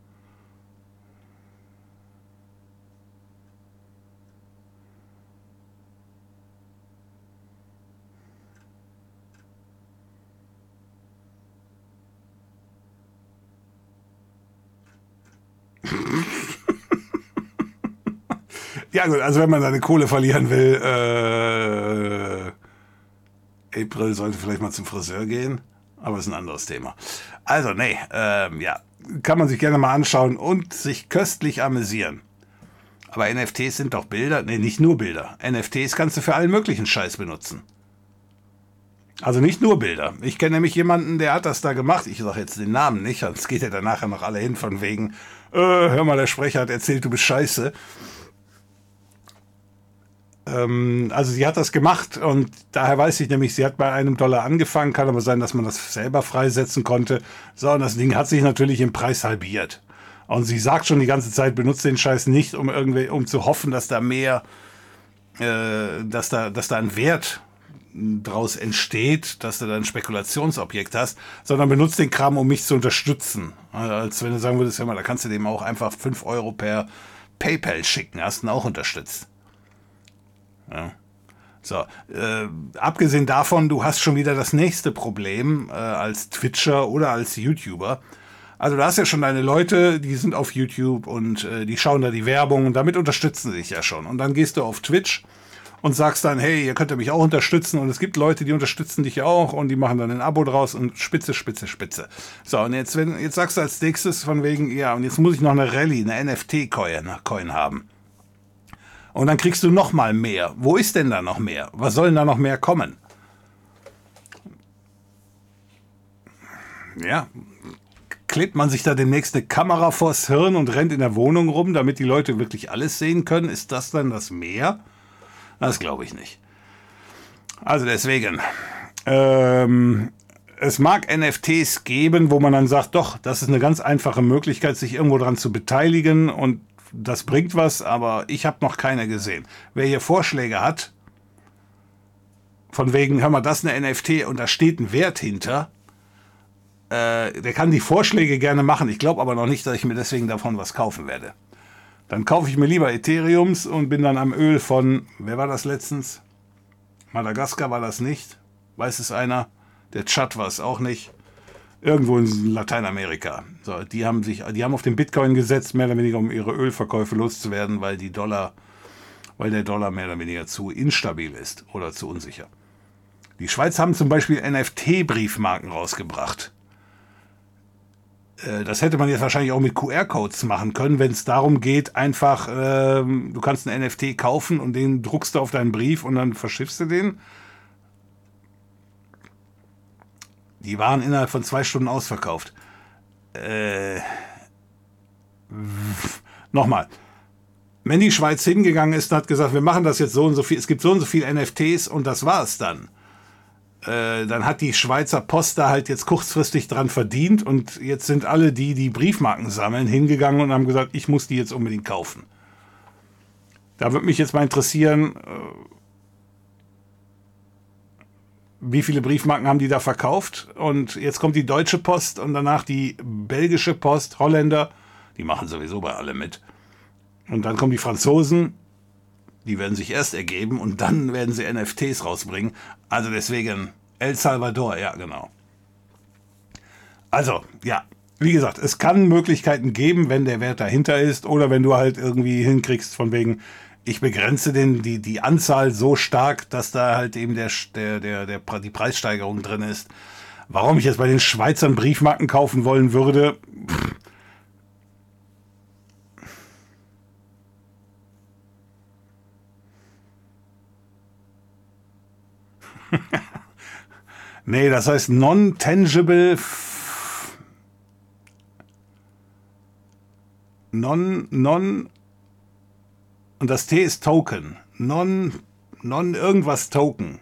Ja gut, also wenn man seine Kohle verlieren will, April sollte vielleicht mal zum Friseur gehen, aber ist ein anderes Thema. Also nee, ja, kann man sich gerne mal anschauen und sich köstlich amüsieren. Aber NFTs sind doch Bilder, nee, nicht nur Bilder. NFTs kannst du für allen möglichen Scheiß benutzen. Also nicht nur Bilder. Ich kenne nämlich jemanden, der hat das da gemacht. Ich sage jetzt den Namen nicht, sonst geht ja dann nachher noch alle hin von wegen, hör mal, der Sprecher hat erzählt, du bist scheiße. Also sie hat das gemacht und daher weiß ich nämlich, sie hat bei einem Dollar angefangen, kann aber sein, dass man das selber freisetzen konnte. So, und das Ding hat sich natürlich im Preis halbiert. Und sie sagt schon die ganze Zeit, benutzt den Scheiß nicht, um zu hoffen, dass da mehr, dass da ein Wert draus entsteht, dass du da ein Spekulationsobjekt hast, sondern benutzt den Kram, um mich zu unterstützen. Als wenn du sagen würdest, hör mal, da kannst du dem auch einfach 5 Euro per PayPal schicken, hast ihn auch unterstützt. Ja. So, abgesehen davon, du hast schon wieder das nächste Problem als Twitcher oder als YouTuber. Also du hast ja schon deine Leute, die sind auf YouTube und die schauen da die Werbung und damit unterstützen sie dich ja schon. Und dann gehst du auf Twitch und sagst dann, hey, ihr könnt mich auch unterstützen und es gibt Leute, die unterstützen dich auch und die machen dann ein Abo draus und Spitze, Spitze, Spitze. So, und jetzt sagst du als nächstes von wegen, ja, und jetzt muss ich noch eine Rallye, eine NFT-Coin haben. Und dann kriegst du noch mal mehr. Wo ist denn da noch mehr? Was soll denn da noch mehr kommen? Ja, klebt man sich da demnächst eine Kamera vors Hirn und rennt in der Wohnung rum, damit die Leute wirklich alles sehen können? Ist das dann das Mehr? Das glaube ich nicht. Also deswegen, es mag NFTs geben, wo man dann sagt, doch, das ist eine ganz einfache Möglichkeit, sich irgendwo dran zu beteiligen und das bringt was, aber ich habe noch keine gesehen. Wer hier Vorschläge hat, von wegen, hör mal, das ist eine NFT und da steht ein Wert hinter, der kann die Vorschläge gerne machen. Ich glaube aber noch nicht, dass ich mir deswegen davon was kaufen werde. Dann kaufe ich mir lieber Ethereums und bin dann am Öl von, wer war das letztens? Madagaskar war das nicht. Weiß es einer? Der Tschad war es auch nicht. Irgendwo in Lateinamerika. So, die haben auf den Bitcoin gesetzt, mehr oder weniger, um ihre Ölverkäufe loszuwerden, weil der Dollar mehr oder weniger zu instabil ist oder zu unsicher. Die Schweiz haben zum Beispiel NFT-Briefmarken rausgebracht. Das hätte man jetzt wahrscheinlich auch mit QR-Codes machen können, wenn es darum geht, einfach, du kannst einen NFT kaufen und den druckst du auf deinen Brief und dann verschiffst du den. Die waren innerhalb von 2 Stunden ausverkauft. Nochmal. Wenn die Schweiz hingegangen ist und hat gesagt, wir machen das jetzt so und so viel, es gibt so und so viele NFTs und das war es dann. Dann hat die Schweizer Post da halt jetzt kurzfristig dran verdient und jetzt sind alle, die Briefmarken sammeln, hingegangen und haben gesagt, ich muss die jetzt unbedingt kaufen. Da würde mich jetzt mal interessieren, wie viele Briefmarken haben die da verkauft? Und jetzt kommt die Deutsche Post und danach die belgische Post, Holländer, die machen sowieso bei alle mit. Und dann kommen die Franzosen, die werden sich erst ergeben und dann werden sie NFTs rausbringen. Also deswegen El Salvador, ja genau. Also, ja, wie gesagt, es kann Möglichkeiten geben, wenn der Wert dahinter ist oder wenn du halt irgendwie hinkriegst von wegen, ich begrenze die Anzahl so stark, dass da halt eben die Preissteigerung drin ist. Warum ich jetzt bei den Schweizern Briefmarken kaufen wollen würde, nee, das heißt non-tangible, und das T ist Token. Non irgendwas Token.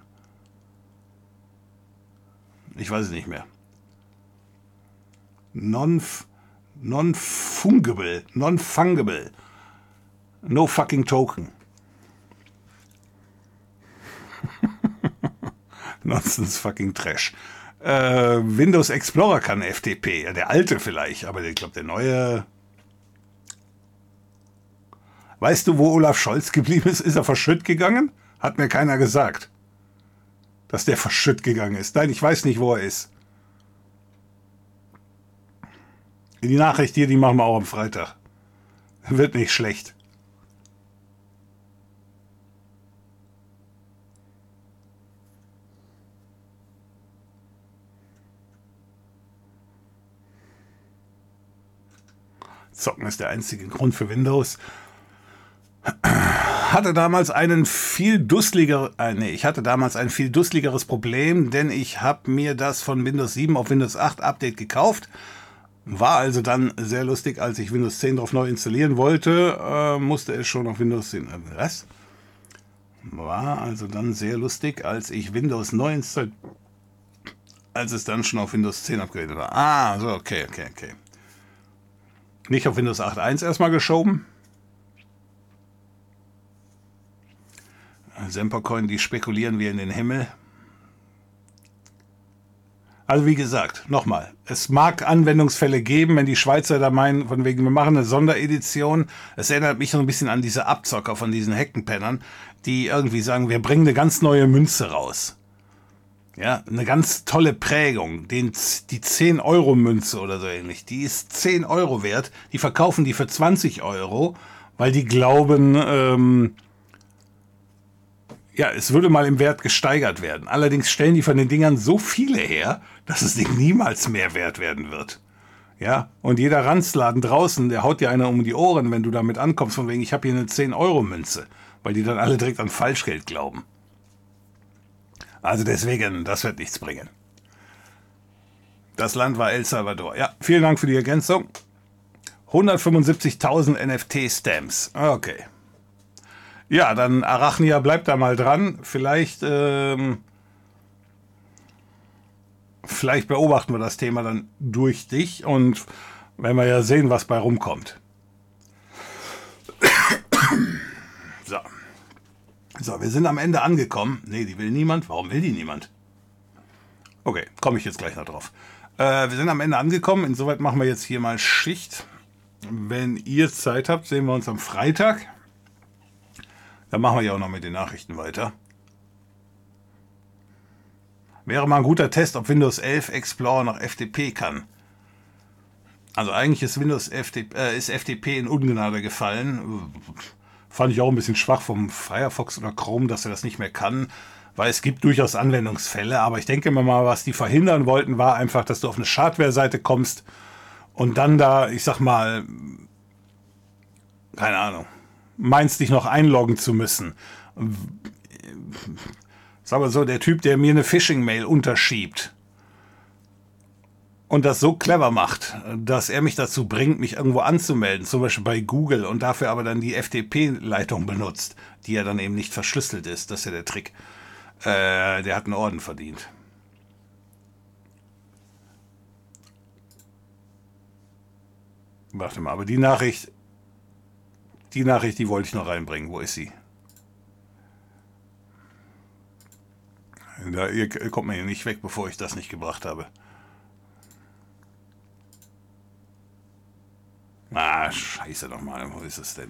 Ich weiß es nicht mehr. Non-fungible. Non-fungible. No fucking Token. Nonsense fucking Trash. Windows Explorer kann FTP. Ja, der alte vielleicht, aber ich glaube, der neue... Weißt du, wo Olaf Scholz geblieben ist? Ist er verschütt gegangen? Hat mir keiner gesagt, dass der verschütt gegangen ist. Nein, ich weiß nicht, wo er ist. Die Nachricht hier, die machen wir auch am Freitag. Wird nicht schlecht. Zocken ist der einzige Grund für Windows. Ich hatte damals ein viel dusseligeres Problem, denn ich habe mir das von Windows 7 auf Windows 8 Update gekauft. War also dann sehr lustig, als ich Windows 10 drauf neu installieren wollte, musste es schon auf Windows 10. Was? War also dann sehr lustig, als ich Windows neu installiert, als es dann schon auf Windows 10 upgradet war. Ah, so, okay. Nicht auf Windows 8.1 erstmal geschoben. Sempercoin, die spekulieren wir in den Himmel. Also wie gesagt, nochmal, es mag Anwendungsfälle geben, wenn die Schweizer da meinen, von wegen, wir machen eine Sonderedition. Es erinnert mich so ein bisschen an diese Abzocker von diesen Heckenpennern, die irgendwie sagen, wir bringen eine ganz neue Münze raus. Ja, eine ganz tolle Prägung, die 10-Euro-Münze oder so ähnlich, die ist 10 Euro wert, die verkaufen die für 20 Euro, weil die glauben, ja, es würde mal im Wert gesteigert werden. Allerdings stellen die von den Dingern so viele her, dass das Ding niemals mehr wert werden wird. Ja, und jeder Ranzladen draußen, der haut dir einer um die Ohren, wenn du damit ankommst, von wegen, ich habe hier eine 10-Euro-Münze, weil die dann alle direkt an Falschgeld glauben. Also deswegen, das wird nichts bringen. Das Land war El Salvador. Ja, vielen Dank für die Ergänzung. 175.000 NFT-Stamps. Okay. Ja, dann Arachnia, bleibt da mal dran. Vielleicht beobachten wir das Thema dann durch dich und werden wir ja sehen, was bei rumkommt. So, wir sind am Ende angekommen. Nee, die will niemand. Warum will die niemand? Okay, komme ich jetzt gleich noch drauf. Wir sind am Ende angekommen. Insoweit machen wir jetzt hier mal Schicht. Wenn ihr Zeit habt, sehen wir uns am Freitag. Dann machen wir ja auch noch mit den Nachrichten weiter. Wäre mal ein guter Test, ob Windows 11 Explorer noch FTP kann. Also eigentlich ist ist FTP in Ungnade gefallen. Fand ich auch ein bisschen schwach vom Firefox oder Chrome, dass er das nicht mehr kann, weil es gibt durchaus Anwendungsfälle, aber ich denke mal, was die verhindern wollten, war einfach, dass du auf eine Schadware-Seite kommst und dann da, ich sag mal, keine Ahnung, meinst dich noch einloggen zu müssen. Sag mal so, der Typ, der mir eine Phishing-Mail unterschiebt und das so clever macht, dass er mich dazu bringt, mich irgendwo anzumelden, zum Beispiel bei Google, und dafür aber dann die FTP-Leitung benutzt, die ja dann eben nicht verschlüsselt ist. Das ist ja der Trick. Der hat einen Orden verdient. Warte mal, aber die Nachricht, die wollte ich noch reinbringen. Wo ist sie? Ihr kommt mir hier nicht weg, bevor ich das nicht gebracht habe. Ah, scheiße nochmal. Wo ist es denn?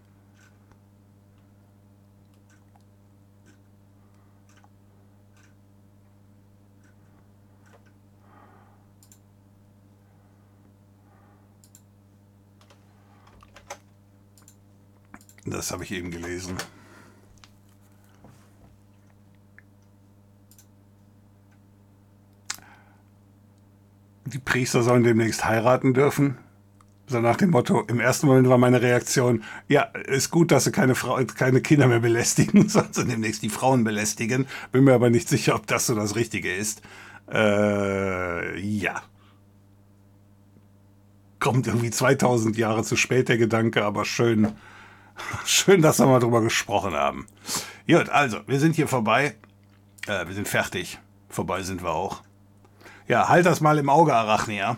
Das habe ich eben gelesen. Die Priester sollen demnächst heiraten dürfen. So nach dem Motto, im ersten Moment war meine Reaktion, ja, ist gut, dass sie keine Kinder mehr belästigen, sollen sie demnächst die Frauen belästigen. Bin mir aber nicht sicher, ob das so das Richtige ist. Ja. Kommt irgendwie 2000 Jahre zu spät, der Gedanke, aber schön, dass wir mal drüber gesprochen haben. Gut, also, wir sind hier vorbei. Wir sind fertig. Vorbei sind wir auch. Ja, halt das mal im Auge, Arachnia.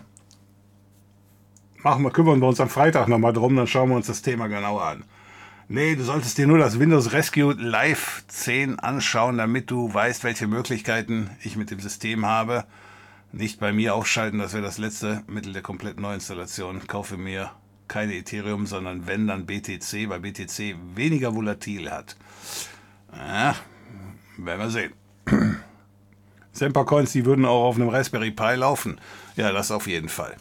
Kümmern wir uns am Freitag nochmal drum, dann schauen wir uns das Thema genauer an. Nee, du solltest dir nur das Windows Rescue Live 10 anschauen, damit du weißt, welche Möglichkeiten ich mit dem System habe. Nicht bei mir aufschalten, das wäre das letzte Mittel der kompletten Neuinstallation. Kaufe mir keine Ethereum, sondern wenn, dann BTC, weil BTC weniger volatil hat. Ja, werden wir sehen. Semper-Coins, die würden auch auf einem Raspberry Pi laufen. Ja, das auf jeden Fall.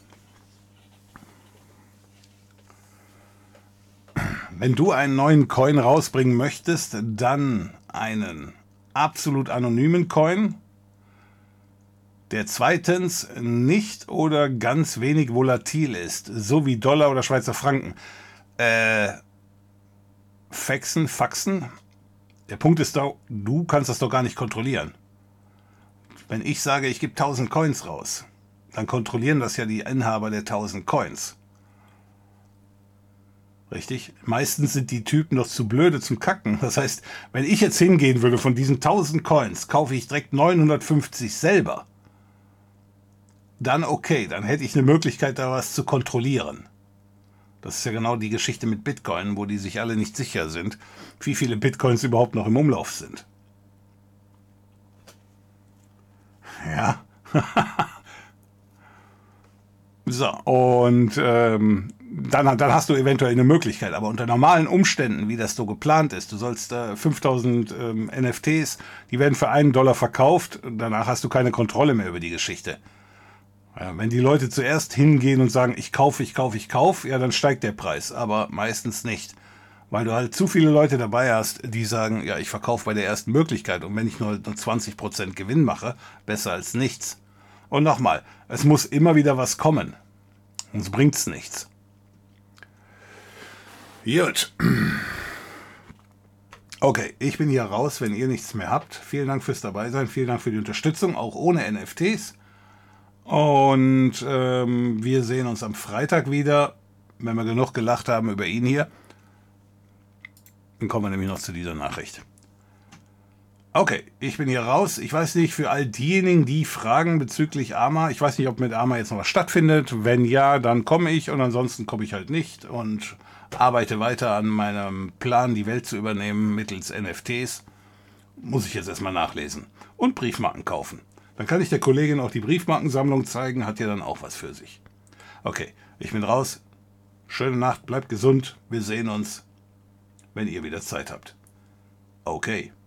Wenn du einen neuen Coin rausbringen möchtest, dann einen absolut anonymen Coin, der zweitens nicht oder ganz wenig volatil ist, so wie Dollar oder Schweizer Franken. Faxen. Der Punkt ist doch, du kannst das doch gar nicht kontrollieren. Wenn ich sage, ich gebe 1000 Coins raus, dann kontrollieren das ja die Inhaber der 1000 Coins. Richtig? Meistens sind die Typen doch zu blöde zum Kacken. Das heißt, wenn ich jetzt hingehen würde, von diesen 1000 Coins kaufe ich direkt 950 selber. Dann okay, dann hätte ich eine Möglichkeit, da was zu kontrollieren. Das ist ja genau die Geschichte mit Bitcoin, wo die sich alle nicht sicher sind, wie viele Bitcoins überhaupt noch im Umlauf sind. Ja. So, und dann hast du eventuell eine Möglichkeit, aber unter normalen Umständen, wie das so geplant ist, du sollst 5000 NFTs, die werden für $1 verkauft, danach hast du keine Kontrolle mehr über die Geschichte. Ja, wenn die Leute zuerst hingehen und sagen, ich kaufe, ja, dann steigt der Preis, aber meistens nicht. Weil du halt zu viele Leute dabei hast, die sagen, ja, ich verkaufe bei der ersten Möglichkeit und wenn ich nur 20% Gewinn mache, besser als nichts. Und nochmal, es muss immer wieder was kommen. Sonst bringt's nichts. Gut. Okay, ich bin hier raus, wenn ihr nichts mehr habt. Vielen Dank fürs Dabeisein, vielen Dank für die Unterstützung, auch ohne NFTs. Und wir sehen uns am Freitag wieder, wenn wir genug gelacht haben über ihn hier. Dann kommen wir nämlich noch zu dieser Nachricht. Okay, ich bin hier raus. Ich weiß nicht, für all diejenigen, die fragen bezüglich AMA, ich weiß nicht, ob mit AMA jetzt noch was stattfindet. Wenn ja, dann komme ich und ansonsten komme ich halt nicht und arbeite weiter an meinem Plan, die Welt zu übernehmen mittels NFTs. Muss ich jetzt erstmal nachlesen. Und Briefmarken kaufen. Dann kann ich der Kollegin auch die Briefmarkensammlung zeigen, hat ja dann auch was für sich. Okay, ich bin raus. Schöne Nacht, bleibt gesund. Wir sehen uns, wenn ihr wieder Zeit habt. Okay.